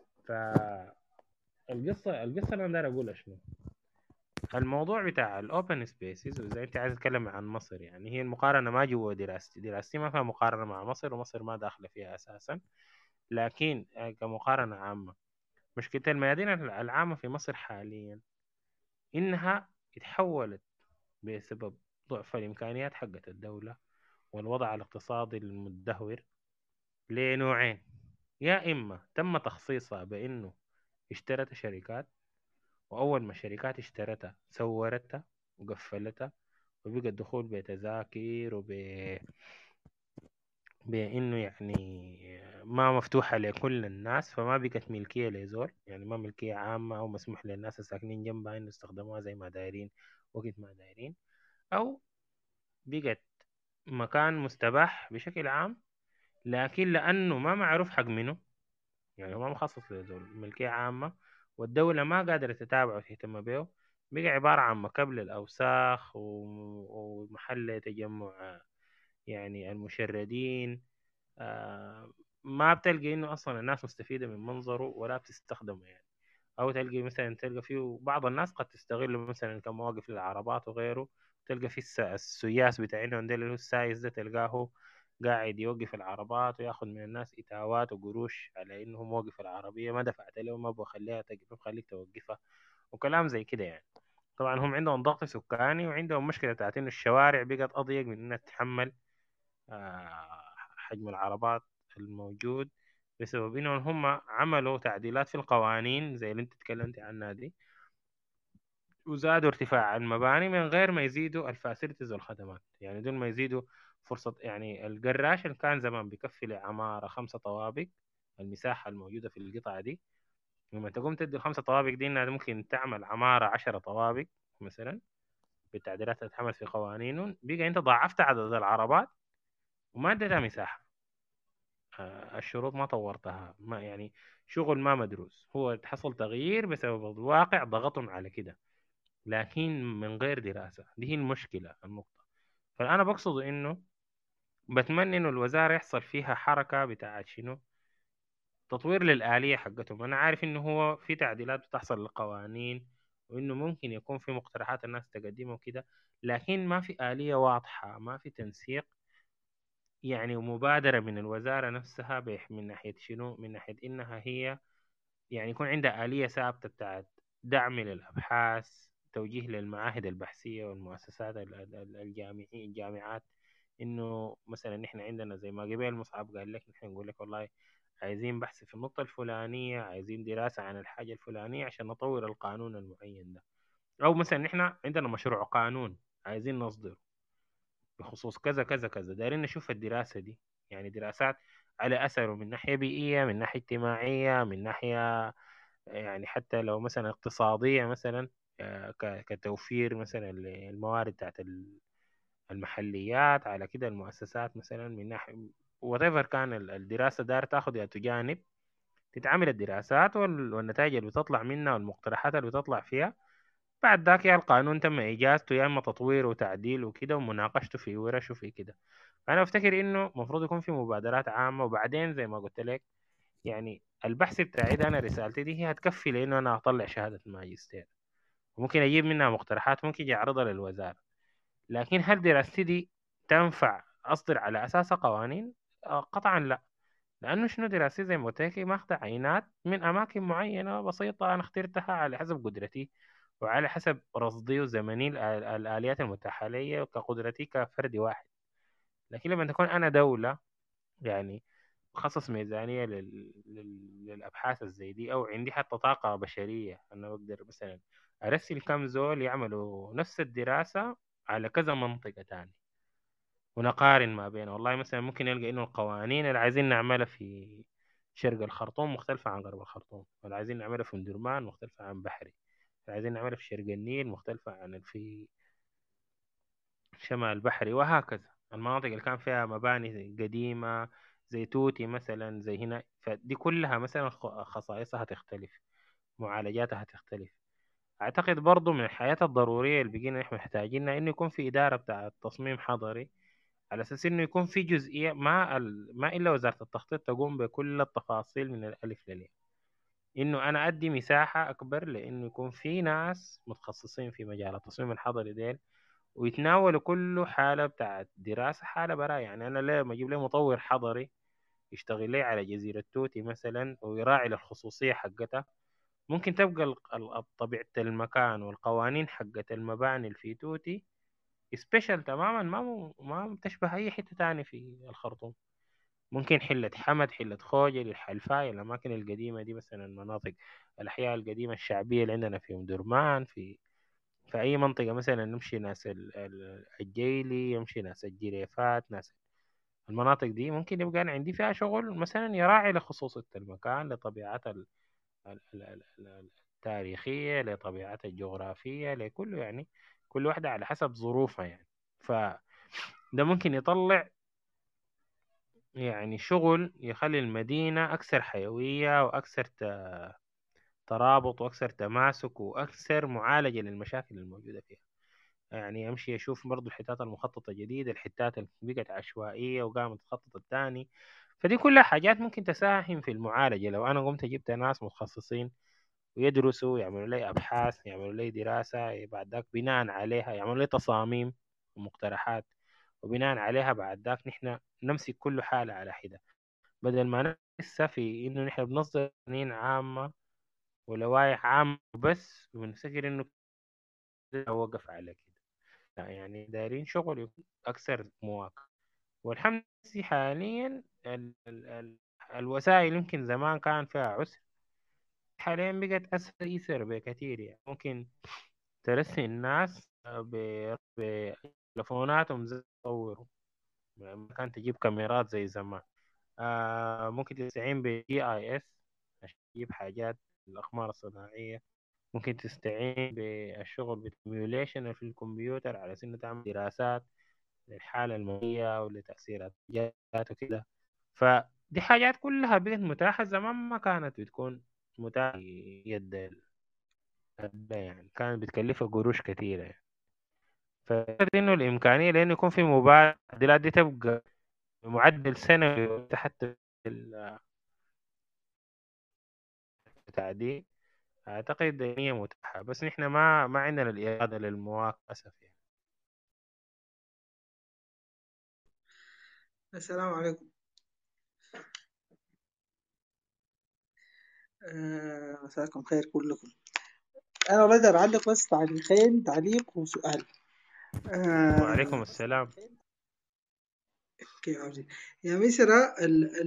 القصة اللي أنا داير أقولها شنو؟ الموضوع بتاع الأوبن سبيسز، وإذا أنت عايز تتكلم عن مصر يعني هي المقارنة ما جوا دراستي ما فيها مقارنة مع مصر، ومصر ما داخلة فيها أساسا، لكن كمقارنة عامة مشكلة الميادين العامة في مصر حاليا إنها اتحولت بسبب ضعف الإمكانيات حقت الدولة والوضع الاقتصادي المدهور لنوعين: يا إما تم تخصيصها بإنه اشترت شركات، وأول ما الشركات اشترتها سورتها وقفلتها وبقى الدخول بتذاكر بإنه يعني ما مفتوحة لكل الناس، فما بقت ملكية لزول، يعني ما ملكية عامة أو مسموح للناس الساكنين جنبها إنه يستخدموها زي ما دايرين وقت ما دايرين، أو بقت مكان مستباح بشكل عام لكن لأنه ما معروف حق منه، يعني ما مخصص لزول ملكية عامة والدولة ما قادرة تتابعه وتهتم به، بقى عبارة عن مكب للأوساخ ومحل تجمع يعني المشردين. ما بتلقى انه اصلا الناس مستفيده من منظره ولا بتستخدمه يعني. او تلقى مثلا تلقى فيه بعض الناس قد تستغله مثلا كمواقف للعربات وغيره، تلقى في السياس بتاعينهم ده اللي هو السايس ده تلقاه قاعد يوقف العربات وياخد من الناس اتاوات وقروش على انه هو موقف العربيه، ما دفعت له ما بخليها بخليك توقفها وكلام زي كده يعني. طبعا هم عندهم ضغط سكاني وعندهم مشكله بتاعت انه الشوارع بقت اضيق من انها تتحمل حجم العربات الموجود، بسبب انهم هم عملوا تعديلات في القوانين زي اللي انت تكلمت عنها دي، وزادوا ارتفاع المباني من غير ما يزيدوا الفاسيلتيز والخدمات. يعني دول ما يزيدوا فرصة، يعني القراش اللي كان زمان بيكفي لعمارة 5 طوابق المساحة الموجودة في القطعة دي، لما تقوم تدي ال5 طوابق دي انها ممكن تعمل عمارة 10 طوابق مثلا بالتعديلات اللي اتعملت في قوانينهم، بقى انت ضاعفت عدد العربات وما اديتها مساحة. الشروط ما طورتها، ما يعني شغل ما مدروس، هو حصل تغيير بسبب الواقع ضغطهم على كده لكن من غير دراسة. دي هي المشكلة النقطة. فأنا بقصد إنه بتمنى إنه الوزارة يحصل فيها حركة بتاعت شنو تطوير للآلية حقتهم. أنا عارف إنه هو في تعديلات بتحصل للقوانين وإنه ممكن يكون في مقترحات الناس تقدمها وكده، لكن ما في آلية واضحة، ما في تنسيق يعني ومبادرة من الوزارة نفسها من ناحية شنو، من ناحية إنها هي يعني يكون عندها آلية ثابتة بتاعت دعم للأبحاث، التوجيه للمعاهد البحثية والمؤسسات الجامعات، إنه مثلا نحن عندنا زي ما قبل مصعب قال لك، نحن نقول لك والله عايزين بحث في النقطة الفلانية، عايزين دراسة عن الحاجة الفلانية عشان نطور القانون المعين ده. أو مثلا نحن عندنا مشروع قانون عايزين نصدره بخصوص كذا كذا كذا، دايرين نشوف الدراسة دي، يعني دراسات على أثره من ناحية بيئية، من ناحية اجتماعية، من ناحية يعني حتى لو مثلا اقتصادية مثلا، كتوفير مثلا الموارد بتاعت المحليات على كده المؤسسات مثلا، من ناحية whatever كان الدراسة دار تاخد يا تجانب، تتعمل الدراسات والنتائج اللي بتطلع منها والمقترحات اللي بتطلع فيها. بعد ذاك يا القانون تم إيجازته يا إما تطويره وتعديله وكده ومناقشته في ورش وفي كده. أنا أفتكر إنه المفروض يكون في مبادرات عامة، وبعدين زي ما قلت لك يعني البحث بتاعي ده، أنا رسالتي دي هي هتكفي لأنه أنا أطلع شهادة ماجستير، وممكن أجيب منها مقترحات ممكن أجي أعرضها للوزارة. لكن هل دراستي دي تنفع أصدر على أساسها قوانين؟ قطعا لا. لأنه شنو دراستي زي ما قلت لك ماخذة عينات من أماكن معينة بسيطة أنا اخترتها على حسب قدرتي وعلى حسب رصدي وزمني الآليات المتاحة لي وكقدرتي كفرد واحد. لكن لما تكون أنا دولة يعني بخصص ميزانية للأبحاث الزي دي، أو عندي حتى طاقة بشرية أنا بقدر مثلا أرسل كم زول يعملوا نفس الدراسة على كذا منطقة تاني ونقارن ما بينه. والله مثلا ممكن نلقى إنه القوانين اللي عايزين نعملها في شرق الخرطوم مختلفة عن غرب الخرطوم، واللي عايزين نعملها في درمان مختلفة عن بحري، اللي عايزين نعملها في شرق النيل مختلفة عن في شمال بحري، وهكذا. المناطق اللي كان فيها مباني قديمة زي توتي مثلا زي هنا، فدي كلها مثلا خصائصها هتختلف، معالجاتها هتختلف. أعتقد برضو من الحياة الضرورية اللي بقينا نحن محتاجينها إنه يكون في إدارة بتاع تصميم حضري، على أساس إنه يكون في جزئية ما إلا وزارة التخطيط تقوم بكل التفاصيل من الألف للياء، إنه أنا أدي مساحة أكبر لإنه يكون في ناس متخصصين في مجال التصميم الحضري ديل، ويتناولوا كل حالة بتاعت دراسة حالة براء. يعني أنا ليه ما أجيب لي مطور حضري يشتغل لي على جزيرة توتي مثلا ويراعي للخصوصية حقتها؟ ممكن تبقى طبيعة المكان والقوانين حقت المباني اللي في توتي سبيشال تماما، ما تشبه أي حتة تاني في الخرطوم. ممكن حلة حمد، حلة خوجل، الحلفاء، الأماكن القديمة دي مثلا، المناطق الأحياء القديمة الشعبية اللي عندنا في أم درمان، في أي منطقة مثلا نمشي ناس الجيلي، يمشي ناس الجريفات، ناس المناطق دي ممكن يبقى أنا عندي فيها شغل مثلا يراعي لخصوصية المكان، لطبيعتها التاريخية، لطبيعتها الجغرافية، لكله يعني كل واحدة على حسب ظروفها يعني. فده ممكن يطلع يعني شغل يخلي المدينة أكثر حيوية وأكثر ترابط وأكثر تماسك وأكثر معالجة للمشاكل الموجودة فيها. يعني أمشي أشوف برضو الحتات المخططة جديد، الحتات اللي بقت عشوائية وقامت تخطط التاني. فدي كلها حاجات ممكن تساهم في المعالجة لو أنا قمت جبت ناس متخصصين ويدرسوا، يعملوا لي أبحاث، يعملوا لي دراسة، بعد ذاك بناء عليها يعملوا لي تصاميم ومقترحات، وبناء عليها بعد ذاك نحن نمسك كل حالة على حدة، بدل ما لسه في إنه نحن بنصدر قوانين عامة ولوائح عامة بس ونفتكر إنه كده وقف على كده. لا، يعني دايرين شغل يكون أكثر مواكب. والحمد لله حاليا الوسائل يمكن زمان كان فيها عسر، حاليا بقت أسهل يسر بكثير. يعني ممكن ترسل الناس بتلفوناتهم زي يصوروا، ما كان تجيب كاميرات زي زمان. ممكن تستعين ب GIS عشان تجيب حاجات الأقمار الصناعية. ممكن تستعين بالشغل بالسيميوليشن في الكمبيوتر على أساس إنه تعمل دراسات للحالة المائية ولتأثيرات الجات وكده. فدي حاجات كلها بقت متاحة، زمان ما كانت بتكون متاحة في يد يعني كانت بتكلفها قروش كثيرة يعني. فأعتقد إنه الإمكانية لأنه يكون في مبادرة التعديلات دي تبقى معدل سنوي حتى التعديل، أعتقد إن هي متاحة، بس نحن ما عندنا الإرادة للمواقف للأسف يعني. السلام عليكم. مساكم خير كلكم. أنا والله داير أعلق بس تعليقين، تعليق وسؤال. وعليكم آه السلام. كيف عاوزين يا ميسرة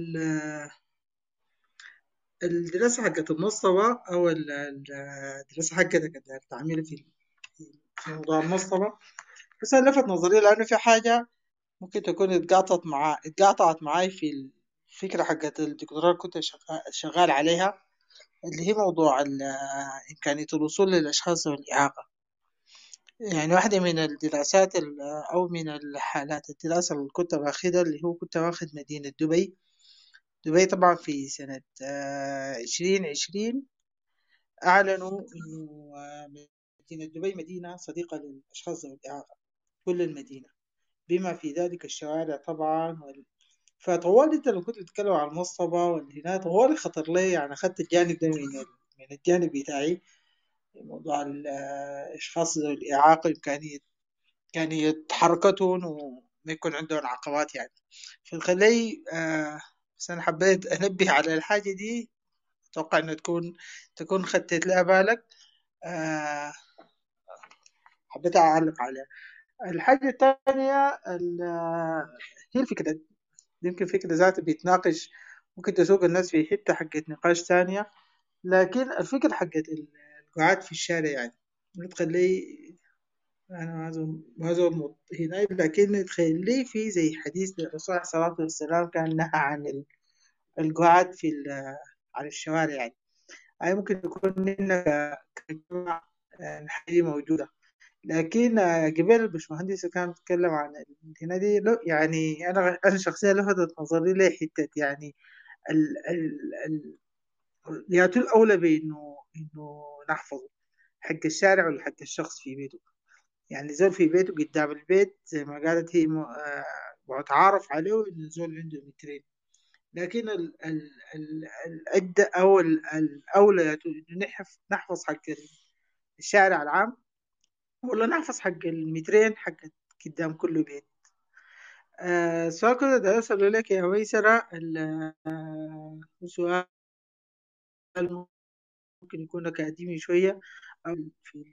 الدراسة حقت المصطبة أو الدراسة حقتك اللي تعملها في موضوع المصطبة، بس أنا لفت نظري لأنه في حاجة ممكن تكون اتقاطعت معاي في الفكرة حقت الدكتوراه اللي كنت شغال عليها، اللي هي موضوع إمكانية الوصول للأشخاص ذوي الإعاقة. يعني واحدة من الدراسات أو من الحالات الدراسة اللي كنت واخدها اللي هو كنت واخد مدينة دبي. دبي طبعا في سنة 2020 أعلنوا إنه مدينة دبي مدينة صديقة للأشخاص ذوي الإعاقة، كل المدينة بما في ذلك الشوارع طبعا فطوال انت لو كنت تتكلم عن المصطبة والهنا طوالي خطر لي، يعني أخدت الجانب ده من الجانب بتاعي، موضوع الأشخاص ذوي الإعاقة إمكانية حركتهم وما يكون عندهم عقبات يعني. فخلي بس أنا حبيت أنبه على الحاجة دي، أتوقع إنها تكون خدت لها بالك. آه، حبيت أعلق عليها. الحاجة الثانية هي الفكرة، يمكن فكرة ذاتها بيتناقش، ممكن تسوق الناس في حتة حقت نقاش ثانية، لكن الفكرة حقت القعاد في الشارع يعني تخلي أنا ما زول هنا، لكن تخلي في زي حديث الرسول عليه الصلاة والسلام كان نهى عن القعاد على الشوارع يعني. هاي ممكن تكون لنا كجماعة الحاجة موجودة، لكن قبل البشمهندس كان بيتكلم عن هنا دي يعني أنا شخصيا لفتت نظري لي حتة يعني ال ال ال ياتوا الأولى بإنه نحفظه حق الشارع ولا حق الشخص في بيته. يعني زول في بيته قدام البيت زي ما قالت هي متعارف عليه إنه زول عنده مترين، لكن الأدى أو الأولى ياتوا إنه نحفظ حق الشارع العام ولا نحفظ حق المترين حق قدام كل بيت. السؤال كده ده أسأله لك يا ميسرة، سؤال ممكن يكون أكاديمي شوية أو في.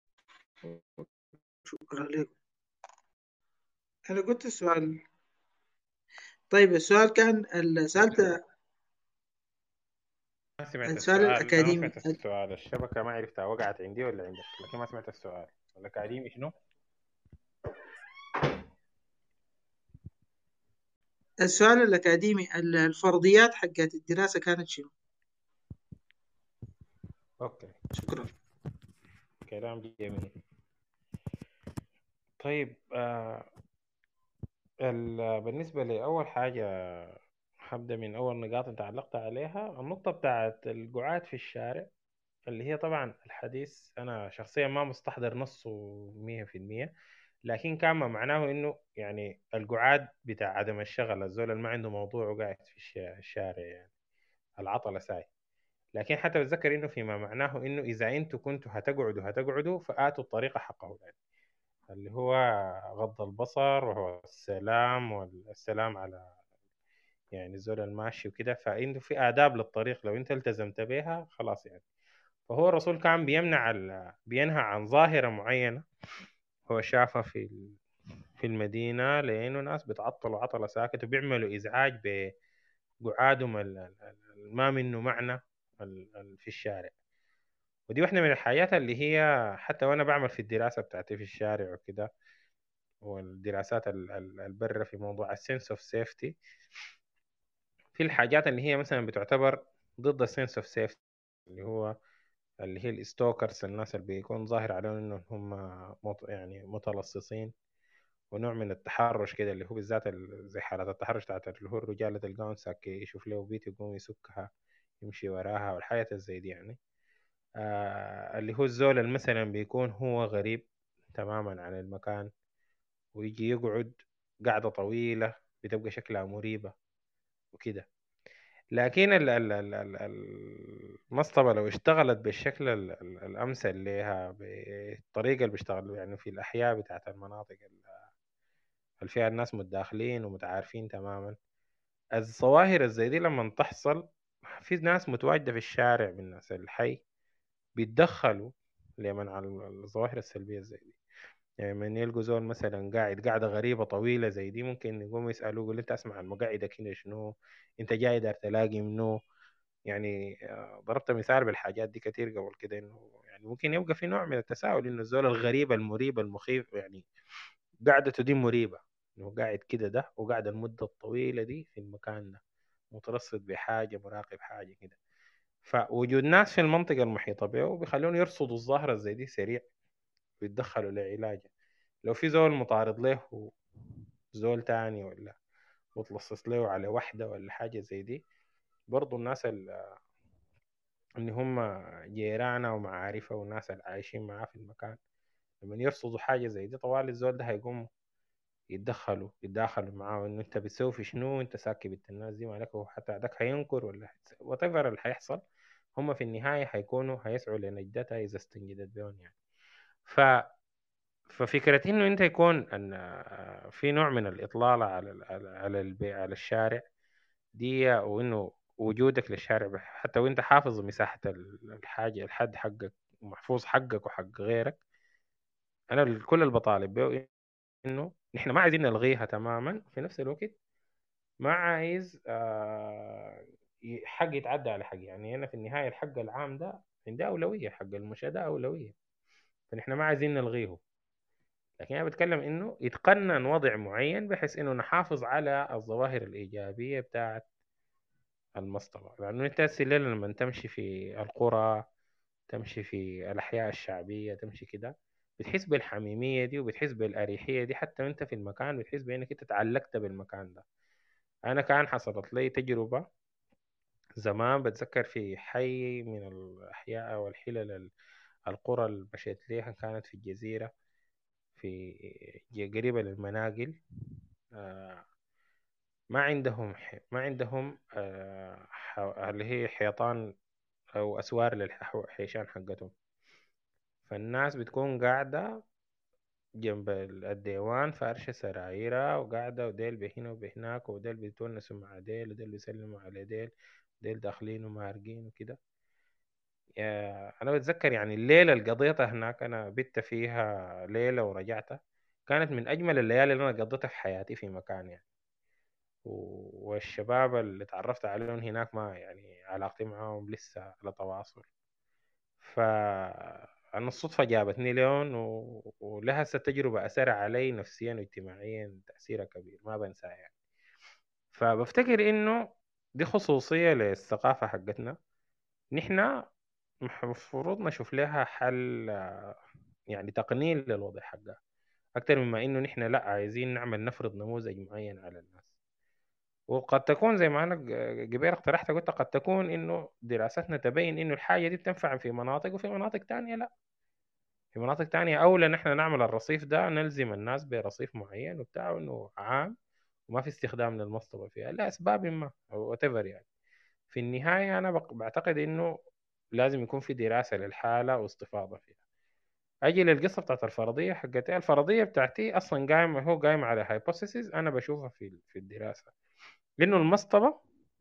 شكرا لكم. أنا قلت السؤال. طيب السؤال كان سألت ما سمعت السؤال السؤال، أنا ما الأكاديمي. سمعت السؤال. الشبكة ما عرفتها وقعت عندي ولا عندك، لكن ما سمعت السؤال. الأكاديمي شنو؟ السؤال الأكاديمي الفرضيات حقت الدراسة كانت شنو؟ أوكي، شكرا. كلام جميل. طيب بالنسبة لأول حاجة، هبدأ من أول نقاط أنت علقت عليها. النقطة بتاعت القعاد في الشارع، اللي هي طبعا الحديث أنا شخصيا ما مستحضر نصه 100%، لكن كان ما معناه إنه يعني القعاد بتاع عدم الشغل، الزول اللي ما عنده موضوع وقاعد في الشارع يعني العطلة ساي. لكن حتى بتذكر إنه فيما معناه إنه إذا أنتوا كنتوا هتقعدوا فآتوا الطريقة حقه يعني، اللي هو غض البصر وهو السلام والسلام على يعني الزول الماشي وكده. فإنه في آداب للطريق لو أنت التزمت بها خلاص يعني. فهو الرسول كان بينهى عن ظاهرة معينة هو شافها في المدينة، لأنه ناس بتعطلوا عطلة ساكت وبيعملوا إزعاج بقعادهم ما منه معنى في الشارع. ودي واحدة من الحاجات اللي هي حتى وأنا بعمل في الدراسة بتاعتي في الشارع وكده، والدراسات البرة في موضوع السنس اوف سيفتي، في الحاجات اللي هي مثلا بتعتبر ضد السنس اوف سيفتي، اللي هي الستوكرز، الناس اللي بيكون ظاهر عليهم انهم هم يعني متلصصين، ونوع من التحرش كده، اللي هو بالذات زي حالات التحرش بتاعت اللي هو الرجال تلقاهم ساكي يشوف له بيت يقوم يسكها يمشي وراها والحياة الزي دي يعني. اللي هو الزول اللي مثلا بيكون هو غريب تماما عن المكان ويجي يقعد قعدة طويلة بتبقى شكلها مريبة وكده. لكن المصطبة لو اشتغلت بالشكل الأمثل لها، بالطريقة اللي بيشتغلوا يعني في الأحياء بتاعت المناطق اللي فيها الناس متداخلين ومتعارفين تماما، الظواهر الزي دي لما تحصل في ناس متواجدة في الشارع من الناس الحي بيتدخلوا لمنع الظواهر السلبية زي دي. يعني من يلقوا زول مثلا قاعد قاعدة غريبة طويلة زي دي، ممكن يقوم يسألوه يقول انت اسمع المقاعدة كده شنو، انت جاي دار تلاقي منو. يعني ضربت مثال بالحاجات دي كتير قبل كده، انه يعني ممكن يبقى في نوع من التساؤل انه الزول الغريب المريب المخيف يعني قعدته دي مريبة، انه قاعد كده ده وقاعد المدة الطويلة دي في المكان ده مترصد بحاجة مراقب حاجة كده. فوجود ناس في المنطقة المحيطة به بيخلون يرصدوا الظاهرة زي دي سريع ويتدخلوا لعلاجها. لو في زول متعرض له زول تاني ولا متلصص له على واحدة ولا حاجة زي دي، برضو الناس اللي هم جيرانه ومعارفه والناس اللي عايشين معاه في المكان لما يرصدوا حاجة زي دي طوال الزول ده هيقوموا يتداخلوا معاه انه انت بتسوي في شنو، انت ساكي بنت الناس دي مالك، وحتى عدك هينكر ولا وات ايفر اللي هيحصل، هم في النهاية هيسعوا لنجدتها إذا استنجدت بهم يعني. ف ففكرة إنه أنت يكون أن في نوع من الإطلالة على الشارع دي، وإنه وجودك للشارع حتى وأنت حافظ مساحة الحاجة الحد حقك ومحفوظ حقك وحق غيرك، أنا كل اللي بطالب به إنه نحن ما عايزين نلغيها تماما، في نفس الوقت ما عايز حق يتعدى على حق. يعني أنا في النهاية الحق العام ده عندي أولوية، حق المشاة ده أولوية، فنحن ما عايزين نلغيه. لكن أنا بتكلم إنه يتقنن وضع معين بحيث إنه نحافظ على الظواهر الإيجابية بتاعت المصطبة. لأنه أنت الليلة لما تمشي في القرى، تمشي في الأحياء الشعبية، تمشي كده بتحس بالحميمية دي وبتحس بالأريحية دي، حتى وأنت في المكان بتحس بأنك أنت تعلقت بالمكان ده. أنا كان حصلت لي تجربة زمان، بتذكر في حي من الأحياء والحلل القرى اللي مشيت ليها كانت في الجزيرة، في قريبة للمناقل. آه، ما عندهم اللي هي حيطان أو أسوار للحيشان حقتهم، فالناس بتكون قاعدة جنب الديوان فارشة سرايرها وقاعدة، وديل بهنا وبهناك، وديل بيتونسوا مع ديل، وديل بيسلموا على ديل، ديل داخلين ومارقين وكده. أنا بتذكر يعني الليلة اللي قضيتها هناك، أنا بت فيها ليلة ورجعتها، كانت من أجمل الليالي اللي أنا قضيتها في حياتي في مكان يعني. والشباب اللي تعرفت عليهم هناك ما يعني علاقتي معاهم لسه على تواصل. فأنا الصدفة جابتني لهم ولها تجربة أثر علي نفسيا واجتماعيا تأثيرها كبير ما بنساها يعني. فبفتكر إنه دي خصوصية للثقافة حقتنا، نحن المفروض نشوف لها حل يعني تقنين للوضع حقها، أكتر مما إنه نحن لا عايزين نفرض نموذج معين على الناس. وقد تكون زي ما أنا قبل اقترحت قلت، قد تكون إنه دراستنا تبين إنه الحاجة دي بتنفع في مناطق وفي مناطق تانية لا. في مناطق تانية أولى نحن نعمل الرصيف ده، نلزم الناس برصيف معين وبتاع إنه عام وما في استخدام للمصطبة فيها لأسباب ما أو whatever يعني. في النهاية أنا بعتقد إنه لازم يكون في دراسة للحالة واستفاضة فيها. أجي للقصة بتاعت الفرضية حقتي، الفرضية بتاعتي أصلا قايم على هايبوثيسيس أنا بشوفها في الدراسة، لأنه المصطبة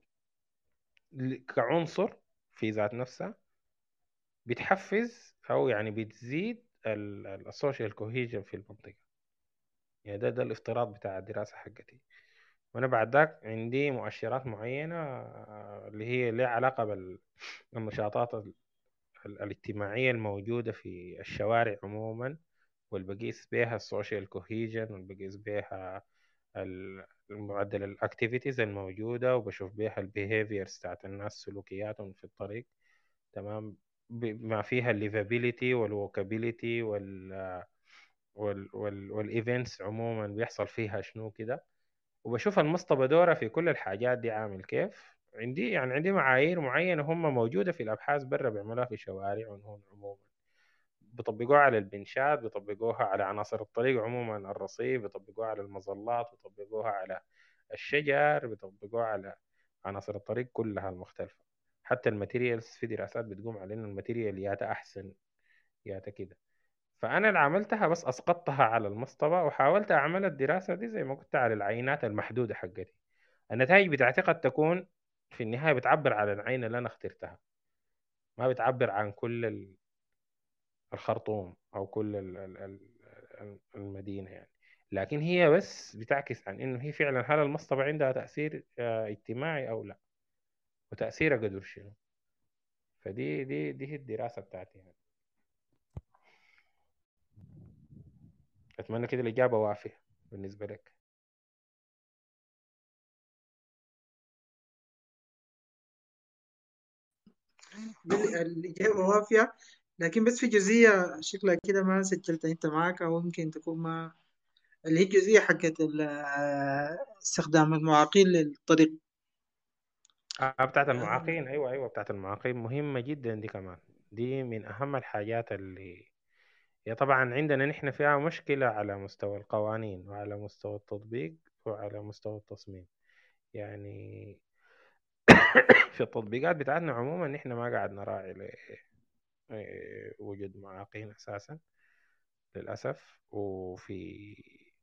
كعنصر في ذات نفسها بتحفز أو يعني بتزيد السوشيال كوهيجن في المنطقة. يعني ده الافتراض بتاع الدراسة حقتي. وأنا بعد ذاك عندي مؤشرات معينة اللي هي لها علاقة بالنشاطات الاجتماعية الموجودة في الشوارع عموما، واللي بقيس بيها السوشيال كوهيجن، واللي بقيس بيها المعدل الاكتيفيتيز الموجودة، وبشوف بيها البيهيفيرز بتاعت الناس سلوكياتهم في الطريق. تمام. بما فيها الليفابيليتي والوكابيليتي والايفنتس عموما بيحصل فيها شنو كده. وبشوف المصطبة دورة في كل الحاجات دي عامل كيف. عندي معايير معينة هم موجودة في الأبحاث برا بيعملوها في شوارعهم هون عموما، بيطبقوها على البنشات، بيطبقوها على عناصر الطريق عموما، الرصيف، بيطبقوها على المظلات، بيطبقوها على الشجر، بيطبقوها على عناصر الطريق كلها المختلفة. حتى الماتيريالز في دراسات بتقوم على انه الماتيريال ياتا احسن ياتا كده. فانا اللي عملتها بس اسقطتها على المصطبة وحاولت اعمل الدراسة دي زي ما قلت على العينات المحدودة حقتي. النتائج بتاعتي قد تكون في النهاية بتعبر على العين اللي انا اخترتها، ما بتعبر عن كل الخرطوم أو كل المدينة يعني. لكن هي بس بتعكس عن إنه هي فعلا هل المصطبة عندها تأثير اجتماعي أو لا، وتأثيرها قدر شنو. فدي هي الدراسة بتاعتي يعني. أتمنى كده الإجابة وافية بالنسبة لك. الإجابة وافية، لكن بس في جزئية شكلها كده ما سجلتها أنت معاك، أو ممكن تكون ما، اللي هي الجزئية حقت استخدام المعاقين للطريق. بتاعت المعاقين، أيوة بتاعت المعاقين مهمة جدا دي كمان. دي من أهم الحاجات اللي هي طبعا عندنا نحن فيها مشكلة على مستوى القوانين وعلى مستوى التطبيق وعلى مستوى التصميم يعني. في التطبيقات بتاعتنا عموما نحن ما قاعد نراعي وجود معاقين أساسا للأسف. وفي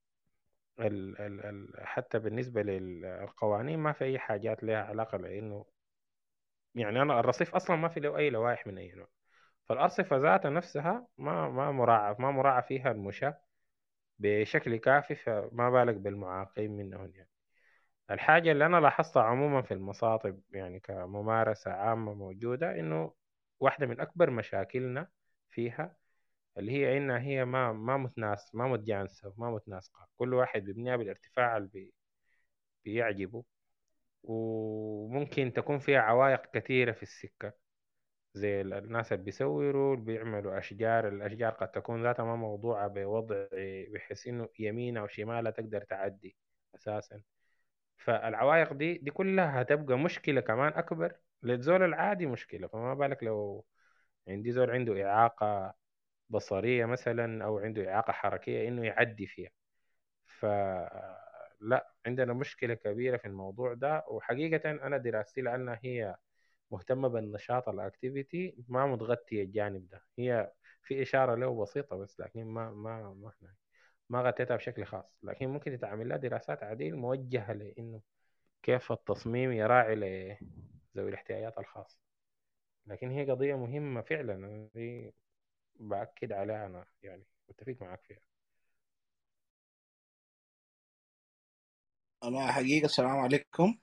حتى بالنسبة للقوانين ما في أي حاجات لها علاقة، لأنه يعني أنا الرصيف أصلا ما في له أي لوائح من أي نوع. فالأرصفة ذاتها نفسها ما مراعى فيها المشاة بشكل كافي، فما بالك بالمعاقين منهم يعني. الحاجة اللي أنا لاحظتها عموما في المصاطب يعني كممارسة عامة موجودة، إنه واحدة من أكبر مشاكلنا فيها اللي هي إنها هي ما متجانسة وما متناسقة. كل واحد بيبنيها بالارتفاع اللي بيعجبه، وممكن تكون فيها عوائق كثيرة في السكة، زي الناس اللي بيسوروا اللي بيعملوا أشجار. الأشجار قد تكون ذاتها ما موضوعة بوضع بحيث إنه يمين أو شمال تقدر تعدي أساسا. فالعوائق دي كلها هتبقى مشكلة كمان أكبر للزول العادي، مشكلة. فما بالك لو عندي زول عنده إعاقة بصرية مثلا أو عنده إعاقة حركية إنه يعدي فيها. فلا، عندنا مشكلة كبيرة في الموضوع ده. وحقيقة أنا دراستي لأنها هي مهتمة بالنشاط الأكتيفيتي ما متغطية الجانب ده. هي في إشارة له بسيطة بس، لكن ما غطيتها بشكل خاص. لكن ممكن تتعمل لها دراسات عديد موجهة لأنه كيف التصميم يراعي لذوي الاحتياجات الخاصة. لكن هي قضية مهمة فعلا، أنا دي بأكد عليها، أنا يعني متفق معك فيها. أنا حقيقة السلام عليكم.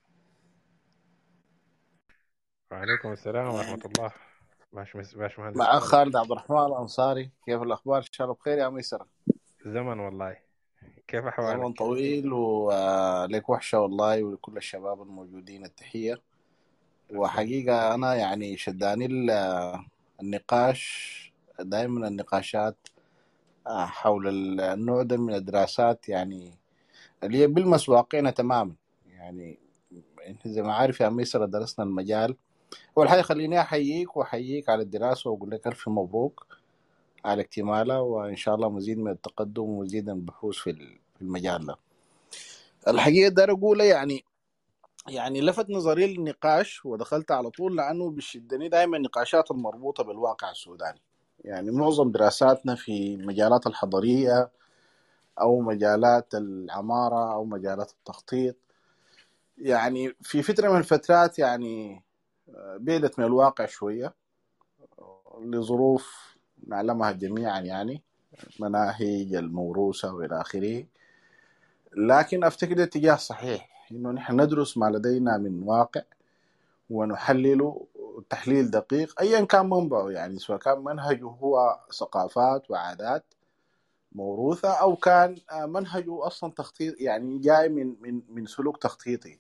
وعليكم السلام ورحمة الله. باش مهندس مع خالد. خالد عبد الرحمن الأنصاري، كيف الأخبار؟ إن شاء الله بخير يا ميسرة. زمن والله. كيف زمن أحوالك؟ طويل ولك وحشة والله، ولكل الشباب الموجودين التحية. الله وحقيقة أنا يعني شداني النقاش، دائما النقاشات حول النوع ده من الدراسات، يعني اللي هي بلمس واقعنا تماما. يعني انت زي ما عارف يا ميسرة درسنا المجال. أول حاجة خليني أحييك وأحييك على الدراسة وأقول لك ألف مبروك على اكتمالها، وإن شاء الله مزيد من التقدم ومزيد من البحوث في المجال ده. الحقيقة دار أقوله يعني لفت نظري للنقاش ودخلت على طول، لأنه بيشدني دائما النقاشات المربوطة بالواقع السوداني. يعني معظم دراساتنا في المجالات الحضرية أو مجالات العمارة أو مجالات التخطيط، يعني في فترة من الفترات يعني بعدت من الواقع شوية لظروف نعلمها جميعا، يعني مناهج الموروثة وإلى آخره. لكن أفتكر اتجاه صحيح إنه نحن ندرس ما لدينا من واقع ونحلله تحليل دقيق أيا كان منبعه، يعني سواء كان منهجه هو ثقافات وعادات موروثة أو كان منهجه أصلا تخطيط، يعني جاي من سلوك تخطيطي.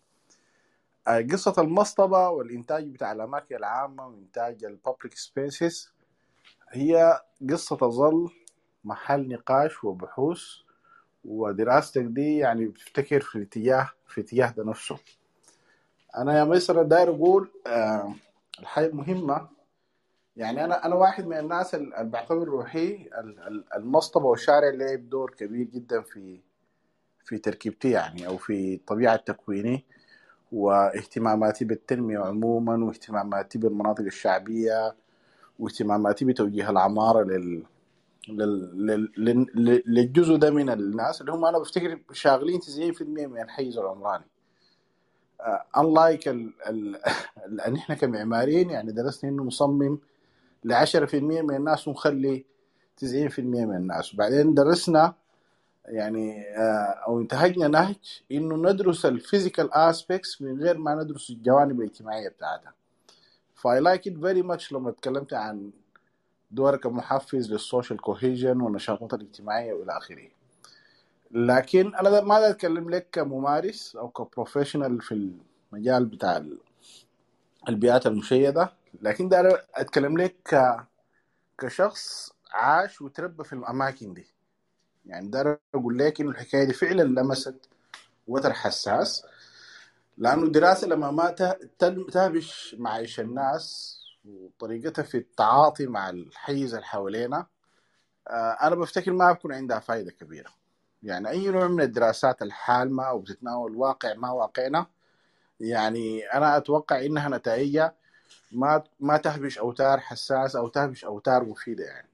قصة المصطبة والإنتاج بتاع الأماكن العامة وإنتاج البابليك سبيسز هي قصة تظل محل نقاش وبحوث، ودراستك دي يعني بتفتكر في اتجاه ده نفسه. انا يا ميسر داير اقول الحاجه المهمه، يعني انا واحد من الناس اللي بعتبر روحي المصطبه والشارع لعب دور كبير جدا في تركيبتي، يعني او في طبيعه تكويني واهتماماتي بالتنميه عموما، واهتماماتي بالمناطق الشعبيه، واهتماماتي بتوجيه العماره للجزء ده من الناس اللي هم انا بفتكر شاغلين 90% من الحيز العمراني. unlike ان احنا كمعماريين يعني درسنا انه نصمم ل10% من الناس ونخلي 90% من الناس. وبعدين درسنا يعني او انتهجنا نهج انه ندرس الفيزيكال اسبيكتس من غير ما ندرس الجوانب الاجتماعيه بتاعتها. فاي لايك ات فيري ماتش لما اتكلمت عن دورك كمحفز للسوشيال كوهيجن والنشاطات الاجتماعيه والى اخره. لكن انا ما دا اتكلم لك كممارس او كبروفيشنال في المجال بتاع البيئات المشيده، لكن دا اتكلم لك كشخص عاش وتربى في الاماكن دي. يعني ده اقول لك انه الحكايه دي فعلا لمست وتر حساس، لانه الدراسه لما ما تهبش معيش الناس وطريقتها في التعاطي مع الحيز اللي حوالينا، انا بفتكر ما بكون عندها فائده كبيره. يعني اي نوع من الدراسات الحالمه او بتتناول واقع ما واقعنا، يعني انا اتوقع انها نتائجها ما تهبش اوتار حساس او تهبش اوتار مفيده. يعني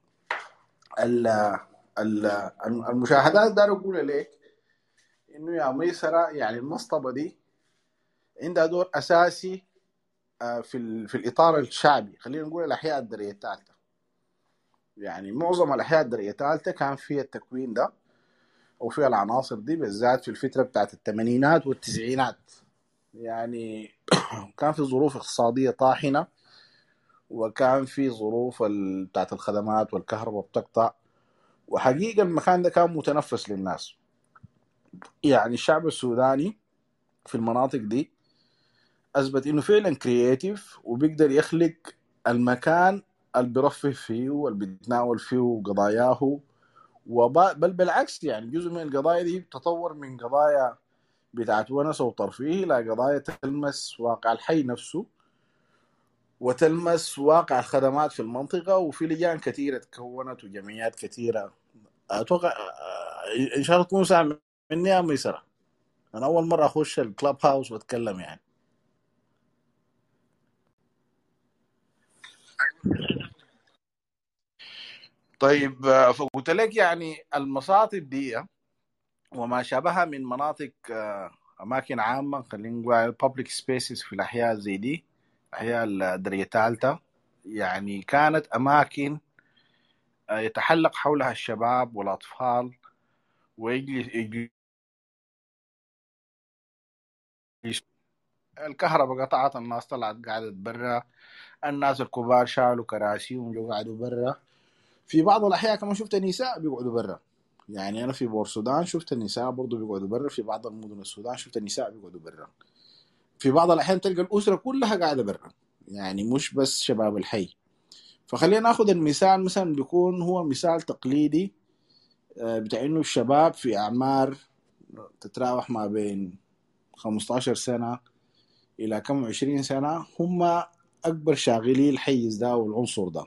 المشاهدات دار اقول لك انه يا ميسره، يعني المصطبه دي عندها دور اساسي في الاطار الشعبي. خلينا نقول الاحياء الدريه الثالثه، يعني معظم الاحياء الدريه الثالثه كان فيها التكوين ده او فيها العناصر دي، بالذات في الفتره بتاعت الثمانينات والتسعينات. يعني كان في ظروف اقتصاديه طاحنه، وكان في ظروف بتاعت الخدمات والكهرباء بتقطع، وحقيقه المكان ده كان متنفس للناس. يعني الشعب السوداني في المناطق دي اثبت انه فعلا كرياتيف وبيقدر يخلق المكان اللي بيرفه فيه واللي بيتناول فيه قضاياه، بل بالعكس، يعني جزء من القضايا دي تطور من قضايا بتاعت ونس وترفيه الى قضايا تلمس واقع الحي نفسه وتلمس واقع الخدمات في المنطقه. وفي لجان كثيره تكونت وجمعيات كثيره. اتوقع ان شاء الله تكون سامع مني يا ميسره، انا اول مره اخش الكلاب هاوس واتكلم يعني. طيب فقلت لك يعني المصاطب دي وما شابهها من مناطق اماكن عامه، خلينا نقول public spaces في الاحياء زي دي، احياء الدرجه الثالثه، يعني كانت اماكن يتحلق حولها الشباب والاطفال ويجلس. الكهرباء قطعت، الناس طلعت قعدت برا، الناس الكبار شالوا كراسيهم وقعدوا برا. في بعض الاحياء كمان شفت نساء بيقعدوا برا. يعني انا في بور السودان شفت النساء برضو بيقعدوا برا، في بعض المدن السودان شفت النساء بيقعدوا برا. في بعض الاحيان تلقى الاسره كلها قاعده برا، يعني مش بس شباب الحي. فخلينا ناخذ المثال مثلا بيكون هو مثال تقليدي بتاع انه الشباب في اعمار تتراوح ما بين 15 سنه الى كم 20 سنه هم اكبر شاغلي الحيز ده والعنصر ده.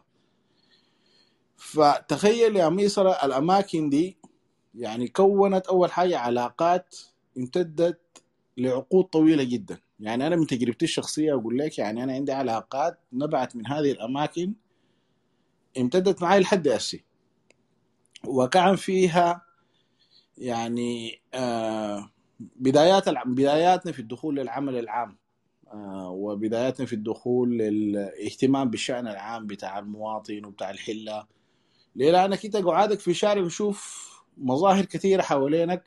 فتخيل يا ميسرة الاماكن دي يعني كونت اول حاجه علاقات امتدت لعقود طويله جدا. يعني انا من تجربتي الشخصيه اقول لك، يعني انا عندي علاقات نبعت من هذه الاماكن امتدت معي لحد هسه، وكان فيها يعني بداياتنا في الدخول للعمل العام، وبداياتنا في الدخول للاهتمام بالشأن العام بتاع المواطن وبتاع الحلة. ليه؟ لأنك انت قعدك في شارع بشوف مظاهر كثيرة حوالينك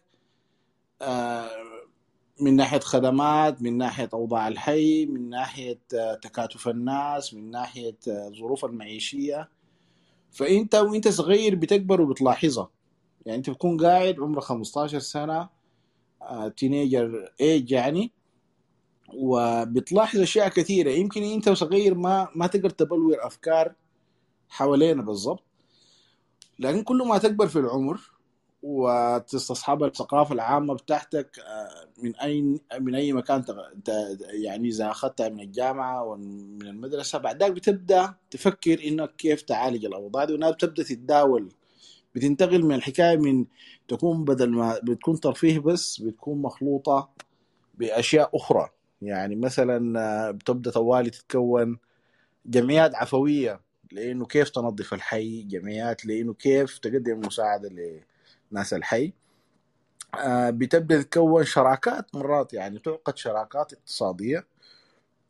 من ناحية خدمات، من ناحية أوضاع الحي، من ناحية تكاتف الناس، من ناحية ظروف المعيشية. فأنت وأنت صغير بتكبر وبتلاحظها. يعني أنت بتكون قاعد عمرك 15 سنة تينيجر ايج يعني، وبتلاحظ أشياء كثيرة يمكن أنت صغير ما تقدر تبلور أفكار حوالينا بالضبط. لكن كل ما تكبر في العمر وتستصحب الثقافة العامة بتاعتك من أي مكان يعني إذا أخذتها من الجامعة ومن المدرسة، بعد ذلك بتبدأ تفكر إنك كيف تعالج الأوضاع دي، وإنها بتبدأ تتداول، بتنتقل من الحكاية من تكون بدل ما بتكون ترفيه بس بتكون مخلوطة بأشياء أخرى. يعني مثلا بتبدأ طوالي تتكون جمعيات عفوية لأنه كيف تنظف الحي، جمعيات لأنه كيف تقدم مساعدة لناس الحي. بتبدأ تتكون شراكات، مرات يعني تعقد شراكات اقتصادية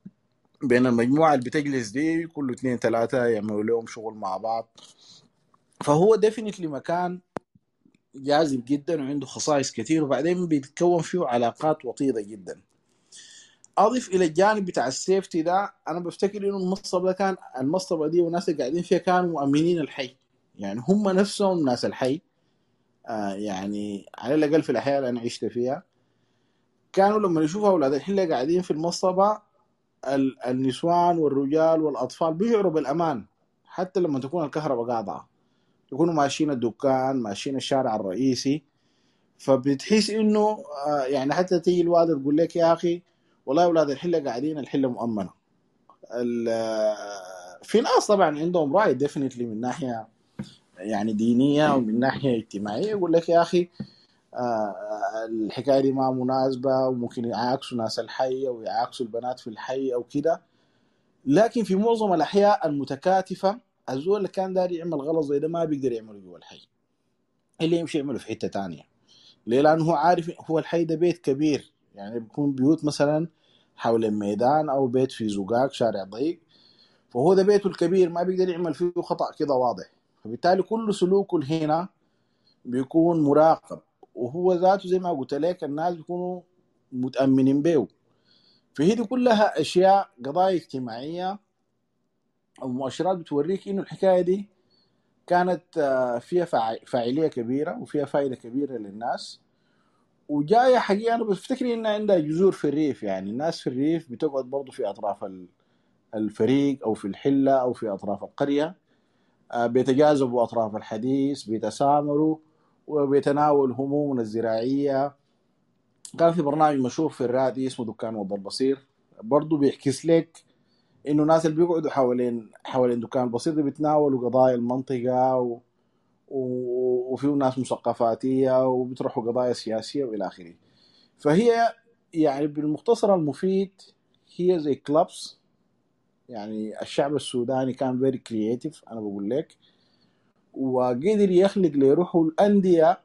بين المجموعة اللي بتجلس دي، كل 2-3 يعملوا لهم شغل مع بعض فهو ديفينتلي مكان جاذب جدا وعنده خصائص كثير، وبعدين بيتكون فيه علاقات وطيدة جدا. اضف الى الجانب بتاع السيفتي ده، انا بفتكر انه المصطبه ده كان المصطبه دي والناس اللي قاعدين فيها كانوا مؤمنين الحي، يعني هم نفسهم ناس الحي. يعني على الاقل في الاحياء اللي انا عشت فيها كانوا لما يشوفوا اولاد الحله قاعدين في المصطبه، النسوان والرجال والاطفال بيشعروا بالامان، حتى لما تكون الكهرباء قاطعه يكونوا ماشيين الدكان ماشيين الشارع الرئيسي. فبتحس انه يعني حتى تيجي الوالد تقول لك يا اخي والله اولاد الحله قاعدين الحله مؤمنه. في ناس طبعا عندهم راي ديفينتلي من ناحيه يعني دينيه ومن ناحيه اجتماعيه، يقول لك يا اخي الحكايه دي ما مناسبه وممكن يعاكسوا ناس الحي او يعاكسوا البنات في الحي او كده. لكن في معظم الاحياء المتكاتفه الزول اللي كان داري يعمل غلط زي ده ما بيقدر يعمله جوا الحي، اللي يمشي يعمله في حته تانية. ليه؟ لانه هو عارف هو الحي ده بيت كبير، يعني بيكون بيوت مثلا حول الميدان او بيت في زقاق شارع ضيق، فهو ده بيته الكبير ما بيقدر يعمل فيه خطأ كده واضح. فبالتالي كل سلوكه هنا بيكون مراقب، وهو ذاته زي ما قلت لك الناس بيكونوا متأمنين به. فهي دي كلها أشياء قضايا اجتماعية أو مؤشرات بتوريك إنه الحكاية دي كانت فيها فاعلية كبيرة وفيها فائدة كبيرة للناس. وجاية حقيقة أنا بفتكر إنها عندها جذور في الريف، يعني الناس في الريف بتقعد برضو في أطراف الفريق أو في الحلة أو في أطراف القرية، بيتجاذبوا أطراف الحديث، بيتسامروا وبيتناولوا همومنا الزراعية. كان في برنامج مشهور في الراديو اسمه دكان وضع البصير، برضو بيحكيس لك إنه الناس اللي بيقعدوا حوالين دكان البصير دي بيتناولوا قضايا المنطقة وفي ناس مثقفاتية وبيطرحوا قضايا سياسية وإلى آخره. فهي يعني بالمختصر المفيد هي زي كلابس. يعني الشعب السوداني كان فيري كرييتيف أنا بقول لك، وقدر يخلق لروحه الأندية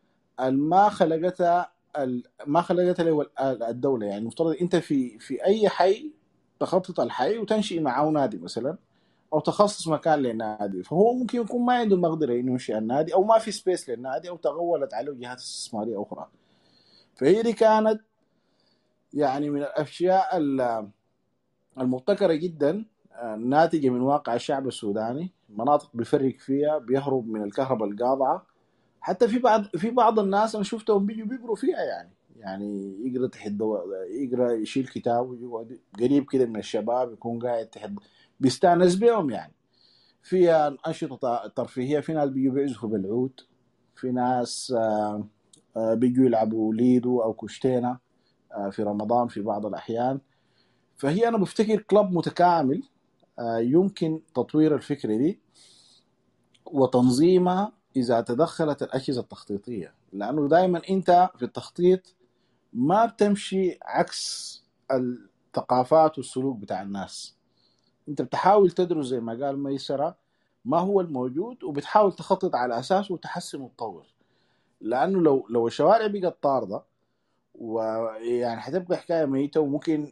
ما خلقتها له الدولة. يعني مفترض أنت في أي حي تخطط الحي وتنشئ معاه نادي مثلا، أو تخصص مكان للنادي. فهو ممكن يكون ما عنده المقدرة إنه ينشئ النادي، أو ما في سبيس للنادي، أو تغولت عليه جهات استثمارية أخرى. فهي دي كانت يعني من الأشياء المبتكرة جدا، ناتجة من واقع الشعب السوداني. مناطق بيفرق فيها، بيهرب من الكهرباء القاطعة. حتى في بعض الناس انا شفتهم بيجوا بيقروا فيها، يعني يقرا تحت يقرا يشيل كتاب ويقعد قريب كده من الشباب يكون قاعد تحت بيستانس بيهم. يعني فيها انشطه ترفيهيه، في ناس بيجوا بيعزفوا بالعود، في ناس بيجوا يلعبوا ليدو او كشتينه في رمضان في بعض الاحيان. فهي انا بفتكر كلب متكامل يمكن تطوير الفكره دي وتنظيمها إذا تدخلت الأجهزة التخطيطية، لأنه دائما أنت في التخطيط ما بتمشي عكس الثقافات والسلوك بتاع الناس. أنت بتحاول تدرس زي ما قال ميسرة ما هو الموجود، وبتحاول تخطط على أساسه وتحسن وتطور. لأنه لو الشوارع بقت طاردة ويعني حتبقى حكاية ميتة، وممكن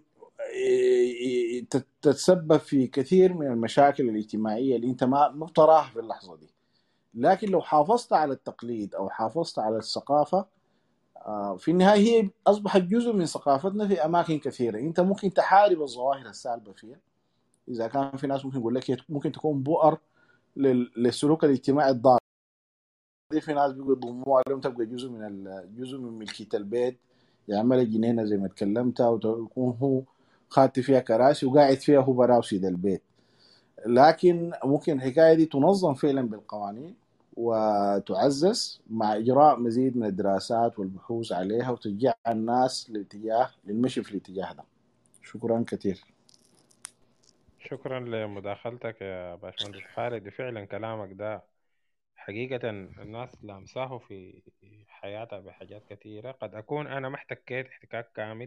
تتسبب في كثير من المشاكل الاجتماعية اللي أنت ما بتراها في اللحظة دي. لكن لو حافظت على التقليد أو حافظت على الثقافة، في النهاية هي أصبحت جزء من ثقافتنا في أماكن كثيرة. أنت ممكن تحارب الظواهر السالبة فيها. إذا كان في ناس ممكن يقول لك هي ممكن تكون بؤر للسلوك الاجتماعي الضار، في ناس بيقولوا يضموها لهم تبقى جزء من ملكية البيت، يعمل جنينة زي ما تكلمتها وتكون هو خاتي فيها كراسي وقاعد فيها هو براوسي ده البيت. لكن ممكن الحكاية دي تنظم فعلا بالقوانين وتعزز مع إجراء مزيد من الدراسات والبحوث عليها، وتشجع الناس للمشي في الاتجاه ده. شكرا كثير. شكرا لمداخلتك يا باشمهندس خالد. فعلا كلامك ده حقيقة الناس لامساه في حياتها بحاجات كثيرة. قد أكون أنا ما احتكيت احتكاك كامل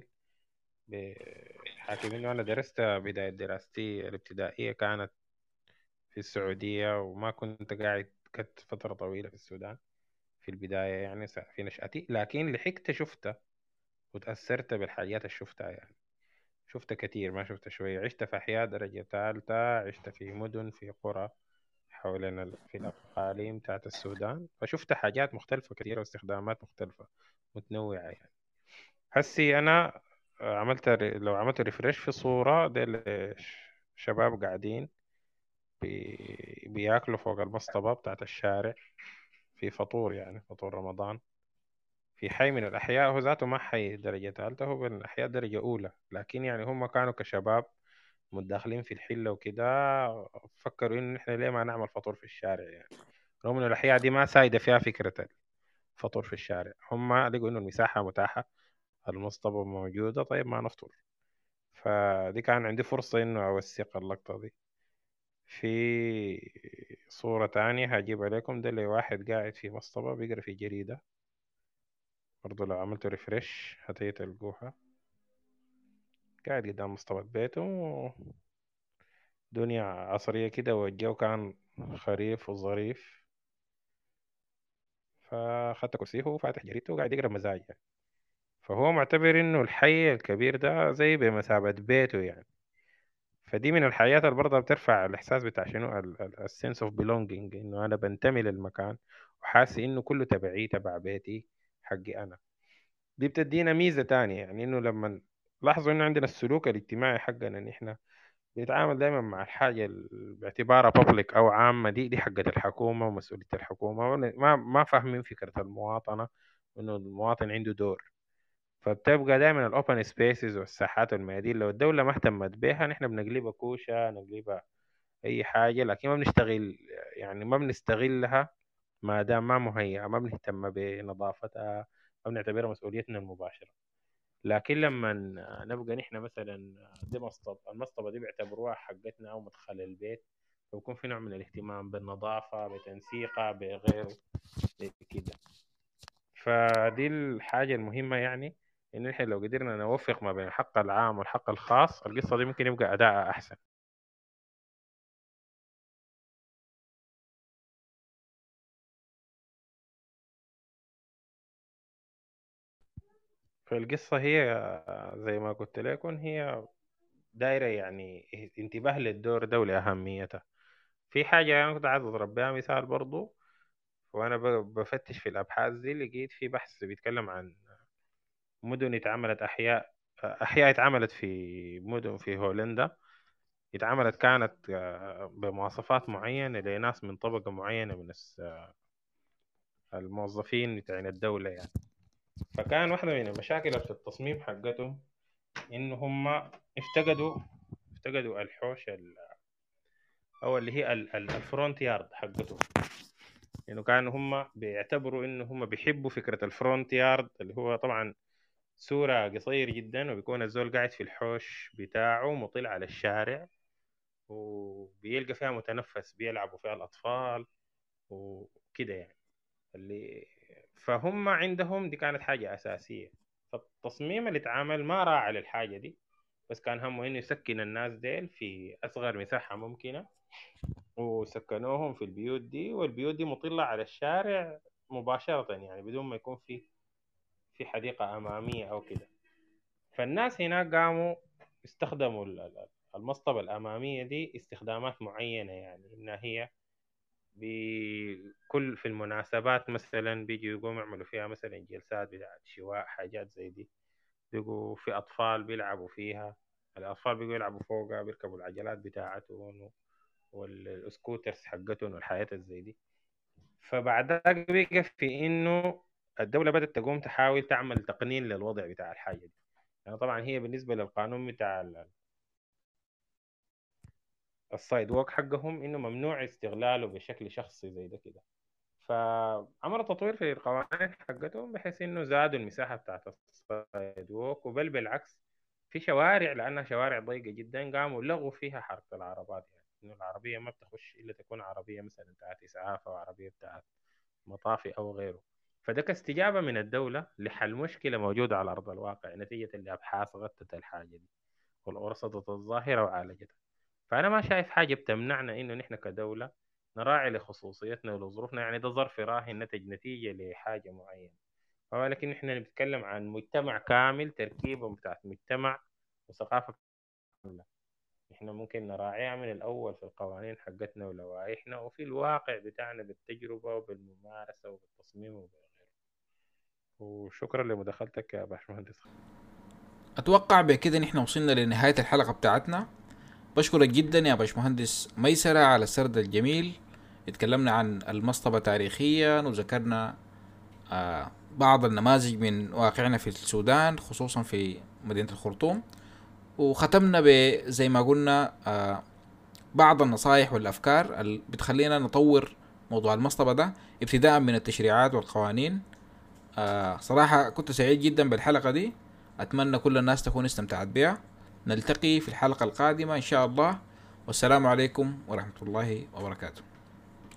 بحاكم إنه أنا درست بداية دراستي الابتدائية كانت في السعودية، وما كنت قاعد كنت فترة طويلة في السودان في البداية يعني في نشأتي، لكن لحقت شفتها وتأثرت بالحاجات اللي شفتها. يعني شفت كتير ما شفت شوية. عشت في أحياء درجة ثالثة، عشت في مدن في قرى حول في الأقاليم بتاعت السودان، فشفت حاجات مختلفة كثيرة واستخدامات مختلفة متنوعة يعني. هسي أنا لو عملت ريفريش في صورة دي شباب قاعدين بياكلوا فوق المصطبة بتاعت الشارع في فطور، يعني فطور رمضان، في حي من الأحياء. هو ذاته ما حي درجة ثالثة، هو من الأحياء درجة أولى، لكن يعني هم كانوا كشباب متداخلين في الحلة وكده، فكروا إنه إحنا ليه ما نعمل فطور في الشارع يعني، رغم إنه الأحياء دي ما سايدة فيها فكرة الفطور في الشارع. هم لقوا إنه المساحة متاحة، المصطبة موجودة، طيب ما نفطر. فدي كان عندي فرصة إنه أوثق اللقطة دي. في صورة تانية هجيب عليكم، ده اللي واحد قاعد في مصطبة بيقرأ في جريدة، برضو لو عملت ريفرش هتيجي تلقوها. قاعد قدام مصطبة بيته، دنيا عصرية كده، والجو كان خريف وظريف، فخدت كرسيه وفاتح جريدته وقاعد يقرأ مزاج يعني. فهو معتبر إنه الحي الكبير ده زي بمثابة بيته يعني. فدي من الحاجات اللي برضه بترفع الإحساس بتاع شنو السنس اوف belonging، إنه أنا بنتمي للمكان وحاسس إنه كله تبعي، تبع بيتي، حقي أنا. دي بتدينا ميزة تانية، يعني إنه لما لاحظوا إنه عندنا السلوك الاجتماعي حقنا، إن إحنا بنتعامل دايما مع الحاجة باعتبارها بابليك أو عامة، دي حقة الحكومة ومسؤولية الحكومة، ما فاهمين فكرة المواطنة وإنه المواطن عنده دور. فبتبقى دايما الأوبن سبيسز والساحات والميادين لو الدولة ما اهتمت بها، نحن بنقلبها كوشة، نقلبها أي حاجة، لكن ما بنشتغل، يعني ما بنستغلها ما دام ما مهيئة، ما بنهتم بنظافتها، ما بنعتبرها مسؤوليتنا المباشرة. لكن لما نبقى نحن مثلا دي المصطبة دي بيعتبروها حقتنا أو مدخل البيت، فيكون في نوع من الاهتمام بالنظافة، بتنسيقها، بغيره كده. فدي الحاجة المهمة، يعني إن إحنا لو قدرنا نوفق ما بين الحق العام والحق الخاص، القصة دي ممكن يبقى أداءها أحسن. فالقصة هي زي ما قلت لكم، هي دايرة يعني انتباه للدور ده ولأهميته. في حاجة أنا كنت عايز أضرب بها مثال برضو، وأنا بفتش في الأبحاث دي، لقيت في بحث بيتكلم عن مدن اتعملت أحياء اتعملت في مدن في هولندا، اتعملت كانت بمواصفات معينة لناس من طبقة معينة من الموظفين بتاع الدولة يعني. فكان واحدة من المشاكل في التصميم حقتهم إنه هم افتقدوا الحوش أو اللي هي الفرونت يارد حقتهم. يعني كانوا هم بيعتبروا إنه هم بيحبوا فكرة الفرونت يارد، اللي هو طبعا صورة قصير جدا، وبيكون الزول قاعد في الحوش بتاعه مطل على الشارع، وبيلقى فيها متنفس بيلعبوا فيها الأطفال وكده يعني. فهم عندهم دي كانت حاجة أساسية. فالتصميم اللي اتعامل ما راعى للحاجة دي، بس كان همه إنه يسكن الناس ديل في أصغر مساحة ممكنة، وسكنوهم في البيوت دي، والبيوت دي مطلة على الشارع مباشرة، يعني بدون ما يكون في حديقة أمامية أو كده. فالناس هناك قاموا استخدموا المصطبة الأمامية دي استخدامات معينة، يعني إنها هي بكل في المناسبات مثلا بيجوا يقوموا يعملوا فيها مثلا جلسات بتاعت شواء، حاجات زي دي. بيقوا في أطفال بيلعبوا فيها، الأطفال بيقوا يلعبوا فوقها، بيركبوا العجلات بتاعتهم والسكوترز حقتهم والحياة زي دي. فبعد ذلك بقى في إنه الدولة بدأت تقوم تحاول تعمل تقنين للوضع بتاع الحاجة دي. يعني طبعا هي بالنسبة للقانون بتاع السايد ووك حقهم إنه ممنوع استغلاله بشكل شخصي زي ده كده. فعملوا تطوير في القوانين حقتهم بحيث انه زادوا المساحه بتاعت السايد ووك، وبل بالعكس في شوارع لانها شوارع ضيقه جدا قاموا لغوا فيها حركه العربات، يعني انه العربيه ما بتخش الا تكون عربيه مثلا بتاعت اسعاف او عربيه بتاعت مطافي او غيره. فده كاستجابه من الدوله لحل مشكله موجوده على ارض الواقع نتيجه لابحاث غطت الحاجه دي ورصدت الظاهره وعالجتها. فأنا ما شايف حاجة بتمنعنا إنه نحن كدولة نراعي لخصوصيتنا ولظروفنا، يعني ده ظرف راهن نتج نتيجة لحاجة معينة. ولكن نحن نتكلم عن مجتمع كامل، تركيبة بتاعت مجتمع وثقافة كاملة. إحنا ممكن نراعيها من الأول في القوانين حقتنا ولوائحنا وفي الواقع بتاعنا بالتجربة وبالممارسة وبالتصميم وبغيره. وشكرا لمداخلتك يا باشمهندس. اتوقع بكده نحن وصلنا لنهاية الحلقة بتاعتنا. بشكرك جدا يا باشمهندس ميسرة على السرد الجميل. اتكلمنا عن المصطبة تاريخيا وذكرنا بعض النماذج من واقعنا في السودان خصوصا في مدينة الخرطوم، وختمنا زي ما قلنا بعض النصائح والأفكار اللي بتخلينا نطور موضوع المصطبة ده ابتداء من التشريعات والقوانين. صراحة كنت سعيد جدا بالحلقة دي، أتمنى كل الناس تكون استمتعت بها. نلتقي في الحلقة القادمة إن شاء الله، والسلام عليكم ورحمة الله وبركاته.